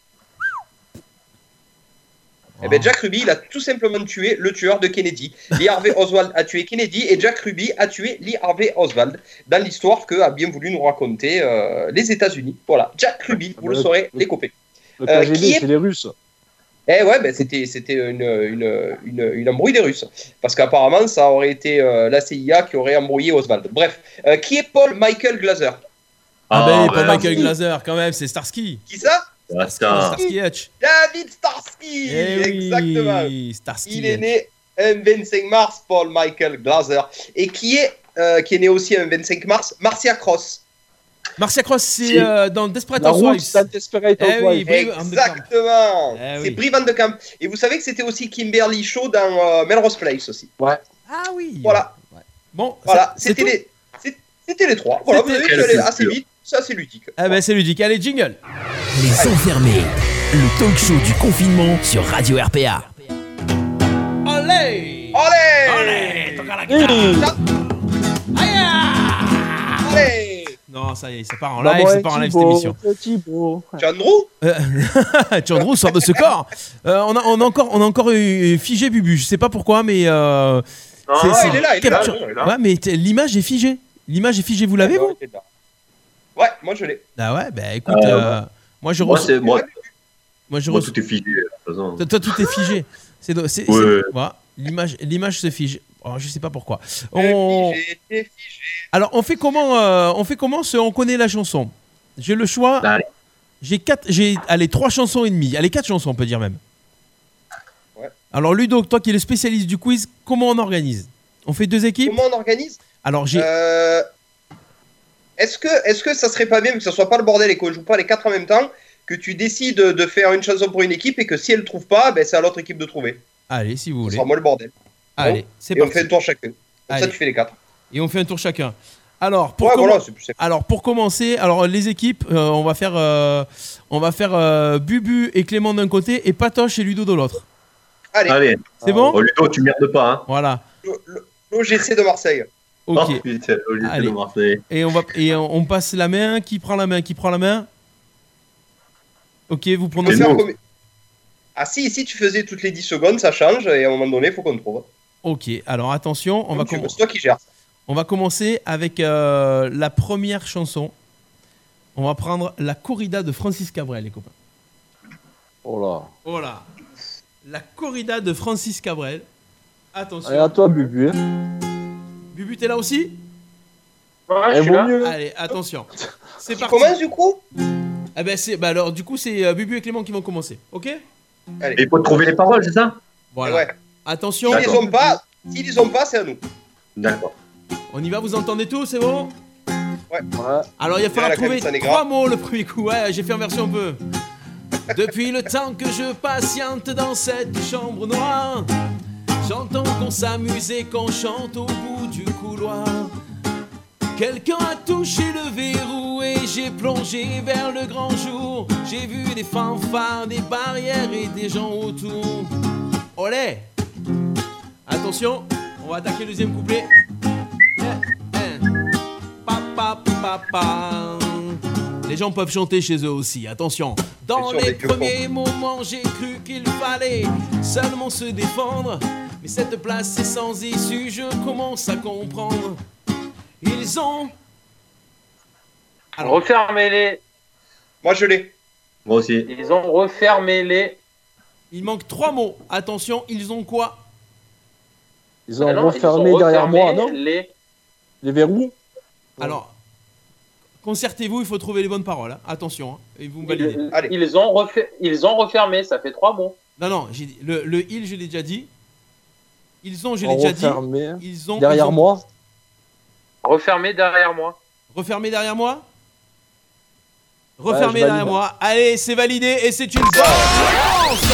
Oh. Eh bien, Jack Ruby, il a tout simplement tué le tueur de Kennedy. Lee Harvey Oswald a tué Kennedy et Jack Ruby a tué Lee Harvey Oswald dans l'histoire que a bien voulu nous raconter euh, les États-Unis. Voilà, Jack Ruby, vous le saurez, les copains. Le K G B, euh, est... c'est les Russes. Eh ouais, ben c'était, c'était une, une, une, une embrouille des Russes. Parce qu'apparemment, ça aurait été euh, la C I A qui aurait embrouillé Oswald. Bref, euh, qui est Paul Michael Glaser? Ah, ah ben, Paul ouais. Michael Glaser, quand même, c'est Starsky. Qui ça? Starsky, Starsky Hutch. David Starsky, eh exactement. Oui, Starsky il est né un vingt-cinq mars, Paul Michael Glaser. Et qui est, euh, qui est né aussi un vingt-cinq mars? Marcia Cross. Marcia Cross, c'est euh, dans Desperate Housewives. Desperate Housewives. Eh oui, Exactement. Eh c'est oui. Brie Van de Kamp. Et vous savez que c'était aussi Kimberly Shaw dans euh, Melrose Place aussi. Ouais. Ah oui. Voilà. Ouais. Bon, voilà. C'est, c'était, les, c'est, c'était les trois. Voilà, c'était vous avez vu, c'est assez vite. C'est assez ludique. Ah ben c'est ludique. Allez, jingle. Les Allez. Enfermés. Le talk show du confinement sur Radio R P A. Allez. Allez. Allez. Toca la guitare. Aïe. Non, ça y est, ça part en Bah, live, ouais, ça part en live cette Thibaut, émission. Thibaut. Chandrou Euh, Chandrou sort de ce corps. Euh, on, a, on, a encore, on a encore eu figé Bubu. Je sais pas pourquoi, mais. Euh, Non, c'est- ouais, c'est il est là, il est là, capture- il est là. Ouais, mais t- l'image est figée. L'image est figée. Vous l'avez, vous? Ouais, moi je l'ai. Ah ouais, bah écoute, Euh, euh, moi je Moi, reçois. c'est, moi, Moi je moi, reçois. tout est figé. de toute façon. Toi, toi, tout est figé. C'est, do- c'est, Ouais. c'est- voilà. L'image, l'image se fige. Alors, je sais pas pourquoi. On... Figé, t'es figé. Alors, on fait comment euh, On fait comment ce On connaît la chanson. J'ai le choix. Allez. J'ai quatre. J'ai allez trois chansons et demie. Allez quatre chansons, on peut dire même. Ouais. Alors Ludo, toi qui es le spécialiste du quiz, comment on organise? On fait deux équipes. Comment on organise Alors j'ai. Euh, Est-ce que, est-ce que ça serait pas bien que ce soit pas le bordel et qu'on joue pas les quatre en même temps, que tu décides de faire une chanson pour une équipe et que si elle trouve pas, ben c'est à l'autre équipe de trouver. Allez, si vous Ce voulez. sera moi le bordel. Allez, Bon. c'est Et on parti. fait un tour chacun. Comme Allez. ça tu fais les quatre. Et on fait un tour chacun. Alors pour, Ouais, commen- voilà, c'est plus simple. alors, pour commencer, alors les équipes, euh, on va faire, euh, on va faire euh, Bubu et Clément d'un côté et Patoche et Ludo de l'autre. Allez, Allez. C'est bon? Oh, Ludo, tu merdes pas. Hein. Voilà. l'O G C de Marseille. Ok. Oh, putain, au lycée Allez. de Marseille. Et on va et on on passe la main. Qui prend la main? Qui prend la main? Ok, vous On prenez. peut C'est faire nous. comme- Ah si, si tu faisais toutes les dix secondes, ça change et à un moment donné, il faut qu'on trouve. Ok. Alors attention, on va Comme tu veux, com- C'est toi qui gères. on va commencer avec euh, la première chanson. On va prendre la corrida de Francis Cabrel, les copains. Oh là. Voilà. La corrida de Francis Cabrel. Attention. Allez, à toi, Bubu. hein. Bubu, t'es là aussi? Ouais, je Eh, suis vaut là. mieux. Allez, attention. C'est Tu parti. commences du coup Ah ben c'est, bah alors du coup c'est euh, Bubu et Clément qui vont commencer, ok? Et il faut trouver les paroles, c'est ça? Voilà. Ouais. Attention, S'ils les D'accord. ont pas, s'ils les ont pas, c'est à nous. D'accord. on y va, vous entendez tout, c'est bon? Ouais. Alors il va falloir la trouver Camisa Negra. trois mots le premier coup. Ouais, j'ai fait en version un peu. Depuis le temps que je patiente dans cette chambre noire, j'entends qu'on s'amuse et qu'on chante au bout du couloir. Quelqu'un a touché le verrou et j'ai plongé vers le grand jour. J'ai vu des fanfares, des barrières et des gens autour. Olé! Attention, on va attaquer le deuxième couplet. Eh, eh. Pa, pa, pa, pa. Les gens peuvent chanter chez eux aussi, attention. Dans C'est sûr, les des vieux premiers moments, j'ai cru qu'il fallait seulement se défendre. Mais cette place est sans issue, je commence à comprendre. Ils ont... Alors, Refermez-les. Moi je l'ai. Moi aussi. Ils ont refermé les. il manque trois mots. Attention, ils ont quoi? Ils ont Ah non, ils refermé ont derrière refermé moi, non? les. Les verrous. Alors, concertez-vous, il faut trouver les bonnes paroles. hein. Attention, hein, et vous me validez. Ils, Allez. ils ont refa- ils ont refermé, ça fait trois mots. Non, non, j'ai dit, le, le il, je l'ai déjà dit. Ils ont, je Ils l'ai ont déjà dit. refermé. Ils ont... Derrière ils ont- moi. Refermé derrière moi. Refermez derrière moi. Ouais, Refermez je derrière valide. moi. Allez, c'est validé et c'est une bonne réponse.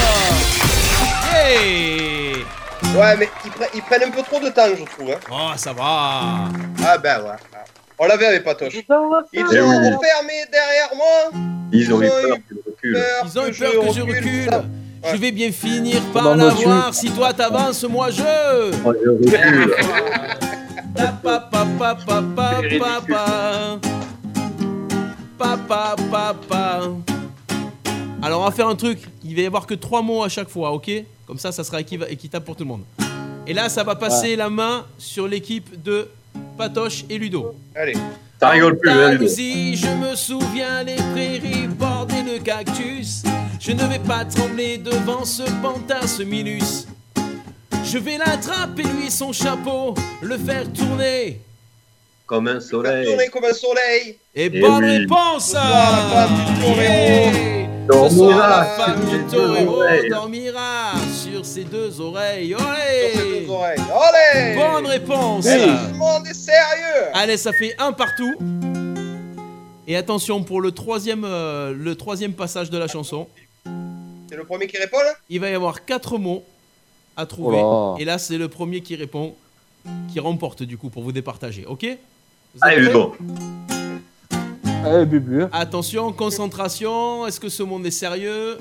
Hey. Ouais, mais ils, pre- ils prennent un peu trop de temps, je trouve. Hein. Oh, ça va. Ah ben ouais. On l'avait avec Patoche. Ils ont Ils Eh ont oui. refermé derrière moi. Ils ont eu Ils ont peur eu que je recule. Peur Ils ont eu peur que je recule. ça. Je vais bien finir par Dans nos l'avoir. Si toi t'avances, moi je. Oh, je recule. Pa, pa, pa, pa, pa, pa, pa, pa. Pa, pa, pa, pa. Alors on va faire un truc. Il va y avoir que trois mots à chaque fois, ok? Comme ça, ça sera équiva- équitable pour tout le monde. Et là, ça va passer la main sur l'équipe de Patoche et Ludo. Allez. Ça rigole plus, hein, Ludo. Si je me souviens les prairies bordées de cactus, je ne vais pas trembler devant ce pantin, ce minus. Je vais l'attraper, lui, son chapeau, le faire tourner. Comme un Faire soleil. tourner comme un soleil. Et Eh bonne oui. réponse. Soir, la femme du torero. Yeah. Ce Dormira soir, la sur femme ses du deux torero oreilles. dormira sur ses deux oreilles. Sur ses Olé. deux oreilles. Allez. Bonne réponse. Eh, tout le monde est sérieux. Allez, ça fait un partout. Et attention pour le troisième, euh, le troisième passage de la chanson. C'est le premier qui répond là. Il va y avoir quatre mots à trouver. Oh là. Et là, c'est le premier qui répond qui remporte du coup pour vous départager. Ok? Vous êtes Allez, prêts? Ludo. Allez, Bubu. Attention, concentration. Est-ce que ce monde est sérieux?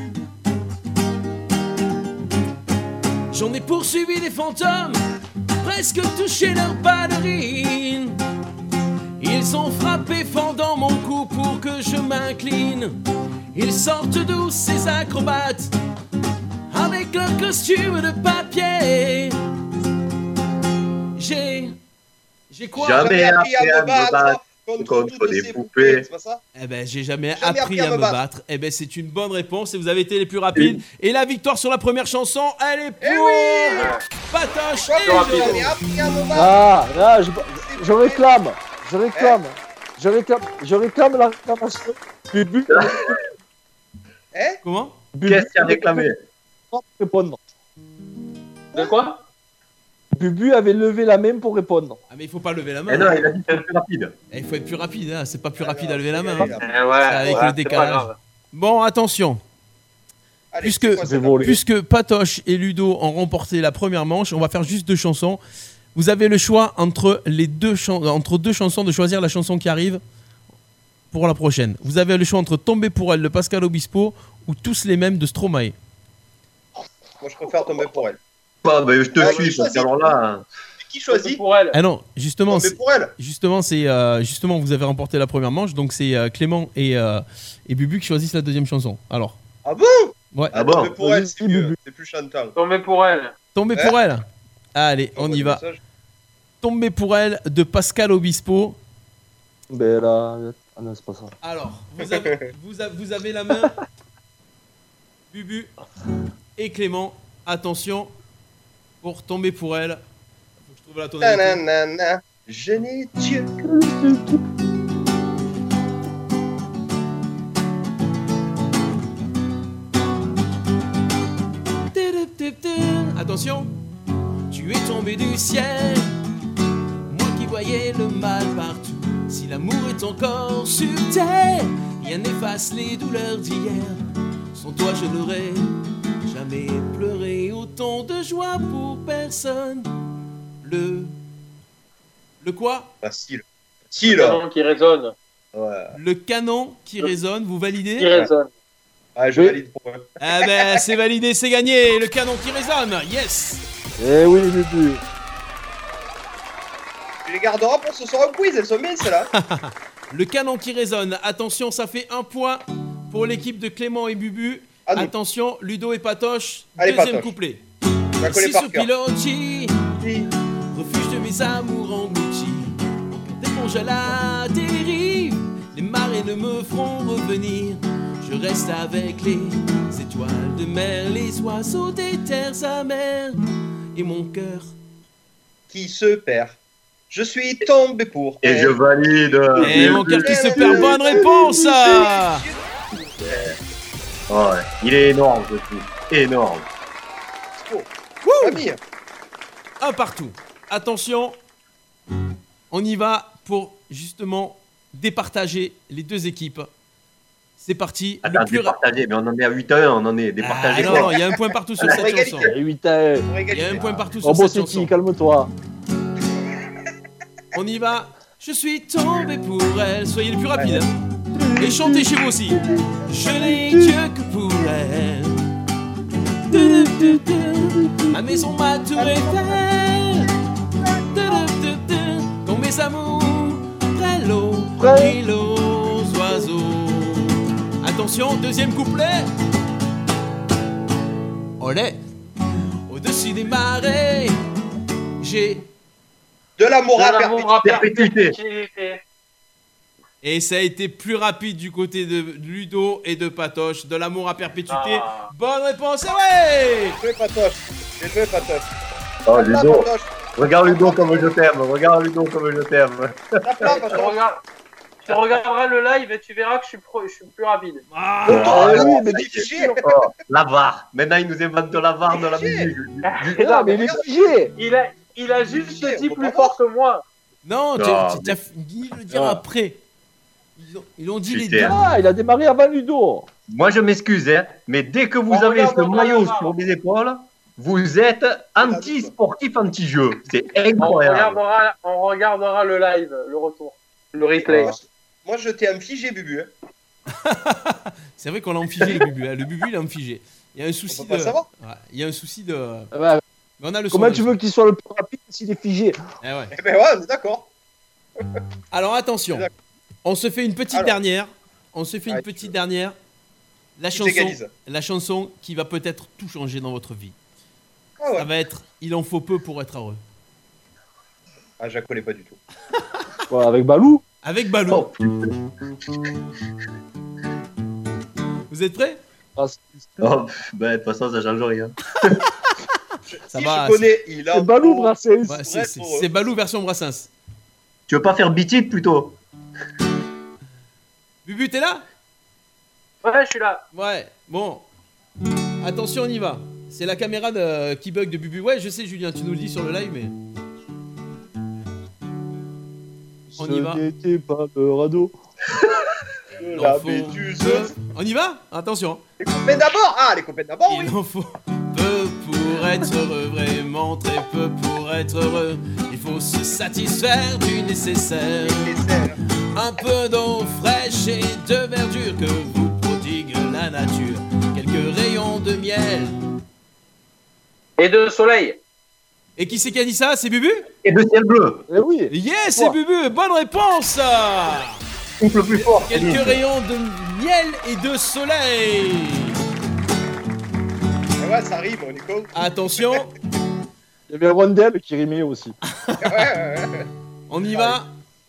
J'en ai poursuivi les fantômes, presque touché leur ballerine. Ils les ont frappés fendant mon cou pour que je m'incline. Ils sortent d'où ces acrobates avec leur costume de papier. J'ai... J'ai quoi? Jamais appris à me battre contre, contre toutes des ces poupées. c'est pas ça? Eh ben, j'ai jamais, Jamais appris à me battre. Eh ben, c'est une bonne réponse et vous avez été les plus rapides. Et la victoire sur la première chanson, elle est pour Eh oui Patoche Quoi, et j'ai Ludo. jamais appris à me battre. Ah, là, je, je réclame, je réclame, je réclame, je réclame la réclamation. Bubu, Eh Comment? Qu'est-ce qu'il a réclamé? pour répondre. De quoi? Bubu avait levé la main pour répondre. Ah, mais il faut pas lever la main. Eh non, il a dit que c'était plus rapide. Eh, il faut être plus rapide, hein. C'est pas plus rapide à lever la main. Eh, hein. Eh ouais, Avec ouais, le c'est décalage. pas grave. Bon, attention. Allez, Puisque, c'est quoi, c'est volé. puisque Patoche et Ludo ont remporté la première manche, on va faire juste deux chansons. Vous avez le choix entre, les deux, chan- entre deux chansons de choisir la chanson qui arrive pour la prochaine. Vous avez le choix entre Tomber pour elle de Pascal Obispo ou Tous les mêmes de Stromae. Moi, je préfère tomber pour elle. Bah, bah, je te Ah, suis, oui, parce que alors là. Qui choisit? Pour elle. Ah non, justement, Tomber c'est, pour elle. justement, c'est, euh, justement, vous avez remporté la première manche, donc c'est euh, Clément et, euh, et Bubu qui choisissent la deuxième chanson. Alors, Ah bon? ouais, Ah bon? Tomber pour elle, Vas-y, c'est mieux. Bubu. C'est plus chantant. Tomber pour elle. Tomber Ouais. pour elle. Allez, on y va. Message. Tomber pour elle de Pascal Obispo. Ben là, ah non, c'est pas ça. Alors, vous avez, vous a- vous avez la main, Bubu et Clément. Attention, pour Tomber pour elle. Faut que je trouve la tonalité. Nanana, je n'ai Dieu. Attention, tu es tombé du ciel, moi qui voyais le mal partout. Si l'amour est encore sur terre, rien n'efface les douleurs d'hier. Sans toi je n'aurais jamais pleuré autant de joie pour personne. Le... Le quoi? Facile. Facile. Le canon qui résonne. Ouais. Le canon qui résonne, vous validez? Qui résonne. Ah, je Oui. valide pour elle. Ah ben c'est validé, c'est gagné, le canon qui résonne, yes. Eh oui, Bubu. Tu les garderas pour ce soir au quiz, elles sont bien celles-là. Le canon qui résonne, attention, ça fait un point pour l'équipe de Clément et Bubu. À nous. Attention, Ludo et Patoche, Allez, deuxième Patoche. couplet. Je la connais Si par ce cœur. pilotis, refuge de mes amours engloutis, mon cœur d'éponge à la dérive, les marées ne me feront revenir. Je reste avec les étoiles de mer, les oiseaux des terres amères, et mon cœur. Qui se perd. Je suis tombé pour Et elle. je valide. Et mon cœur qui se perd, bonne réponse. Oh, ouais. Il est énorme, ce truc. Énorme. Famille. Un partout. Attention, on y va pour justement départager les deux équipes. C'est parti. Attends, Le plus ra- départagé, mais on en est à huit à un, on en est Ah départagé. non, non, il y a un point partout sur Ah, cette égalité. chanson. Eh, huit à un. Pour Il y a égalité. un point partout Oh sur bon, cette c'est chanson. qui? Calme-toi. On y va. Je suis tombé pour elle. Soyez les plus rapides. hein. Et chantez chez vous aussi. Je n'ai Dieu que pour elle. Du, du, du, du. Ma maison, ma tour Eiffel. Du, du, du, du. Quand mes amours près l'eau, Près. brillent aux oiseaux. Attention, deuxième couplet. Olé. Au-dessus des marées, j'ai. De l'amour De à l'amour à perpétuité. perpétuité. Et ça a été plus rapide du côté de Ludo et de Patoche. De l'amour à perpétuité. Ah. Bonne réponse, et ouais. J'ai joué Patoche. J'ai joué Patoche. Oh, Tape là, Ludo. Patoche. Regarde Ludo comme je t'aime. Regarde Ludo comme je t'aime. Tape là, Tu, Patoche. regardes- tu regarderas le live et tu verras que je suis, pro- je suis plus rapide. Ah. Ah oui, mais C'est figé. Oh, la V A R. Maintenant, il nous invente la V A R de la musique. Ah, mais il est figé. Il a, il a juste Figé, dit on peut plus pas fort que moi. Non, tu Non, tu- tu as fini de le dire Ah. après. Ils ont, ils ont dit les Putain. deux. Ah, il a démarré avant Ludo. Moi, je m'excuse, hein, mais dès que vous On avez regarde, ce on maillot regarde. sur les épaules, vous êtes anti-sportif, anti-jeu. C'est On incroyable. regardera, on regardera le live, le retour, le replay. Moi, je- Moi, je t'ai infligé, Bubu. hein. C'est vrai qu'on l'a enfigé, le Bubu. hein. Le Bubu, il a enfigé. Il y a un souci On peut pas de. le savoir. Ouais, il y a un souci de. Ouais, Mais on a le son. comment de- tu veux qu'il soit le plus rapide s'il est figé? Eh ouais. Eh ben ouais, on est d'accord. Alors attention, on se fait une petite Alors. dernière. On se fait une Ouais, petite dernière. La Tu chanson, t'égalises. la chanson qui va peut-être tout changer dans votre vie. Ah ouais. Ça va être Il en faut peu pour être heureux. Ah, je la connais pas du tout. Ouais, avec Balou. Avec Balou. Oh. Vous êtes prêts? Ah, c'est- Oh, pff, bah, de toute façon, ça change rien. Ça si va, je connais, il a. c'est Balou Brassens. Ouais, c'est- c'est c'est Balou version Brassens. Tu veux pas faire Beat It plutôt? Bubu, t'es là? Ouais, je suis là. Ouais, bon. Attention, on y va. C'est la caméra de- qui bug de Bubu. Ouais, je sais, Julien, tu nous le dis sur le live, mais. On y va. Ce n'était pas le radeau. Il La en faut bêtuse. peu. On y va? Attention. Les copains d'abord. Ah, les copains d'abord, oui. Il en faut peu pour être heureux, vraiment très peu pour être heureux. Il faut se satisfaire du nécessaire. Nécessaire. Un peu d'eau fraîche et de verdure que vous prodigue la nature. Quelques rayons de miel. Et de soleil. Et qui c'est qui a dit ça? C'est Bubu? Et de ciel bleu. Eh oui. Yes, c'est Bubu. Bonne réponse. Souffle plus fort. Quelques rayons de miel et de soleil. Ah ouais, ça rime, Nico. Attention, Il y avait Rondel qui rimait aussi. Ouais, ouais, ouais. on y va.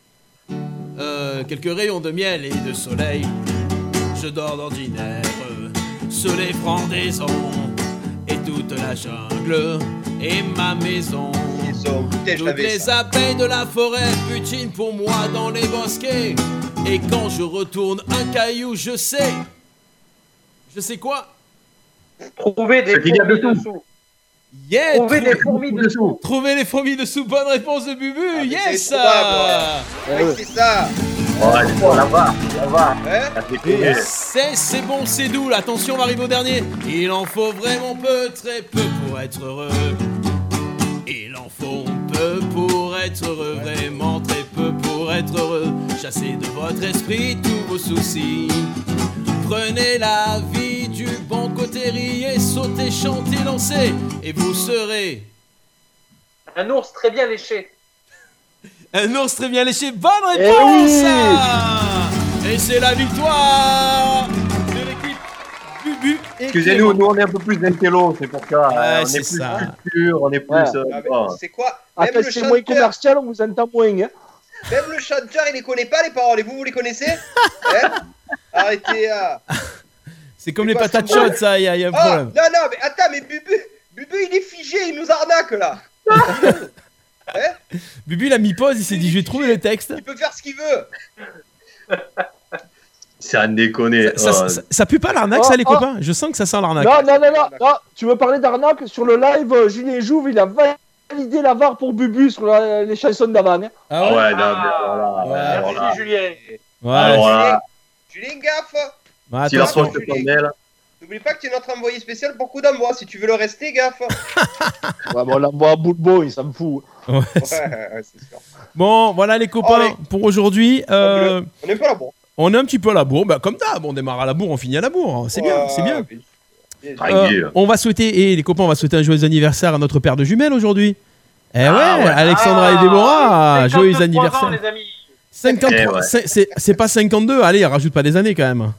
Euh, quelques rayons de miel et de soleil. Je dors d'ordinaire sur les frondaisons et toute la jungle et ma maison. Ils ont. Putain, je Toutes l'avais. les ça. abeilles de la forêt butinent pour moi dans les bosquets. Et quand je retourne un caillou, je sais. Je sais quoi? Trouver des Ce qu'il y a fourmis dessous. dessous. Yeah, Trouver trou- des fourmis dessous. Trouver les fourmis dessous. Bonne réponse de Bubu. Ah, mais Yes. c'est probable, Eh Ouais, c'est ça. Ouais, on la va, on la va. Hein? Ça fait Et courir. c'est, c'est bon, c'est doux. Attention, on arrive au dernier. Il en faut vraiment peu, très peu pour être heureux. Il en faut peu pour être heureux, vraiment très peu pour être heureux. Chassez de votre esprit tous vos soucis. Prenez la vie du bon côté, riez, sautez, chantez, lancez, et vous serez Un ours très bien léché. un ours très bien léché. Bonne Eh réponse. oui. Et c'est la victoire de l'équipe Bubu. et Excusez-nous, Clément. nous on est un peu plus d'intello, c'est pour ça. Ouais, on est c'est plus ça. culture, on est plus. Ouais. euh, Ah, mais bon. c'est quoi? Même Après, le, c'est moins chanteur, commercial, on vous entend moins. Hein. même le chanteur, il les connaît pas les paroles. Et vous, vous les connaissez? Hein? Arrêtez. Ah. C'est comme C'est les quoi, patates c'est bon? chaudes, ça, il y, a y a un Ah, problème. non, non, mais attends, mais Bubu, Bubu, il est figé, il nous arnaque là. Hein? Bubu, il a mis pause, il s'est dit je vais trouver le texte. Il peut faire ce qu'il veut. C'est à déconner. Ça, ça, Oh. ça- ça pue pas l'arnaque, Oh, ça, les oh. copains? Je sens que ça sent l'arnaque. Non, non, non, non, non. Tu veux parler d'arnaque? Sur le live, euh, Julien Jouve, il a validé la V A R pour Bubu sur la- les chansons d'avant. Hein. Ah Ah ouais? ouais, non, mais alors là, Ouais. alors là, Merci Julien. Ouais. alors là, Julien, gaffe. Ouais, si la attention. poste ton mail, N'oublie pas que tu es notre envoyé spécial pour coup d'envoi. Si tu veux le rester, gaffe. Ouais, bon, on l'envoie à bout de bon, il s'en fout. Ouais, Ouais, c'est- ouais, c'est sûr. Bon, voilà les copains Allez. pour aujourd'hui. Euh, On est pas là, bon. on est un petit peu à la bourre. Bah, comme d'hab, on démarre à la bourre, on finit à la bourre. C'est bien, c'est bien. bien. tranquille. Euh, on va souhaiter, et les copains, on va souhaiter un joyeux anniversaire à notre paire de jumelles aujourd'hui. Eh ouais, Ah ouais. Alexandra et Déborah, joyeux cinquante-trois anniversaire. ans, les amis. cinquante-trois, Eh ouais. c'est- c'est c'est pas cinquante-deux, allez, rajoute pas des années quand même.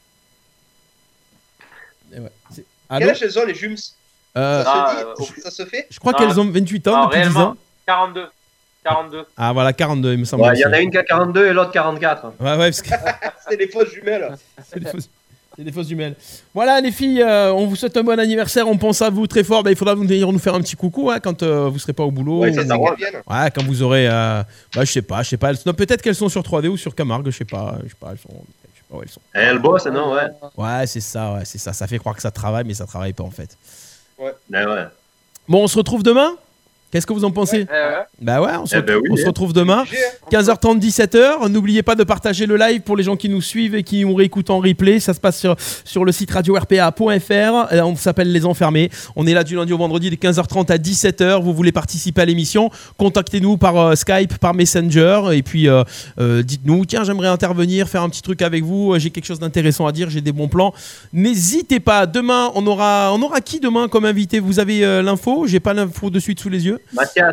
Eh ouais. C'est- Allô Quel âge elles ont, les Jums? Euh, Ça Ah, se euh, dit? Ça se fait? Je crois Ah, qu'elles ont vingt-huit ans Non, depuis dix réellement, ans. quarante-deux. quarante-deux. Ah voilà, quarante-deux, il me semble. Ouais, il y en aussi. a une qui a quarante-deux et l'autre quarante-quatre. Ouais, ouais, parce que C'est les fausses jumelles. c'est des fausses, c'est des fausses jumelles. Voilà, les filles, euh, on vous souhaite un bon anniversaire, on pense à vous très fort. Ben, il faudra venir nous faire un petit coucou hein, quand euh, vous serez pas au boulot. Ouais, ou- c'est C'est ça. qu'elles viennent. Ouais, quand vous aurez. Euh... Bah, je sais pas, je sais pas. Elles... non, peut-être qu'elles sont sur trois D ou sur Camargue, je sais pas. Je sais pas, elles sont. Je sais pas où elles sont. Et elle bosse, non, ouais. Ouais, c'est ça, ouais, c'est ça. Ça fait croire que ça travaille, mais ça travaille pas en fait. Ouais, ouais. Bon, on se retrouve demain. Qu'est-ce que vous en pensez? Eh ouais. Bah ouais, on se, Eh ben oui, on se hein. retrouve demain. Obligé, hein. quinze heures trente, dix-sept heures. N'oubliez pas de partager le live pour les gens qui nous suivent et qui nous réécoutent en replay. Ça se passe sur, sur le site radio r p a point f r. Euh, On s'appelle Les Enfermés. On est là du lundi au vendredi de quinze heures trente à dix-sept heures. Vous voulez participer à l'émission? Contactez-nous par euh, Skype, par Messenger. Et puis, euh, euh, dites-nous, tiens, j'aimerais intervenir, faire un petit truc avec vous. J'ai quelque chose d'intéressant à dire, j'ai des bons plans. N'hésitez pas. Demain, on aura, on aura qui demain comme invité? Vous avez euh, l'info? J'ai pas l'info de suite sous les yeux. Mathias,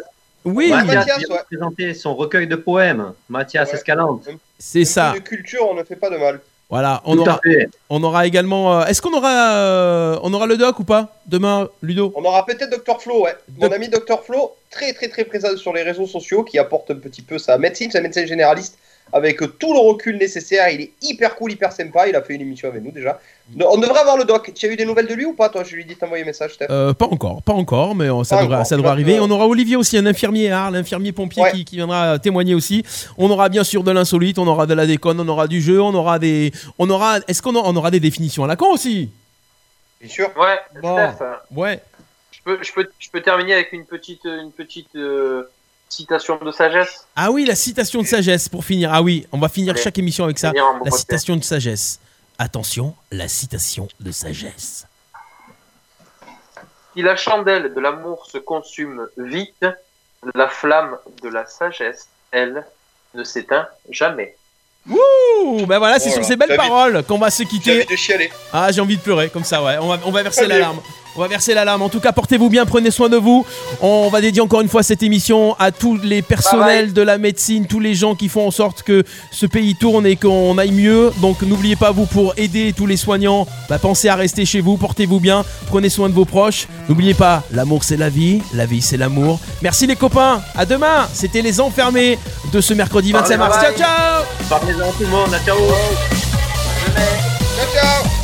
Oui, Mathias, Mathias, il ouais. a présenté son recueil de poèmes, Mathias Ouais. Escalante. c'est Un ça. peu de culture, on ne fait pas de mal. Voilà, on Tout aura, à fait. on aura également. euh, Est-ce qu'on aura, euh, on aura le doc ou pas demain, Ludo? On aura peut-être Docteur Flo, ouais. Mon Doc- ami Docteur Flo, très très très présent sur les réseaux sociaux, qui apporte un petit peu sa médecine, sa médecin généraliste, avec tout le recul nécessaire. Il est hyper cool, hyper sympa. Il a fait une émission avec nous déjà. On devrait avoir le doc. Tu as eu des nouvelles de lui ou pas, toi? Je lui ai dit de t'envoyer un message, Steph. Euh, pas encore, pas encore, mais euh, ça Pas devrait, encore. ça devrait Donc, arriver. euh, On aura Olivier aussi, un infirmier à Arles, infirmier pompier Ouais. qui, qui viendra témoigner aussi. On aura bien sûr de l'insolite, on aura de la déconne, on aura du jeu, on aura des, on aura, est-ce qu'on aura, on aura des définitions à la con aussi? Bien sûr. Ouais, Bon. Steph, Ouais. je peux, je, peux, je peux terminer avec une petite, une petite euh, citation de sagesse. Ah oui, la citation de sagesse pour finir. Ah oui, on va finir Allez. chaque émission avec ça. Finir en La beauté. citation de sagesse. Attention, la citation de sagesse. Si la chandelle de l'amour se consume vite, la flamme de la sagesse, elle, ne s'éteint jamais. Ouh, ben voilà, c'est Voilà. sur ces belles J'ai envie- paroles qu'on va se J'ai quitter. envie de chialer. Ah, j'ai envie de pleurer, comme ça, ouais. On va, on va verser Allez. la larme. On va verser la larme. En tout cas, portez-vous bien, prenez soin de vous. On va dédier encore une fois cette émission à tous les personnels Bye bye. de la médecine, tous les gens qui font en sorte que ce pays tourne et qu'on aille mieux. Donc, n'oubliez pas, vous, pour aider tous les soignants, bah, pensez à rester chez vous, portez-vous bien, prenez soin de vos proches. N'oubliez pas, l'amour, c'est la vie, la vie, c'est l'amour. Merci les copains, à demain. C'était Les Enfermés de ce mercredi vingt-cinq mars. Ciao, bye. ciao. Parlez-en à tout le monde, ciao. Ciao, ciao.